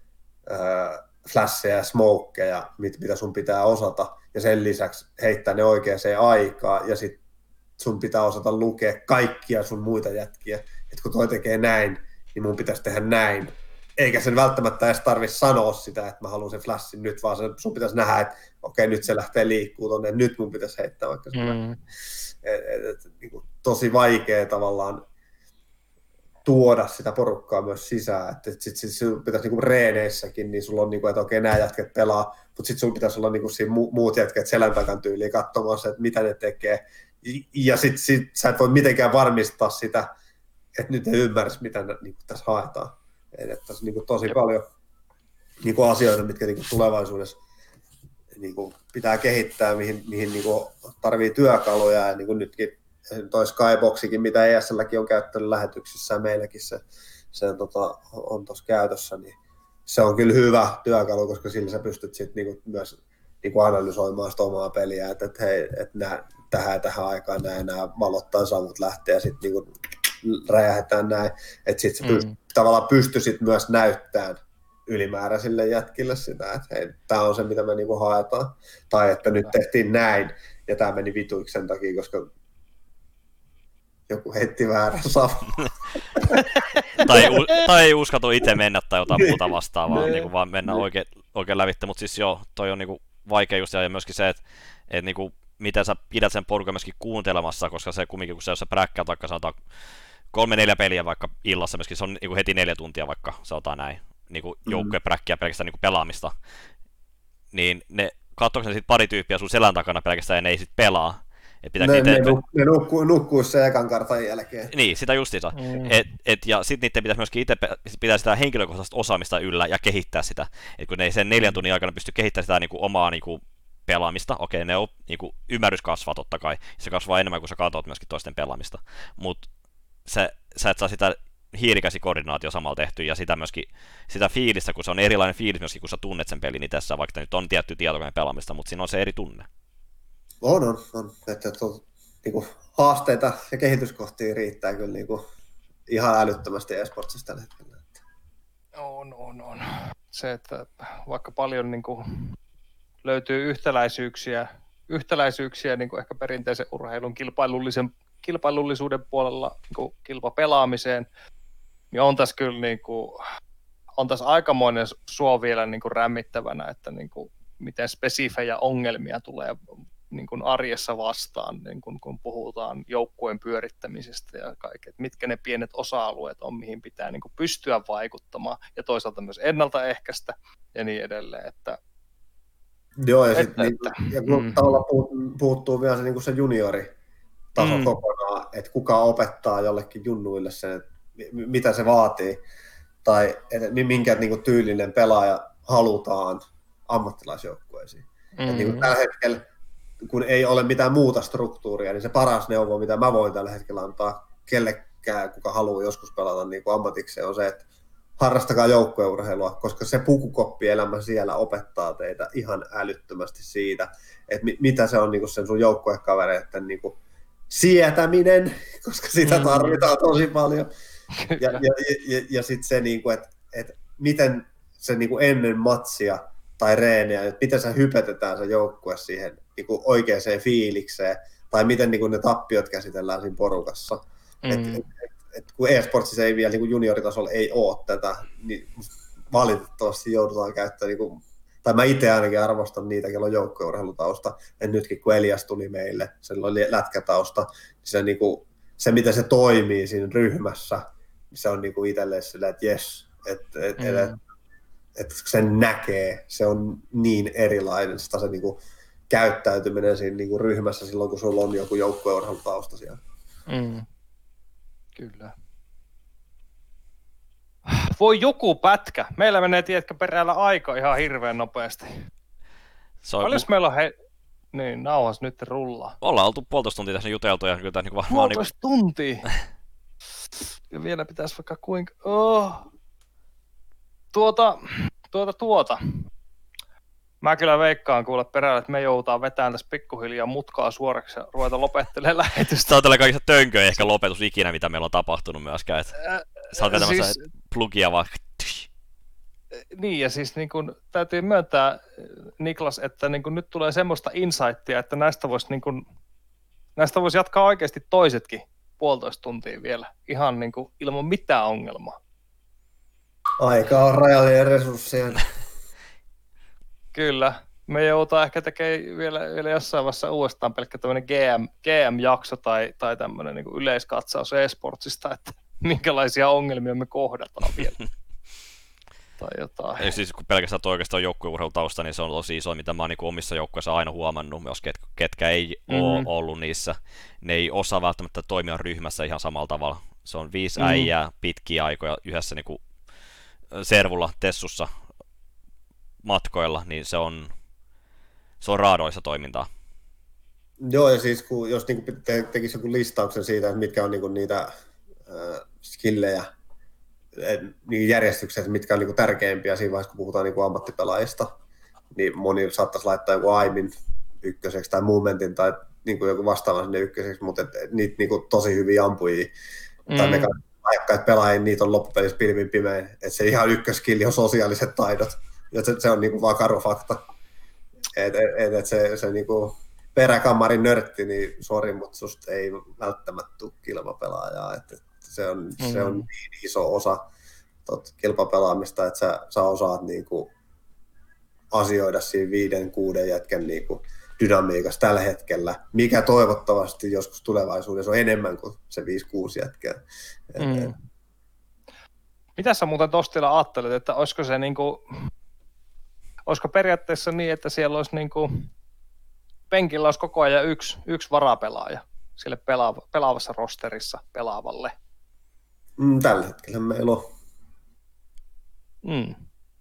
äh, flasheja ja smokeja, mit, mitä sun pitää osata, ja sen lisäksi heittää ne oikeaan aikaan, ja sitten sun pitää osata lukea kaikkia sun muita jätkiä. Että kun toi tekee näin, niin mun pitäisi tehdä näin. Eikä sen välttämättä edes tarvitse sanoa sitä, että mä haluan sen flashin nyt, vaan sen, sun pitäisi nähdä, että okei, nyt se lähtee liikkuu tonne, nyt mun pitäisi heittää vaikka se. Mm. Et, et, et, niin kuin, tosi vaikea tavallaan tuoda sitä porukkaa myös sisään. Että et sit, sit sun pitäisi niin reeneissäkin, niin sulla on, niin kuin, että okei, nämä jätket pelaa, mutta sitten sulla pitäisi olla niin kuin siinä muut jätket selän takan tyyliin katsomassa, että mitä ne tekee. Ja sitten sit, sä et voi mitenkään varmistaa sitä, että nyt ne ymmärrys, mitä ne, niin kuin tässä haetaan. Että tässä on niin kuin tosi Jep. paljon niin kuin asioita, mitkä niin kuin tulevaisuudessa niin kuin pitää kehittää, mihin, mihin niin kuin tarvii työkaluja. Ja niin kuin nytkin toi Skyboxikin, mitä E S L:kin on käyttänyt lähetyksissä ja meilläkin se, se tota, on tuossa käytössä, niin se on kyllä hyvä työkalu, koska sillä sä pystyt sit niin kuin myös niin kuin analysoimaan sitä omaa peliä, että, että hei, että nää, tähän ja tähän aikaan näin, nämä valottaa savut lähtee ja sitten niin räjähdetään näin, että sitten se pyst- mm. tavallaan pystyisit myös näyttämään ylimääräisille jätkille sitä, että hei, tämä on se, mitä me niinku haetaan, tai että nyt tehtiin näin, ja tämä meni vituiksi sen takia, koska joku heitti väärän savun. tai, tai ei uskaltu itse mennä tai jotain muuta vastaavaa, niin vaan mennä oikein, oikein lävitse, mutta siis joo, toi on niinku vaikea just, ja myöskin se, että et niinku, miten sä pidät sen porukan myöskin kuuntelemassa, koska se kumminkin, kun se, jos sä präkkää vaikka sanotaan kolme neljä peliä vaikka illassa myöskin, se on niin kuin heti neljä tuntia vaikka, sanotaan näin, niin kuin joukkojen präkkiä pelkästään niin kuin pelaamista, niin ne katsoako ne sitten pari tyyppiä sun selän takana pelkästään ja ne ei sitten pelaa. Et ne, niitä... ne, ne nukkuu, nukkuu sen ekan kartan jälkeen. Niin, sitä justiinsa. Mm. Et, et, ja sitten niiden pitäisi myöskin itse pitää sitä henkilökohtaista osaamista yllä ja kehittää sitä. Et kun ne ei sen neljän tunnin aikana pysty kehittämään sitä niin kuin omaa niin kuin pelaamista, okei, ne on, niin kuin, ymmärrys kasvaa totta kai, se kasvaa enemmän kuin sä katsot myöskin toisten pelaamista, mutta sä, sä et saa sitä hiirikäsikoordinaatio samalla tehty ja sitä myöskin sitä fiilistä, kun se on erilainen fiilis myöskin, kun sä tunnet sen pelin niin tässä, vaikka nyt on tietty tietokoneen pelaamista, mutta siinä on se eri tunne. On, on, on. Että on, niin kuin, haasteita ja kehityskohtia riittää kyllä niin kuin, ihan älyttömästi eSportsissa tällä hetkellä. On, on, on. Se, että vaikka paljon niin kuin löytyy yhtäläisyyksiä, yhtäläisyyksiä niin kuin ehkä perinteisen urheilun kilpailullisen, kilpailullisuuden puolella niin kuin kilpapelaamiseen, niin on tässä kyllä niin kuin, on tässä aikamoinen suo vielä niin kuin rämmittävänä, että niin kuin, miten spesifejä ongelmia tulee niin kuin arjessa vastaan, niin kuin, kun puhutaan joukkueen pyörittämisestä ja kaiket, mitkä ne pienet osa-alueet on, mihin pitää niin kuin pystyä vaikuttamaan ja toisaalta myös ennaltaehkäistä ja niin edelleen, että joo, ja, että, sit, että, niin, ja kun mm. tavallaan puuttuu vielä se, niin se junioritaso mm. kokonaan, että kuka opettaa jollekin junnuille sen, että mitä se vaatii, tai että minkä niin kuin, tyylinen pelaaja halutaan ammattilaisjoukkueisiin. Mm. Niin tällä hetkellä, kun ei ole mitään muuta struktuuria, niin se paras neuvo, mitä mä voin tällä hetkellä antaa kellekään, kuka haluaa joskus pelata niin kuin ammatikseen, on se, että harrastakaa joukkueurheilua, koska se pukukoppielämä siellä opettaa teitä ihan älyttömästi siitä, että mi- mitä se on niin kuin sen sun joukkuekavereiden niin kuin sietäminen, koska sitä tarvitaan tosi paljon. Ja, ja, ja, ja sitten se, niin kuin, että, että miten se niin kuin ennen matsia tai reeniä, että miten se hypetetään se joukkue siihen niin kuin oikeaan fiilikseen, tai miten niin kuin ne tappiot käsitellään siinä porukassa. Mm. Et, et, et, et, kun e-sportsissa ei vielä niin kuin junioritasolla ei ole tätä, niin valitettavasti joudutaan käyttämään, niin kuin, tai mä itse ainakin arvostan niitä, kello on joukkueurheilutausta, että nytkin kun Elias tuli meille, sillä oli lätkätausta, niin se, niin kuin, se miten se toimii siinä ryhmässä, niin se on niin kuin itselleen silleen, että jes, että et, mm. et, että sen näkee, se on niin erilainen sitä se niinku käyttäytyminen siinä niinku ryhmässä silloin, kun sulla on joku joukkueurheilutausta siellä. Mm. Kyllä. Voi joku pätkä. Meillä menee, tiedätkö, peräällä aika ihan hirveän nopeasti. Paljon mu- meillä on he... Niin, nauhas nyt rullaa. Ollaan oltu puolitoista tuntia tässä juteltu ja kyllä niin varmaan... Puolitoista niin... tuntia? Ja vielä pitäisi vaikka kuinka... Oh. Tuota, tuota, tuota. Mä kyllä veikkaan kuule perään, että me joudutaan vetämään tässä pikkuhiljaa mutkaa suoraksi ja ruveta lopettelemaan lähetystä. Tämä on tällä kaikista tönköä ehkä lopetus ikinä, mitä meillä on tapahtunut myöskään. Äh, Sä oot vetämässä siis, plugia vaan. Niin, ja siis niin kun, täytyy myöntää, Niklas, että niin kun nyt tulee semmoista insightia, että näistä voisi niin kun näistä voisi jatkaa oikeasti toisetkin puolitoista tuntia vielä, ihan niin kuin ilman mitään ongelmaa. Aika on rajallinen resursseja. Kyllä. Me joudutaan ehkä tekemään vielä, vielä jossain vaiheessa uudestaan pelkkä tämmöinen G M, G M-jakso tai, tai tämmöinen niin kuin yleiskatsaus e-sportsista, että minkälaisia ongelmia me kohdataan vielä. Tai jotain. Eli siis kun pelkästään oikeastaan joukkueurheilutausta, niin se on tosi iso, mitä mä oon niin omissa joukkueissa aina huomannut, myös ket, ketkä ei mm-hmm. ole ollut niissä. Ne ei osaa välttämättä toimia ryhmässä ihan samalla tavalla. Se on viisi mm-hmm. äijää pitkiä aikoja yhdessä niin kuin servulla, tessussa, matkoilla, niin se on, se on raadoissa toimintaa. Joo, ja siis kun, jos niin kuin te, tekisi joku listauksen siitä, että mitkä on niin kuin niitä äh, skillejä, niin järjestyksiä, mitkä on niin kuin tärkeimpiä siinä vaiheessa, kun puhutaan niin kuin ammattipelaajista, niin moni saattaisi laittaa joku aimin ykköseksi tai momentin tai niin kuin joku vastaavan sinne ykköseksi, mutta et, et, niitä niin kuin tosi hyviä ampujia mm. tai mekanikkaita pelaajia, niitä on loppupelissä pilvin pimein, että se ihan ykköskilli on sosiaaliset taidot, ja se, se on niin kuin vaan karu fakta. Et, et, et se, se niin kuin peräkammarin nörtti, niin sori, mutta susta ei välttämättä tule kilpapelaajaa, että et, Se on, mm-hmm. se on niin iso osa tot kilpapelaamista, että sä, sä osaat niinku asioida siinä viiden, kuuden jätkän niinku dynamiikassa tällä hetkellä, mikä toivottavasti joskus tulevaisuudessa on enemmän kuin se viisi kuusi jätkää. Mm. Mitä sä muuten Tostila ajattelet, että olisiko se niinku, olisiko periaatteessa niin, että siellä olisi niinku, penkillä olisi koko ajan yksi, yksi varapelaaja sille pelaava, pelaavassa rosterissa pelaavalle? Mm, tällä hetkellä meillä on. Mm.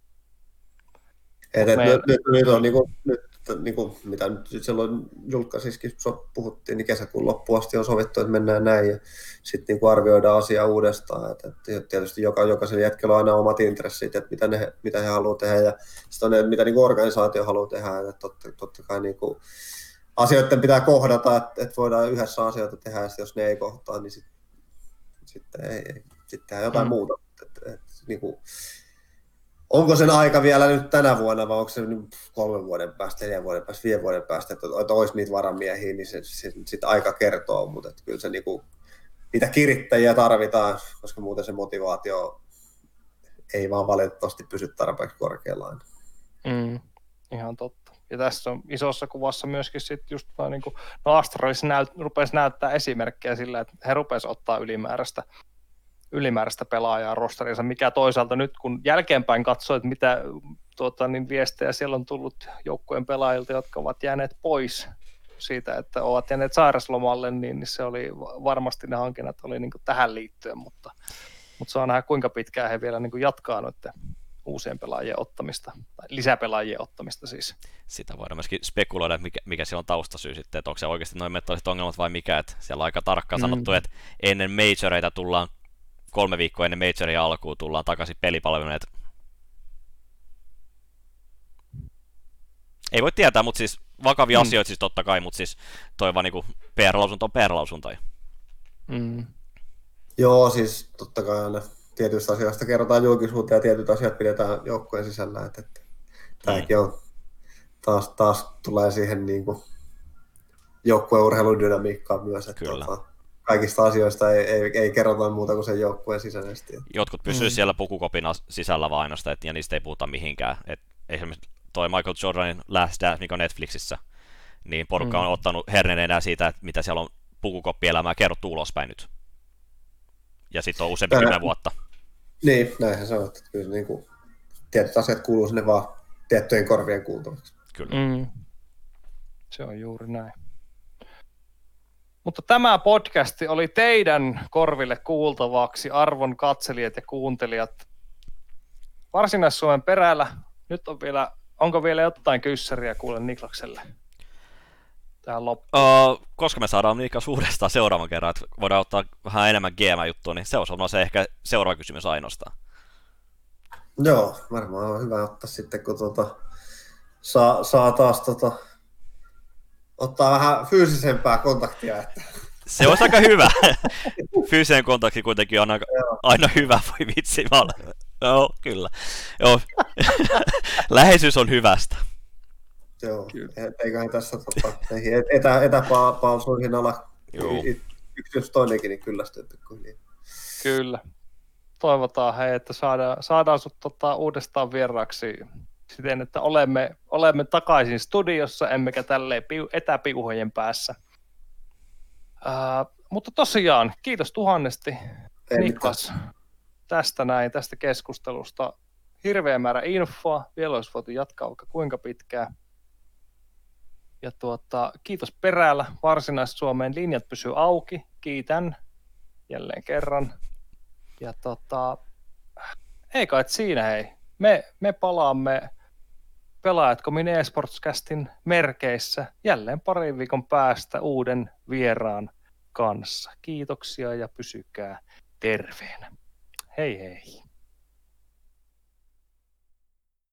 Et, et me... nyt, nyt, nyt on niinku, nyt, niinku, mitä nyt silloin julkaisiskin puhuttiin, niin kesäkuun loppuun asti on sovittu, että mennään näin ja sitten niinku arvioidaan asiaa uudestaan. Et, et tietysti joka, jokaisella jätkellä on aina omat intressit, että mitä, ne, mitä he haluaa tehdä ja sitten on ne, mitä niinku organisaatio haluaa tehdä. Et totta, totta kai niinku, asioiden pitää kohdata, että et voidaan yhdessä asioita tehdä ja jos ne ei kohtaa, niin sitten sitten ei, ei, sit tehdään jotain mm. muuta. Et, et, niinku, onko sen aika vielä nyt tänä vuonna vai onko se nyt kolmen vuoden päästä, neljän vuoden päästä, viiden vuoden päästä, että, että olisi niitä varamiehiä, niin se, se, sit aika kertoo, mutta et kyllä se niinku, niitä kirittäjiä tarvitaan, koska muuten se motivaatio ei vaan valitettavasti pysy tarpeeksi korkealla aina. Mm, ihan totta. Ja tässä on isossa kuvassa myöskin sitten just noin niin kuin, no Astralis näyt, rupesi näyttää esimerkkejä sillä, että he rupesivat ottaa ylimääräistä, ylimääräistä pelaajaa rosterinsa, mikä toisaalta nyt kun jälkeenpäin katsoo, että mitä tuota, niin viestejä siellä on tullut joukkueen pelaajilta, jotka ovat jääneet pois siitä, että ovat jääneet sairaslomalle, niin se oli varmasti ne hankinnat oli niin kuin tähän liittyen, mutta, mutta saa nähdä kuinka pitkään he vielä niin kuin jatkaa noiden uusien pelaajien ottamista, tai lisäpelaajien ottamista siis. Sitä voidaan myöskin spekuloida, mikä, mikä siellä on taustasyy sitten, että onko se oikeasti noin mentaaliset ongelmat vai mikä, että siellä on aika tarkkaan mm. sanottu, että ennen majoreita tullaan, kolme viikkoa ennen majoria alkuun tullaan takaisin pelipalveluun. Ei voi tietää, mutta siis vakavia mm. asioita siis totta kai, mutta siis toi vaan niinku P R-lausunto on P R-lausunto. Mm. Joo, siis totta kai aina tietyistä asioista kerrotaan julkisuuteen ja tietyt asiat pidetään joukkueen sisällä, että, että tämäkin on taas, taas tulee siihen niin kuin joukkueen urheilun dynamiikkaan myös, että tuota, kaikista asioista ei, ei, ei kerrota muuta kuin sen joukkueen sisäisesti. Jotkut pysyy mm. siellä pukukopin sisällä vaan ainoastaan, ja niistä ei puhuta mihinkään. Et esimerkiksi toi Michael Jordanin Last Dance, mikä on Netflixissä, niin porukka mm. on ottanut herneneenä siitä, että mitä siellä on pukukoppielämää kerrottu ulospäin nyt. Ja sitten on useampi kymmenen vuotta. Niin, näinhän se on, että kyllä niin kuin, tietyt asiat kuuluu sinne vaan tiettyjen korvien kuultavaksi. Kyllä. Mm. Se on juuri näin. Mutta tämä podcasti oli teidän korville kuultavaksi, arvon katselijat ja kuuntelijat. Varsinais-Suomen perällä. Nyt on vielä, onko vielä jotain kyssäriä kuulen Niklakselle tähän loppuun? Uh, koska me saadaan Niklas uudestaan seuraavan kerran, että voidaan ottaa vähän enemmän G M-juttua, niin se on se ehkä seuraava kysymys ainoastaan. Joo, varmaan on hyvä ottaa sitten, kun tuota, saa, saa taas tuota, ottaa vähän fyysisempää kontaktia. Että. Se on aika hyvä. Fyysinen kontakti kuitenkin on aina, aina hyvä, voi vitsi. Joo, kyllä. Joo. Läheisyys on hyvästä. Joo, eiköhän tässä tota, näihin etä, etäpalsuihin ala y- yksi jos toinenkin niin kyllästyy pikkuhiljaa. Kyllä. Toivotaan hei, että saadaan, saadaan sut tota, uudestaan vieraaksi siten, että olemme, olemme takaisin studiossa, emmekä tälleen piu, etäpiuhojen päässä. Ää, mutta tosiaan, kiitos tuhannesti Ei Niklas mitään. tästä näin, tästä keskustelusta. Hirveä määrä infoa, vielä olisi voitu jatkaa vaikka kuinka pitkään. Ja tuota, kiitos peräällä, Varsinais-Suomeen linjat pysyy auki, kiitän jälleen kerran. Ja tota, ei kai siinä hei, me, me palaamme Pelaajat.comin eSportscastin merkeissä jälleen parin viikon päästä uuden vieraan kanssa. Kiitoksia ja pysykää terveenä. Hei hei.